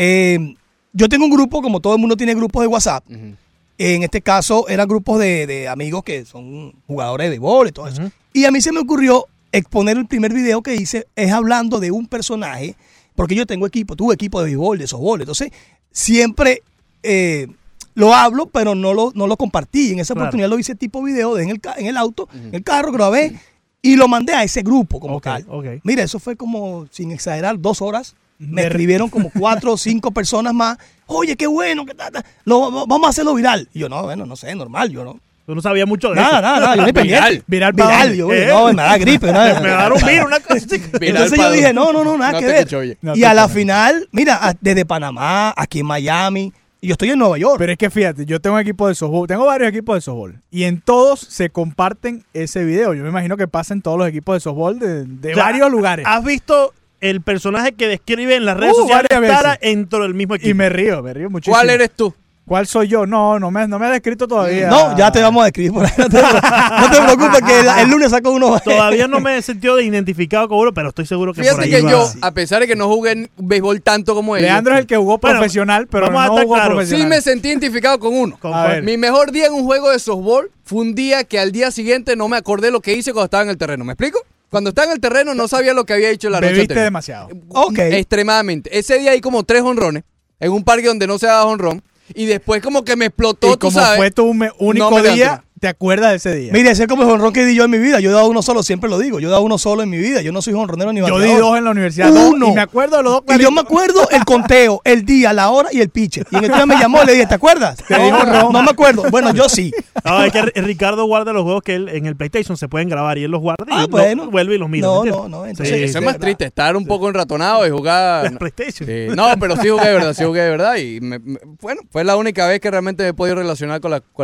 Yo tengo un grupo, como todo el mundo tiene grupos de WhatsApp. En este caso, eran grupos de amigos que son jugadores de béisbol y todo eso. Y a mí se me ocurrió exponer el primer video que hice, es hablando de un personaje, porque yo tuve equipo de béisbol, de softball. Entonces, siempre... lo hablo, pero no lo compartí. En esa oportunidad lo hice tipo video en el auto, en el carro, grabé y lo mandé a ese grupo como tal. Mira, eso fue como, sin exagerar, 2 horas. Me escribieron como 4 o 5 personas más. Oye, qué bueno, vamos a hacerlo viral. Y yo, no, bueno, no sé, normal, yo no. Tú no sabías mucho de eso. Nada, yo ni pendiente. Viral. Yo, no, me da gripe. Nada. Me da un virus, una cosa. Entonces yo dije, no, nada que ver. Y a la final, mira, desde Panamá, aquí en Miami... Y yo estoy en Nueva York. Pero es que fíjate, yo tengo un equipo de softball, tengo varios equipos de softball. Y en todos se comparten ese video. Yo me imagino que pasa en todos los equipos de softball de varios lugares. ¿Has visto el personaje que describe en las redes sociales Tara dentro del mismo equipo? Y me río muchísimo. ¿Cuál eres tú? ¿Cuál soy yo? No me ha descrito todavía. No, ya te vamos a describir por ahí. No te preocupes que el lunes saco uno. Todavía no me he sentido identificado con uno, pero estoy seguro que Fíjate por ahí que va. yo, a pesar de que no jugué en béisbol tanto como él. Leandro es el que jugó profesional, pero vamos a no estar jugó claros. profesional. Sí me sentí identificado con uno. Mi mejor día en un juego de softball fue un día que al día siguiente no me acordé lo que hice cuando estaba en el terreno. ¿Me explico? Cuando estaba en el terreno no sabía lo que había hecho la noche Bebiste anterior. demasiado. Extremadamente. Ese día hay como 3 jonrones en un parque donde no se daba jonrón. Y después como que me explotó, y como tú sabes. fue tu único día, ¿te acuerdas de ese día? Mire, ese es como el jonrón que di yo en mi vida. Yo he dado uno solo, siempre lo digo. Yo he dado uno solo en mi vida. Yo no soy jonronero ni bateador. Yo di 2 en la universidad. Uno. Y me acuerdo de los 2 Y yo me acuerdo el conteo, el día, la hora y el pitcher. Y en el día me llamó y le dije, ¿te acuerdas? No me acuerdo. Bueno, yo sí. No, es que Ricardo guarda los juegos que él en el PlayStation se pueden grabar y él los guarda y bueno. vuelve y los mira. No. Entonces, Eso es más triste, estar un poco enratonado y jugar. PlayStation. No, pero sí jugué de verdad. Y bueno, fue la única vez que realmente me he podido relacionar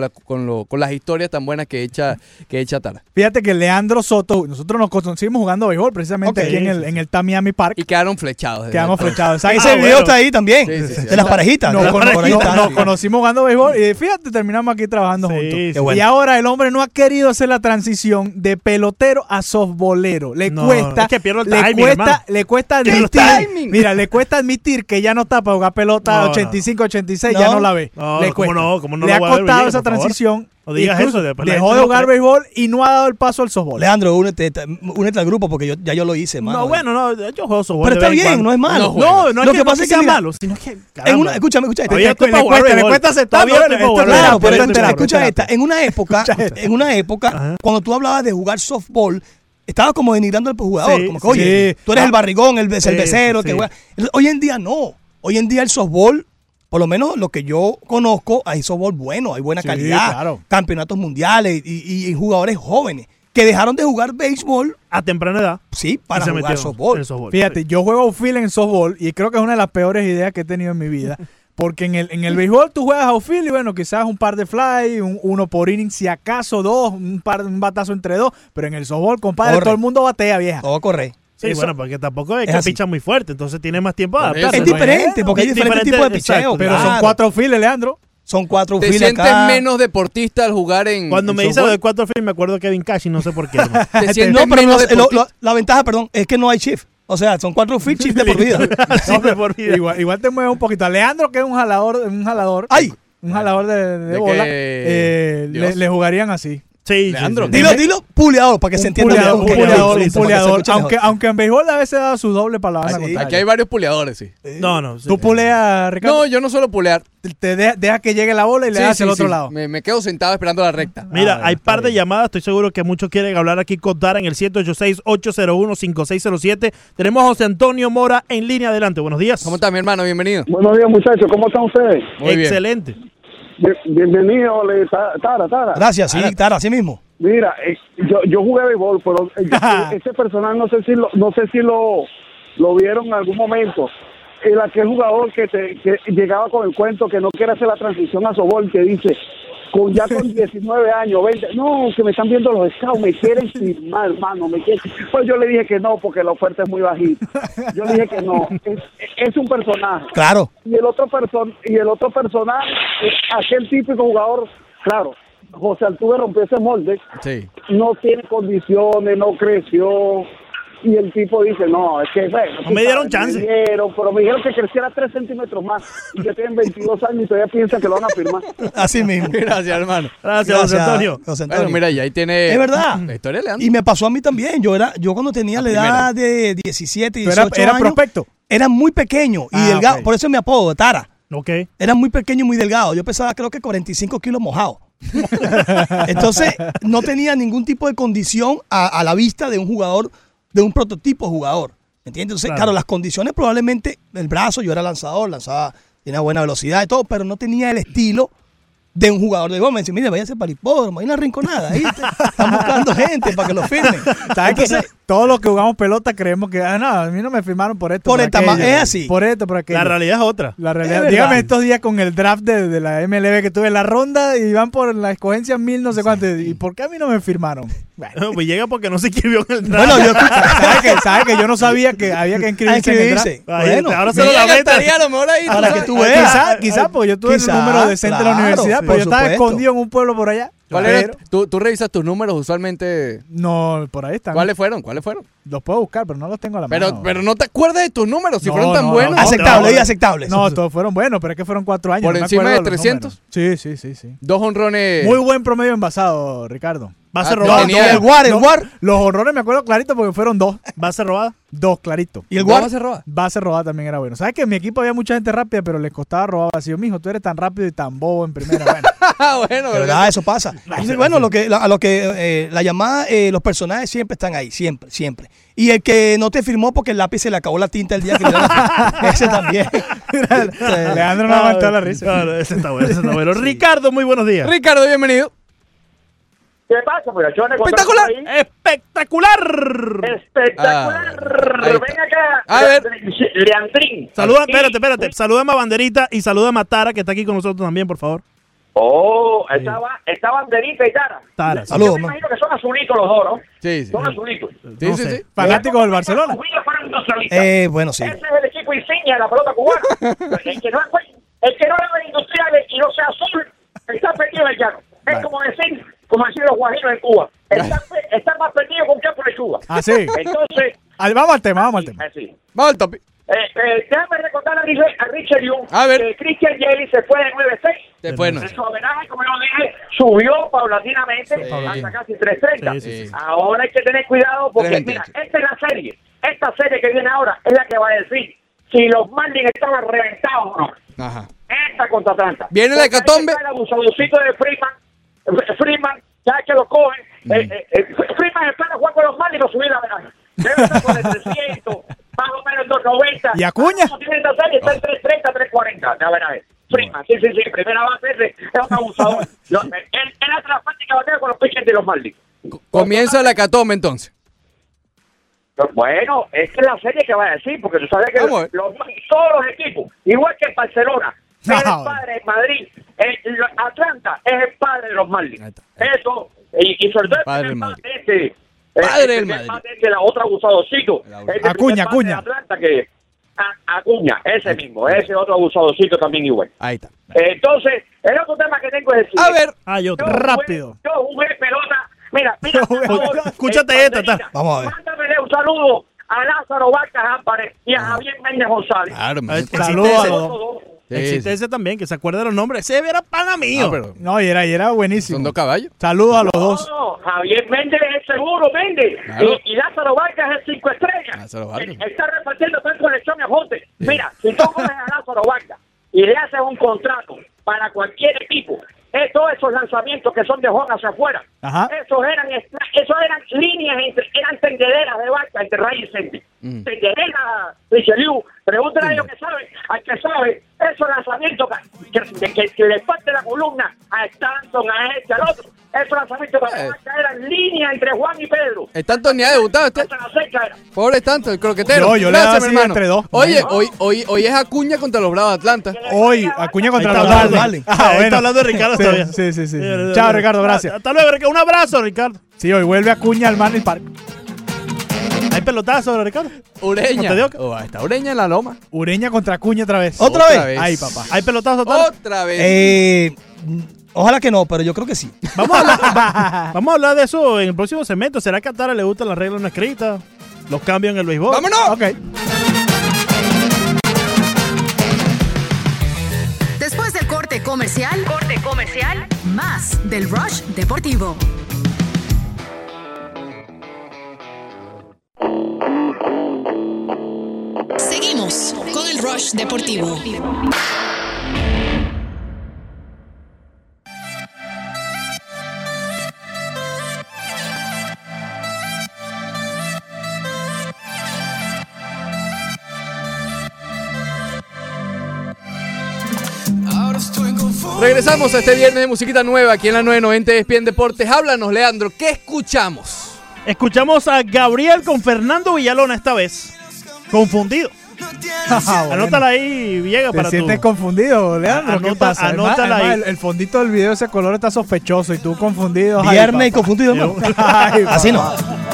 con las historias tan buenas que echa Tara. Fíjate que Leandro Soto, nosotros nos conocimos jugando béisbol precisamente aquí en el Tamiami Park. Y quedaron flechados. Quedamos flechados. Ese video está ahí también, de las parejitas. Nos conocimos jugando béisbol y fíjate, terminamos aquí trabajando juntos. Bueno. Y ahora el hombre no ha querido hacer la transición de pelotero a softbolero. Le cuesta, es que pierdo el timing, le cuesta admitir, mira, le cuesta admitir que ya no está para jugar pelota 85, 86, ya no la ve. Le cuesta. ¿Cómo no le la ha voy a ver, costado Villegas, esa por favor? transición. No digas Incluso eso. Después la dejó gente de no jugar cree. béisbol y no ha dado el paso al softball. Leandro, únete al grupo porque yo lo hice, mano. No, bueno, yo juego softball. Pero de está vez en bien, cuando. no es malo. No es lo que pasa es que sea mira, malo, sino que caramba. escúchame. Todavía estoy para jugar le béisbol. cuesta aceptar. Todavía estoy para jugar Claro, béisbol. pero escucha esta. En una época, cuando tú hablabas de jugar softball, estabas como denigrando al jugador. Sí, Como que, oye, tú eres el barrigón, el cervecero. sí. Que juega. Hoy en día no. Hoy en día el softball, por lo menos lo que yo conozco, hay softball bueno, hay buena calidad, claro. campeonatos mundiales y jugadores jóvenes que dejaron de jugar béisbol a temprana edad. Sí, para se jugar metieron softball. en el softball. Fíjate, yo juego outfield en softball y creo que es una de las peores ideas que he tenido en mi vida. Porque en el béisbol tú juegas outfield y bueno, quizás un par de fly, uno por inning, si acaso 2, un batazo entre 2. Pero en el softball, compadre, todo el mundo batea, vieja. Todo corre. Sí, Eso, bueno, porque tampoco es que así. picha muy fuerte, entonces tiene más tiempo a Por adaptarse. Es diferente, porque hay diferentes tipos de picheo. exacto, Pero claro. son 4 outfields, Leandro. Son 4 ¿Te filas sientes acá. menos deportista al jugar en Cuando me dice lo de 4 filas me acuerdo de Kevin Cash y no sé por qué. hermano. ¿Te sientes No, pero menos deportista? la ventaja, perdón, es que no hay shift. O sea, son 4 field shift de por vida. Sí, de por vida. Igual te mueves un poquito. A Leandro, que es un jalador. ¡Ay! Un jalador de bola. Le jugarían así. Sí, Leandro. sí. Dilo, puleador, para que se entienda. Un puleador. Aunque en béisbol a veces da su doble para la banda contraria. Aquí hay varios puleadores, sí. No. ¿Tú puleas, Ricardo? No, yo no suelo pulear. Te deja que llegue la bola y le das al otro lado. Me quedo sentado esperando la recta. Mira, hay par de llamadas. Estoy seguro que muchos quieren hablar aquí con Tara en el 786-801-5607. Tenemos a José Antonio Mora en línea. Adelante, buenos días. ¿Cómo estás, mi hermano? Bienvenido. Buenos días, muchachos. ¿Cómo están ustedes? Muy bien. Excelente. Bienvenido, Tara. Gracias, sí, Tara, así mismo. Mira, yo jugué béisbol, pero ese personal no sé si lo vieron en algún momento. Aquel jugador que llegaba con el cuento que no quiere hacer la transición a softball, que dice, con 19 años, 20, no, que me están viendo los scouts, me quieren firmar, hermano, me quieren. Pues yo le dije que no, porque la oferta es muy bajita. Yo le dije que no, es un personaje. Claro. Y el otro personaje, aquel típico jugador, claro, José Altuve rompió ese molde, sí. No tiene condiciones, no creció, y el tipo dice, no, es que bueno, no me dieron chance. Pero me dijeron que creciera 3 centímetros más, y que tienen 22 años y todavía piensan que lo van a firmar. Así mismo. Gracias, hermano. Gracias, José Antonio. Bueno, mira, y ahí tiene... Es verdad. La historia de Leandro. Y me pasó a mí también. Yo cuando tenía la edad de 17, 18 años... ¿Era prospecto? Era muy pequeño y delgado. Okay. Por eso es mi apodo, Tara. Ok. Era muy pequeño y muy delgado. Yo pesaba creo que 45 kilos mojado. Entonces, no tenía ningún tipo de condición a la vista de un jugador, de un prototipo jugador. ¿Me entiendes? Entonces, claro, las condiciones probablemente, el brazo, yo era lanzador, tenía buena velocidad y todo, pero no tenía el estilo de un jugador de gol. Me dice, mire, váyase para el hipódromo, hay una rinconada, ahí están buscando gente para que lo firmen. ¿Sabes que todos los que jugamos pelota creemos que, no, a mí no me firmaron por esto? Por esta es así. Por esto, por aquello. La realidad es otra. La realidad. Dígame estos días con el draft de la MLB que tuve en la ronda y van por la escogencia 1000 no sé cuánto. ¿Y por qué a mí no me firmaron? Bueno, pues llega porque no se inscribió en el draft. Bueno, ¿sabes que yo no sabía que había que inscribirse en el draft? Bueno, ahora se lo lamentaría a lo mejor ahí. Para que tú veas. Quizás, porque yo tuve el número decente de la universidad, pero yo estaba escondido en un pueblo por allá. ¿Cuál era? ¿Tú revisas tus números usualmente? No, por ahí están. ¿Cuáles fueron? Los puedo buscar, pero no los tengo a la mano. Pero no te acuerdas de tus números, si fueron tan buenos. Aceptables. No, todos fueron buenos, pero es que fueron 4 años. ¿Por encima de 300? Sí. 2 honrones. Muy buen promedio envasado, Ricardo. Base robada. El WAR. Los honrones me acuerdo clarito porque fueron 2. Base robada. 2, clarito. ¿Y el WAR? Base robada. Base robada también era bueno. ¿Sabes que en mi equipo había mucha gente rápida, pero les costaba robar vacío? Mijo, tú eres tan rápido y tan bobo en primera. Bueno, ¿verdad? Eso pasa. Entonces, bueno, la llamada, los personajes siempre están ahí, siempre. Y el que no te firmó porque el lápiz se le acabó la tinta el día que le dieron ese también. Leandro no aguantó la risa. Claro, ese está bueno. Sí. Ricardo, muy buenos días. Ricardo, bienvenido. ¿Qué pasa, muchachones? ¡Espectacular! Ven acá. A ver. Leandrín. Saluda, espérate. Salúdame a Banderita y salúdame a Tara, que está aquí con nosotros también, por favor. Oh, esta Banderita y Tara. Saludos. Yo me imagino que son azulitos los dos, ¿no? Sí. Son azulitos. Sí. Fanáticos del Barcelona. Bueno, sí. Ese es el equipo insignia de la pelota cubana. el que no es industriales y no sea azul, está perdido en el llano. Es como decir los guajiros en Cuba. Están más perdidos con campo de Cuba. Ah, sí. Entonces... Vamos al tema. Sí. Vamos al topic. Déjame recordar a Richard Young que Christian Yelich se fue de 9-6. En su homenaje, como yo dije, subió paulatinamente hasta casi 3.30. Sí. Ahora hay que tener cuidado porque, mira, esta es la serie. Esta serie que viene ahora es la que va a decir si los Marlins estaban reventados o no. Ajá. Esta contra Atlanta. Viene la hecatombe. El abusadorcito de Freeman, ya que lo cogen. Freeman está jugando con los Marlins y lo subí la homenaje. Debe estar por el 300, más o menos 290. ¿Y Acuña? Tiene esta serie, está en 330, 340. De verdad. Freeman, sí. Primera base es un abusador. Él hace la práctica batalla con los pitchers de los Marlins. Comienza la hecatombe entonces. Bueno, esta es la serie que va a decir, porque tú sabes que todos los equipos, igual que el Barcelona, es el padre de Madrid, Atlanta es el padre de los Marlins. Eso, y sobre todo padre del Madrid. Padre del Madrid. La otra abusadorcito. Acuña. Atlanta que Acuña, ese mismo, ese otro abusadorcito también igual. Ahí está. Entonces, el otro tema que tengo es decir. A ver. Rápido. Yo jugué pelota. Mira, escúchate esta. Vamos a ver. Mándame un saludo a Lázaro Vázquez Álvarez y a Javier Méndez González. Claro, Saludos a los dos. Existe ese también, que se acuerda de los nombres. Ese era pana mío. No, y era buenísimo. Son 2 caballos. Saludos a los dos. No, Javier Méndez es el seguro, Méndez. Claro. Y Lázaro Vargas es el 5 estrellas. Lázaro Vargas. Está repartiendo tanto lechón y ajote. Sí. Mira, si tú coges a Lázaro Vargas y le haces un contrato para cualquier equipo, todos esos lanzamientos que son de Juan hacia afuera, esos eran líneas, eran tendederas de Vargas entre Ray y Center. Tendederas, Richelieu, pregúntale a ellos que saben, al que sabe, esos lanzamientos que le parte la columna a Stanton, a este, al otro, Esos lanzamientos de la banca eran línea entre Juan y Pedro. ¿Tanto ni ha debutado este? Hasta la seca era. Pobre tanto, el croquetero. Yo le daba así entre dos. Oye, hoy es Acuña contra los Bravos de Atlanta. Hoy, Acuña contra los Bravos Bravos. Ahí está hablando de Ricardo todavía. Sí. Chao, Ricardo, gracias. Hasta luego, Ricardo. Un abrazo, Ricardo. Sí, hoy vuelve Acuña al Marlins Park. ¿Hay pelotazo, Ricardo? Ureña. Está Ureña en la loma. Ureña contra Acuña otra vez. ¿Otra vez? Ay, papá. ¿Hay pelotazo total? Otra vez. Ojalá que no, pero yo creo que sí. Vamos a hablar de eso en el próximo segmento. ¿Será que a Tara le gustan las reglas no escritas? ¿Los cambios en el béisbol? ¡Vámonos! Ok. Después del corte comercial, más del Rush Deportivo. Seguimos con el Rush Deportivo. Regresamos a este viernes de musiquita nueva aquí en la 990 de ESPN Deportes. Háblanos, Leandro, ¿qué escuchamos? Escuchamos a Gabriel con Fernando Villalona esta vez. Confundido. Bueno. Anótala ahí, Viega, para ¿Te sientes confundido, Leandro? ¿Qué pasa? Anótala ahí. El fondito del video, ese color está sospechoso y tú confundido. Viernes y confundido, hermano. Así no.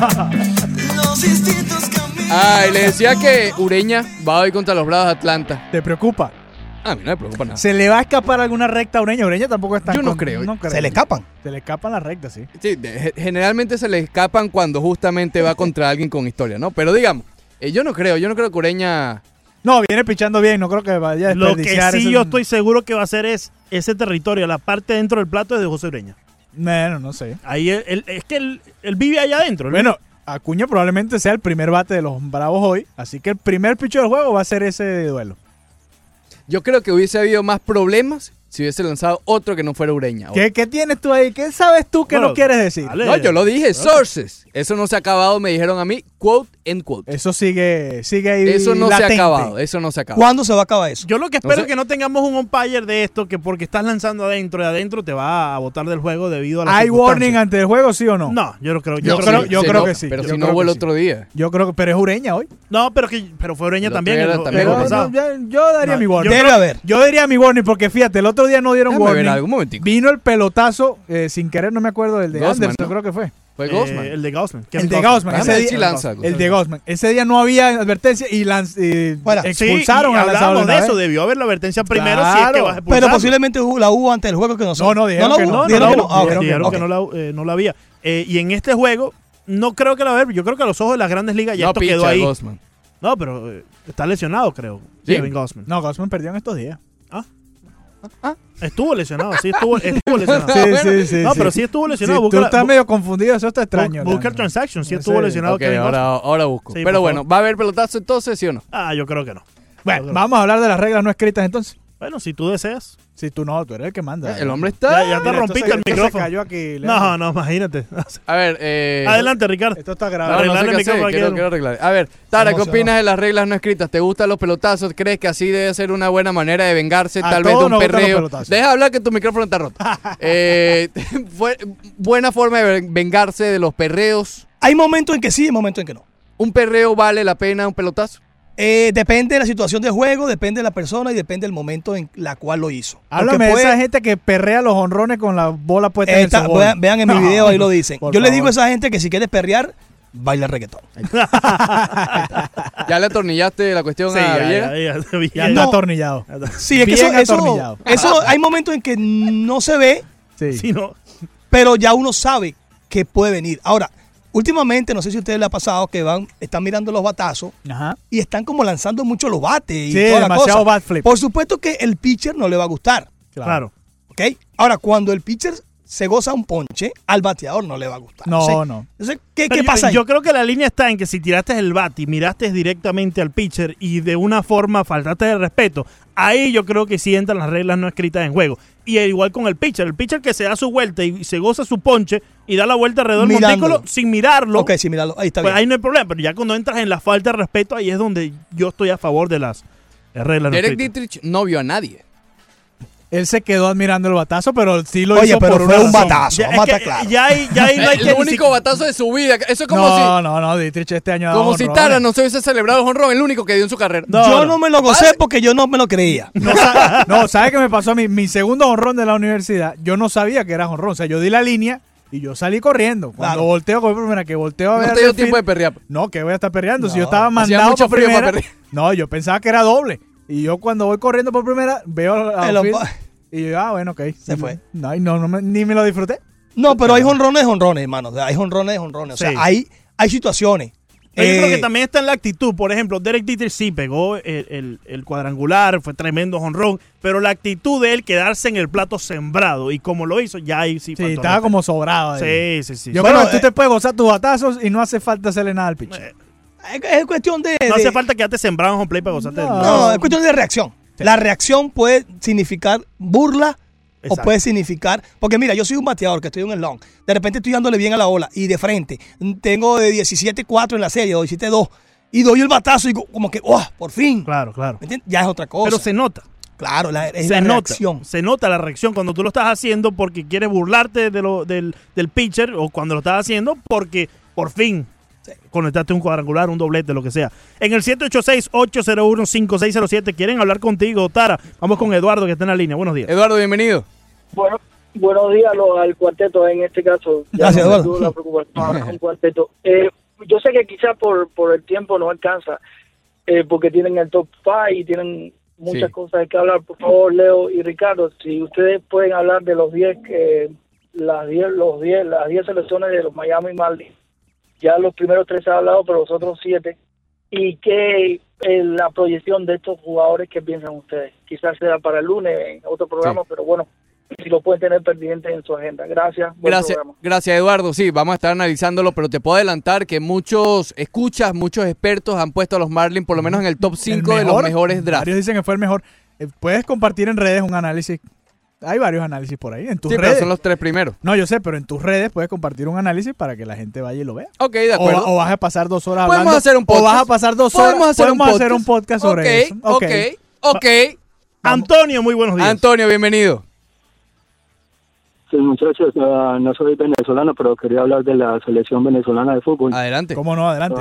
Ay, le decía que Ureña va hoy contra los Bravos de Atlanta. ¿Te preocupa? A mí no me preocupa nada. ¿Se le va a escapar alguna recta a Ureña? Ureña tampoco está. Yo no creo. ¿Se le escapan? Se le escapan las rectas, sí. Sí, generalmente se le escapan cuando justamente va contra alguien con historia, ¿no? Pero digamos, yo no creo que Ureña... No, viene pichando bien, no creo que vaya a desperdiciar. Lo que sí yo estoy seguro que va a hacer es ese territorio, la parte dentro del plato es de José Ureña. Bueno, no sé. Ahí es que él vive allá adentro. Bueno, Acuña probablemente sea el primer bate de los Bravos hoy, así que el primer picho del juego va a ser ese duelo. Yo creo que hubiese habido más problemas si hubiese lanzado otro que no fuera Ureña. ¿Qué tienes tú ahí? ¿Qué sabes tú que no quieres decir? Dale. No, yo lo dije, sources. Eso no se ha acabado, me dijeron a mí, quote and quote. Eso sigue ahí. Eso no latente. se ha acabado, eso no se ha acabado. ¿Cuándo se va a acabar eso? Yo lo que espero es que no tengamos un umpire de esto, que porque estás lanzando adentro, de adentro te va a botar del juego debido a la ¿Hay warning antes del juego, sí o no? No, yo no creo. Yo creo que sí. Pero si no hubo el otro día. Yo creo que, pero es Ureña hoy. No, pero fue Ureña también. Yo daría mi warning. Debe haber. Yo daría mi warning porque fíjate, el otro día no dieron warning. Algún momentico. Vino el pelotazo, sin querer, no me acuerdo del de Gosman, Anderson, ¿no? creo que fue. Fue Gosman. El de Gosman. El de Gosman. El de Gosman. Ese día no había advertencia y expulsaron a hablábamos de eso. Debió haber la advertencia primero si es que vas a expulsar. Pero posiblemente la hubo antes del juego que no sé. No, dijeron que no. Dijeron que no la había. Y en este juego, no creo que la haya. Yo creo que a los ojos de las grandes ligas ya esto quedó ahí. Gosman. No, pero está lesionado, creo. Sí. Kevin Gosman. No, Gosman perdió en estos días. Estuvo lesionado, sí estuvo lesionado. Sí. No, pero sí estuvo lesionado. Tú estás medio confundido, eso está extraño. Busca el transaction, sí estuvo lesionado. Okay, ahora busco. Sí, pero bueno, ¿va a haber pelotazo entonces, sí o no? Yo creo que no. Bueno, vamos a hablar de las reglas no escritas entonces. Bueno, si tú deseas. Si tú no, tú eres el que manda. El hombre está... Ya te rompiste el micrófono. Se cayó aquí, no, imagínate. A ver, adelante, Ricardo. Esto está grave. Arreglar el micrófono. Quiero arreglar. A ver, Tara, ¿qué opinas de las reglas no escritas? ¿Te gustan los pelotazos? ¿Crees que así debe ser una buena manera de vengarse tal vez de un perreo? Deja hablar que tu micrófono está roto. Fue buena forma de vengarse de los perreos. Hay momentos en que sí y momentos en que no. ¿Un perreo vale la pena un pelotazo? Depende de la situación de juego, depende de la persona y depende del momento en la cual lo hizo. Háblame de esa gente que perrea los honrones con la bola puesta en el sobol. Vean en mi video, ahí lo dicen. Yo favor. le digo a esa gente que si quieres perrear, baila reggaetón. ¿Ya le atornillaste la cuestión a Villegas? Ya está atornillado. Sí, es que eso hay momentos en que no se ve, sí, no. pero ya uno sabe que puede venir. Ahora, últimamente, no sé si a ustedes les ha pasado que están mirando los batazos y están como lanzando mucho los bates y toda la cosa. Bat flip. Por supuesto que el pitcher no le va a gustar. Claro. ¿Ok? Ahora, cuando el pitcher se goza un ponche, al bateador no le va a gustar. No. Entonces, ¿qué pasa ahí? Yo creo que la línea está en que si tiraste el bate y miraste directamente al pitcher y de una forma faltaste de respeto, ahí yo creo que sí entran las reglas no escritas en juego. Y igual con el pitcher que se da su vuelta y se goza su ponche y da la vuelta alrededor del montículo sin mirarlo. Ok, sin mirarlo, ahí está pues bien. Ahí no hay problema, pero ya cuando entras en la falta de respeto, ahí es donde yo estoy a favor de las reglas no Derek escritas. Dietrich no vio a nadie. él se quedó admirando el batazo, pero sí lo Oye, hizo pero por fue una un razón. batazo, vamos a estar claros. Ya ahí no hay que el único batazo de su vida. Eso es como No, Dietrich este año ha dado como si jonrones. Tara no se hubiese celebrado el jonrón, el único que dio en su carrera. Yo no me lo gocé porque yo no me lo creía. No, ¿sabes qué me pasó a mí? Mi segundo jonrón de la universidad, yo no sabía que era jonrón. O sea, yo di la línea y yo salí corriendo. Cuando volteo, con primera que volteo a ver. No te dio tiempo de perrear. No, que voy a estar perreando. Si yo No, estaba hacía mandado mucho por frío para primera. perrear. No, yo pensaba que era doble. Y yo cuando voy corriendo por primera, veo a y yo, bueno, ok. Se fue. No, ni me lo disfruté. No, pero hay jonrones, hermano. Hay jonrones. O sea, Sí. hay situaciones. Yo creo que también está en la actitud. Por ejemplo, Derek Dietrich sí pegó el cuadrangular, fue tremendo jonrón, pero la actitud de él quedarse en el plato sembrado y como lo hizo, ya ahí sí Sí, faltó estaba respeto. como sobrado. ahí. Sí. Yo creo que tú te puedes gozar tus batazos y no hace falta hacerle nada al pitcher. Es cuestión de... No hace falta quedarte sembrado en home play para gozarte. No, es cuestión de reacción. Sí. La reacción puede significar burla o Exacto. puede significar... Porque mira, yo soy un bateador que estoy en el long. De repente estoy dándole bien a la bola y de frente. Tengo de 17-4 en la serie, o 17-2. Y doy el batazo y como que, ¡oh, por fin! Claro. ¿Me entiendes? Ya es otra cosa. Pero se nota. Claro, es Se la nota, reacción. se nota la reacción cuando tú lo estás haciendo porque quieres burlarte del pitcher o cuando lo estás haciendo porque por fin conectaste un cuadrangular, un doblete, lo que sea. En el 786-801-5607 quieren hablar contigo, Tara. Vamos con Eduardo que está en la línea. Buenos días. Eduardo, bienvenido. Bueno, buenos días al cuarteto en este caso. Gracias, no me Eduardo. tuvo la preocupación un cuarteto. Yo sé que quizás por el tiempo no alcanza, porque tienen el top 5 y tienen muchas cosas que hablar. Por favor, Leo y Ricardo, si ustedes pueden hablar de los 10 las 10 selecciones de los Miami Marlins. Ya los primeros 3 se ha hablado, pero los otros 7. ¿Y qué la proyección de estos jugadores que piensan ustedes? Quizás sea para el lunes en otro programa, pero bueno, si lo pueden tener pendiente en su agenda. Gracias. Buen programa. Gracias, Eduardo. Sí, vamos a estar analizándolo, pero te puedo adelantar que muchos expertos han puesto a los Marlins por lo menos en el top 5 de los mejores drafts. Varios dicen que fue el mejor. Puedes compartir en redes un análisis. Hay varios análisis por ahí. En tus redes. Pero son los 3 primeros. No, yo sé, pero en tus redes puedes compartir un análisis para que la gente vaya y lo vea. Ok, de acuerdo. O vas a pasar 2 horas Podemos hablando. hacer un podcast. O vas a pasar 2 horas. Podemos hacer un podcast sobre eso. Ok. Antonio, muy buenos días. Antonio, bienvenido. Sí, muchachos, no soy venezolano, pero quería hablar de la selección venezolana de fútbol. Adelante. ¿Cómo no? Adelante.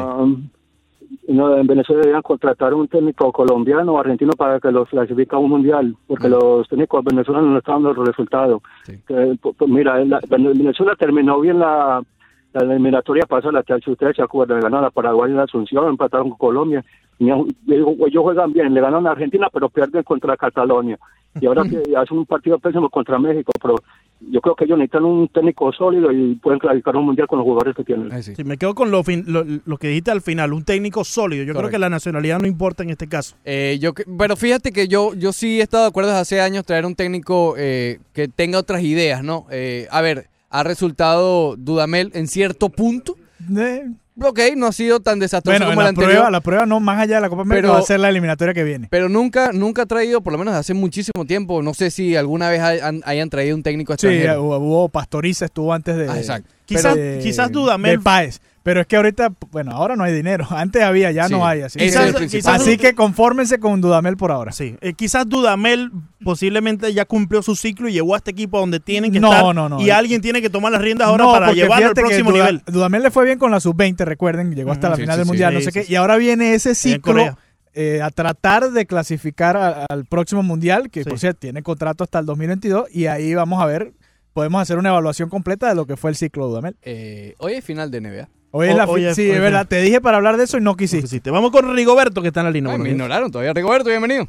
En Venezuela deberían contratar un técnico colombiano o argentino para que los clasifique a un mundial, porque los técnicos venezolanos no están dando los resultados. Mira, Venezuela terminó bien la eliminatoria pasada, si ustedes se acuerdan, le ganaron a Paraguay en la Asunción, empataron con Colombia. Ellos juegan bien, le ganaron a Argentina, pero pierden contra Cataluña. Y ahora que hacen un partido pésimo contra México, pero yo creo que ellos necesitan un técnico sólido y pueden clasificar un mundial con los jugadores que tienen. Sí, me quedo con lo que dijiste al final, un técnico sólido. Yo creo que la nacionalidad no importa en este caso. Pero fíjate que yo sí he estado de acuerdo desde hace años traer un técnico que tenga otras ideas, ¿no? A ver, ha resultado Dudamel en cierto punto. Ok, no ha sido tan desastroso como el anterior. La prueba no, más allá de la Copa América, va a ser la eliminatoria que viene. Pero nunca ha traído, por lo menos hace muchísimo tiempo, no sé si alguna vez hayan traído un técnico extranjero. Sí, hubo Pastoriza, estuvo antes de... exacto. Quizás Dudamel... De Páez. Pero es que ahorita, bueno, ahora no hay dinero. Antes había, ya no hay. Así que confórmense con Dudamel por ahora. Sí. Quizás Dudamel posiblemente ya cumplió su ciclo y llegó a este equipo donde tienen que estar. No. Y alguien tiene que tomar las riendas ahora para llevarlo al próximo nivel. Dudamel le fue bien con la sub-20, recuerden. Llegó hasta la final del Mundial, no sé qué. Y ahora viene ese ciclo a tratar de clasificar al próximo Mundial, que por cierto tiene contrato hasta el 2022. Y ahí vamos a ver, podemos hacer una evaluación completa de lo que fue el ciclo de Dudamel. Hoy es final de NBA. Sí, es verdad. Te dije para hablar de eso y no quisiste. Vamos con Rigoberto, que está en la línea. Me ignoraron todavía. Rigoberto, bienvenido.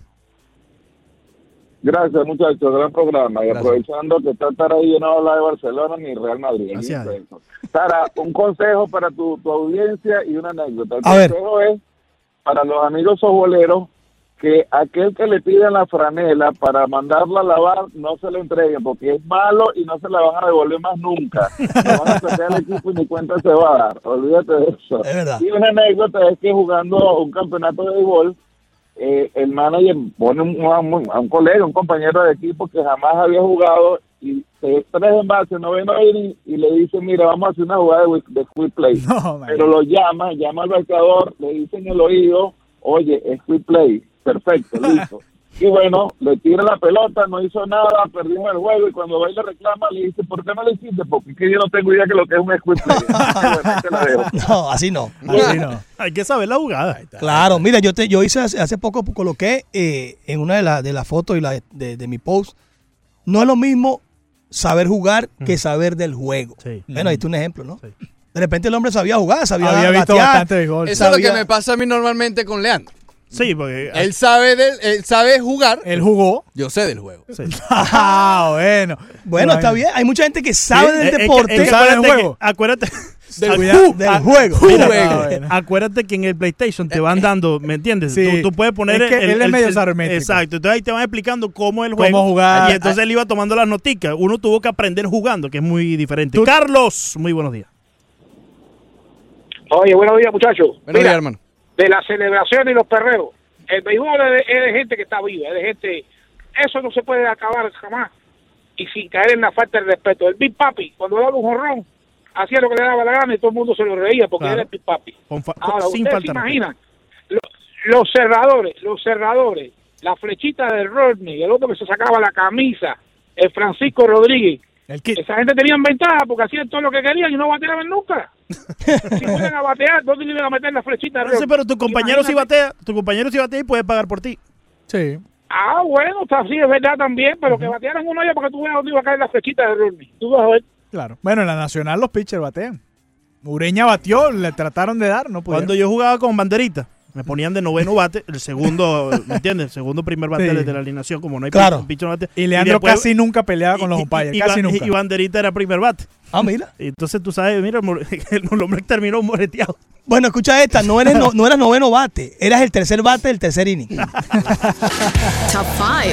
Gracias, muchachos. Gran programa. Y aprovechando que está Tara ahí, yo no habla de Barcelona ni Real Madrid. Gracias. Tara, un consejo para tu audiencia y una anécdota. El consejo es para los amigos softboleros que aquel que le piden la franela para mandarla a lavar no se la entreguen porque es malo y no se la van a devolver más nunca. Se van a sacar el equipo y ni cuenta se va a dar. Olvídate de eso. Es verdad. Y una anécdota es que jugando un campeonato de béisbol, el manager pone a un colega, un compañero de equipo que jamás había jugado y se 3 envases, no ven a ir y le dice, mira, vamos a hacer una jugada de quick play. Pero lo llama al marcador, le dice en el oído, oye, es quick play. Perfecto, listo. Y bueno, le tira la pelota, no hizo nada, perdimos el juego y cuando va y le reclama, le dice, ¿por qué no le hiciste? Porque es que yo no tengo idea que lo que es un squid player. No, así no. Así no. Hay que saber la jugada. Claro, mira, yo hice hace poco, coloqué en una de las fotos y de mi post, no es lo mismo saber jugar que saber del juego. Sí. Bueno, ahí está un ejemplo, ¿no? Sí. De repente el hombre sabía jugar, había visto bastante béisbol. Eso es lo que me pasa a mí normalmente con Leandro. Sí, porque él sabe jugar. Él jugó. Yo sé del juego. Sí. Bueno. Bueno, está bien. Hay mucha gente que sabe del deporte. ¿Sabe del juego? Acuérdate. Del juego. Acuérdate que en el PlayStation te van dando, ¿me entiendes? Sí. Tú puedes poner él es medio sarmétrico. Exacto. Entonces ahí te van explicando cómo es el juego. Cómo jugar. Y entonces él iba tomando las noticas. Uno tuvo que aprender jugando, que es muy diferente. Carlos, muy buenos días. Oye, buenos días, muchachos. Buenos días, hermano. De las celebraciones y los perreos. El béisbol es de gente que está viva, es de gente... Eso no se puede acabar jamás. Y sin caer en la falta de respeto. El Big Papi, cuando daba un jonrón, hacía lo que le daba la gana y todo el mundo se lo reía porque era el Big Papi. Ahora, ustedes se imaginan, los cerradores, la flechita de Rodney, el otro que se sacaba la camisa, el Francisco Rodríguez. Esa gente tenía ventaja porque hacían todo lo que querían y no bateaban nunca. Si fueran a batear, ¿dónde le iban a meter la flechita? Sí, pero tu compañero si batea y puede pagar por ti. Sí. Ah, bueno, está así, es verdad también, pero que batearan uno ya porque tú veas dónde iba a caer la flechita de Rodney. Tú vas a ver. Claro. Bueno, en la Nacional los pitchers batean. Ureña batió, le trataron de dar, no pudieron. Cuando yo jugaba con banderita, me ponían de noveno bate, el segundo, ¿me entiendes? El segundo primer bate de la alineación, como no hay pitcher no bate. Y Leandro casi nunca peleaba con los umpires, casi nunca. Y banderita era primer bate. Ah, mira. Y entonces tú sabes, mira, el hombre terminó moreteado. Bueno, escucha esta, no eras noveno bate, eras el tercer bate del tercer inning. Top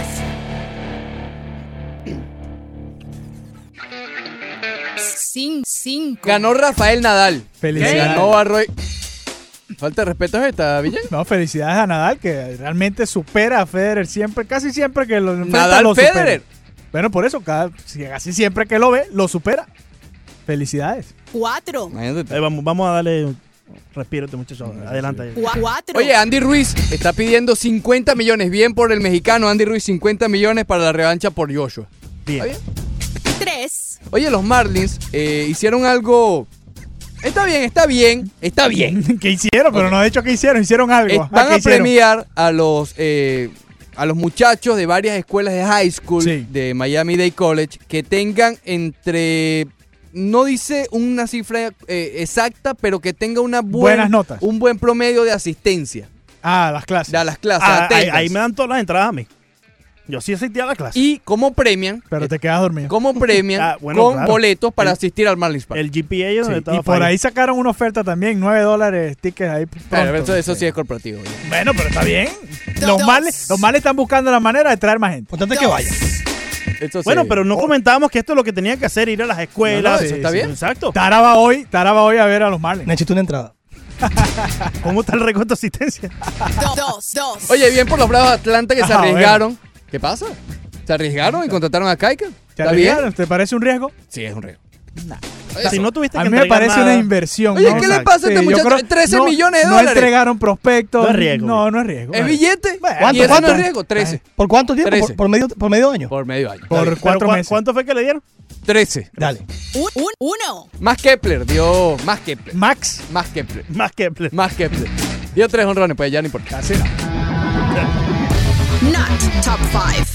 5. Ganó Rafael Nadal. Felicidades. Ganó a Roy. Falta de respeto es esta, Villan. No, felicidades a Nadal, que realmente supera a Federer siempre, casi siempre que lo enfrenta Nadal lo Federer. Supera. Bueno, por eso, casi siempre que lo ve, lo supera. Felicidades. 4. Vamos a darle respírate, muchachos. Adelante. 4. Oye, Andy Ruiz está pidiendo 50 millones. Bien por el mexicano Andy Ruiz, 50 millones para la revancha por Joshua. Bien. ¿Está bien? 3. Oye, los Marlins hicieron algo... Está bien. ¿Qué hicieron? Pero no he dicho que hicieron algo. Van a premiar a los muchachos de varias escuelas de high school de Miami-Dade College que tengan entre... No dice una cifra exacta, pero que tenga buenas notas. Un buen promedio de asistencia. Ah, las clases. A las clases. Ahí me dan todas las entradas a mí. Yo sí asistí a la clase. Y cómo premian. Pero te quedas dormido. ¿Cómo premian con boletos para asistir al Marlins Park? El GPA donde estaba. Y por ahí sacaron una oferta también, $9 tickets ahí. Pero eso sí es corporativo. Bueno, pero está bien. Los males están buscando la manera de traer más gente. Importante que vaya. Bueno, pero no comentábamos que esto es lo que tenía que hacer, ir a las escuelas. Eso está bien. Exacto. Tara va hoy a ver a los Marlins. Necesito una entrada. ¿Cómo está el recuento de asistencia? 2. Oye, bien por los Bravos de Atlanta que se arriesgaron. Bueno. ¿Qué pasa? Se arriesgaron y contrataron a Kaika. ¿Está bien? ¿Te parece un riesgo? Sí, es un riesgo. Nah. Si no tuviste a que mí me parece nada. una inversión. Oye, ¿qué le pasa a este muchacho? 13 millones de dólares. No entregaron prospectos. No es riesgo. No es riesgo. ¿Es billete? ¿Cuánto? ¿Y eso no es riesgo? 13. ¿Por cuánto tiempo? 13. ¿Por medio año? Por medio año. Por 4 meses. ¿Cuánto fue que le dieron? 13. Dale. 1. Más Kepler, dio más Kepler. Max. Más Kepler. Más Kepler. Dio 3 honrones, pues ya no importa. Así no. Not top 5.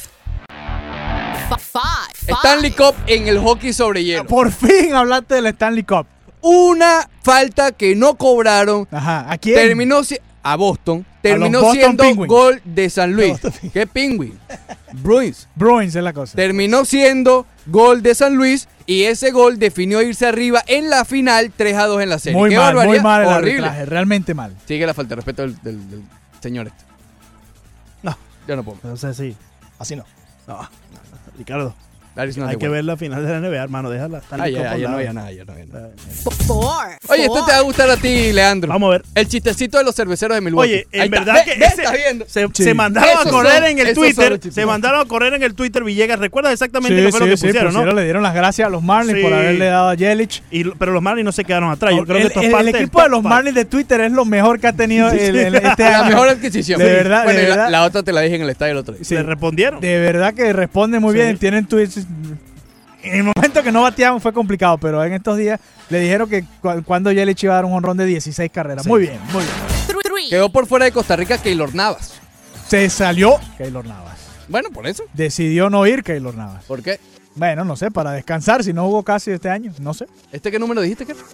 Stanley Cup en el hockey sobre hielo. Por fin hablaste del Stanley Cup. Una falta que no cobraron. Ajá. ¿A quién? Terminó a Boston. Terminó Boston siendo Penguins. gol de San Luis. ¿Qué Penguin? Bruins. Bruins es la cosa. Terminó siendo gol de San Luis y ese gol definió irse arriba en la final 3-2 en la serie. Muy Qué mal el horrible. arbitraje, realmente mal. Sigue la falta de respeto del señor este. No. Yo no puedo. No sé si. Así no. No. Ricardo. Hay que ver la final de la NBA, hermano. Déjala. Ya no había nada. Oye, esto te va a gustar a ti, Leandro. Vamos a ver. El chistecito de los cerveceros de Milwaukee. Oye, en verdad que se mandaron a correr en el Twitter. Se mandaron a correr en el Twitter, Villegas. ¿Recuerdas exactamente qué fue lo que pusieron, no? Le dieron las gracias a los Marlins por haberle dado a Yelich. Pero los Marlins no se quedaron atrás. Yo creo que el equipo de los Marlins de Twitter es lo mejor que ha tenido este año. La mejor adquisición. De verdad, bueno, de verdad. La otra te la dije en el estadio el otro día. ¿Le respondieron? De verdad que responden muy bien. Tienen tweets. En el momento que no bateaban fue complicado, pero en estos días le dijeron que cuando Yelich iba a dar un jonrón de 16 carreras. Sí. Muy bien. Quedó por fuera de Costa Rica Keylor Navas. Se salió Keylor Navas. Bueno, por eso. Decidió no ir Keylor Navas. ¿Por qué? Bueno, no sé, para descansar, si no jugó casi este año, no sé. ¿Qué número dijiste que?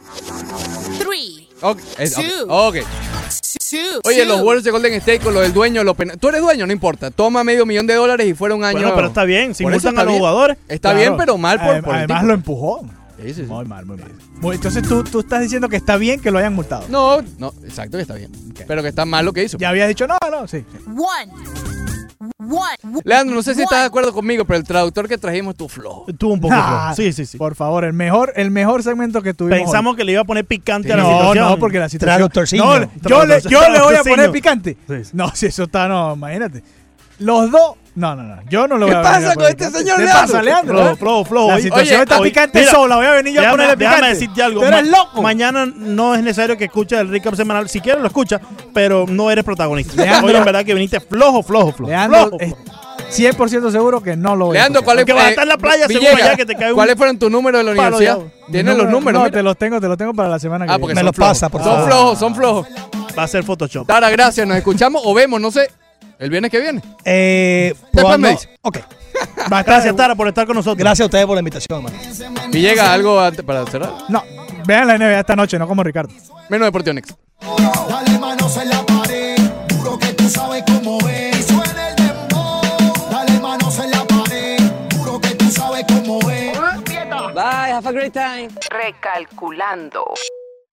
3. Ok. Oye, los Warriors de Golden State con lo del dueño, tú eres dueño, no importa. Toma $500,000 y fuera un año. Bueno, pero está bien, si multan a los jugadores. Está bien, pero mal por además lo empujó. Sí. Muy mal. Entonces tú estás diciendo que está bien que lo hayan multado. No, exacto que está bien. Okay. Pero que está mal lo que hizo. Ya habías dicho no, sí. Leandro, no sé si estás de acuerdo conmigo, pero el traductor que trajimos estuvo flojo. Estuvo un poco flojo. Sí. Por favor, el mejor segmento que tuvimos. Pensamos que le iba a poner picante a la situación. No, porque la situación. Traductorcillo. Yo le voy a poner picante. Sí. No, si eso está, imagínate. Los dos. No. Yo no lo voy a poner. ¿Qué pasa con este señor Leandro? ¿Qué pasa, Leandro? Flojo. La situación está picante sola. Voy a venir yo a ponerle picante. Déjame decirte algo. Tú eres loco. Mañana no es necesario que escuches el recap semanal. Si quieres lo escuchas, pero no eres protagonista. Leandro, hoy en verdad que viniste flojo. Leandro, 100% seguro que no lo voy Leandro, ¿cuál es? Que vas a estar en la playa seguro ya que te cae ¿Cuáles fueron tus números de la universidad? ¿Tienes los números? No, te los tengo para la semana que viene. Porque me los pasa, por favor. Son flojos. Va a ser Photoshop. Tara, gracias. Nos escuchamos o vemos, no sé. ¿El viernes que viene? Después me dice. Ok. Gracias, Tara, por estar con nosotros. Gracias a ustedes por la invitación, hermano. ¿Y llega algo antes para cerrar? No. Vean la NBA esta noche, no como Ricardo. Menos Deportivo Next. Dale manos en la pared, juro que tú sabes cómo es. Suena el dembow. Dale manos en la pared, juro que tú sabes cómo es. Bye, have a great time. Recalculando.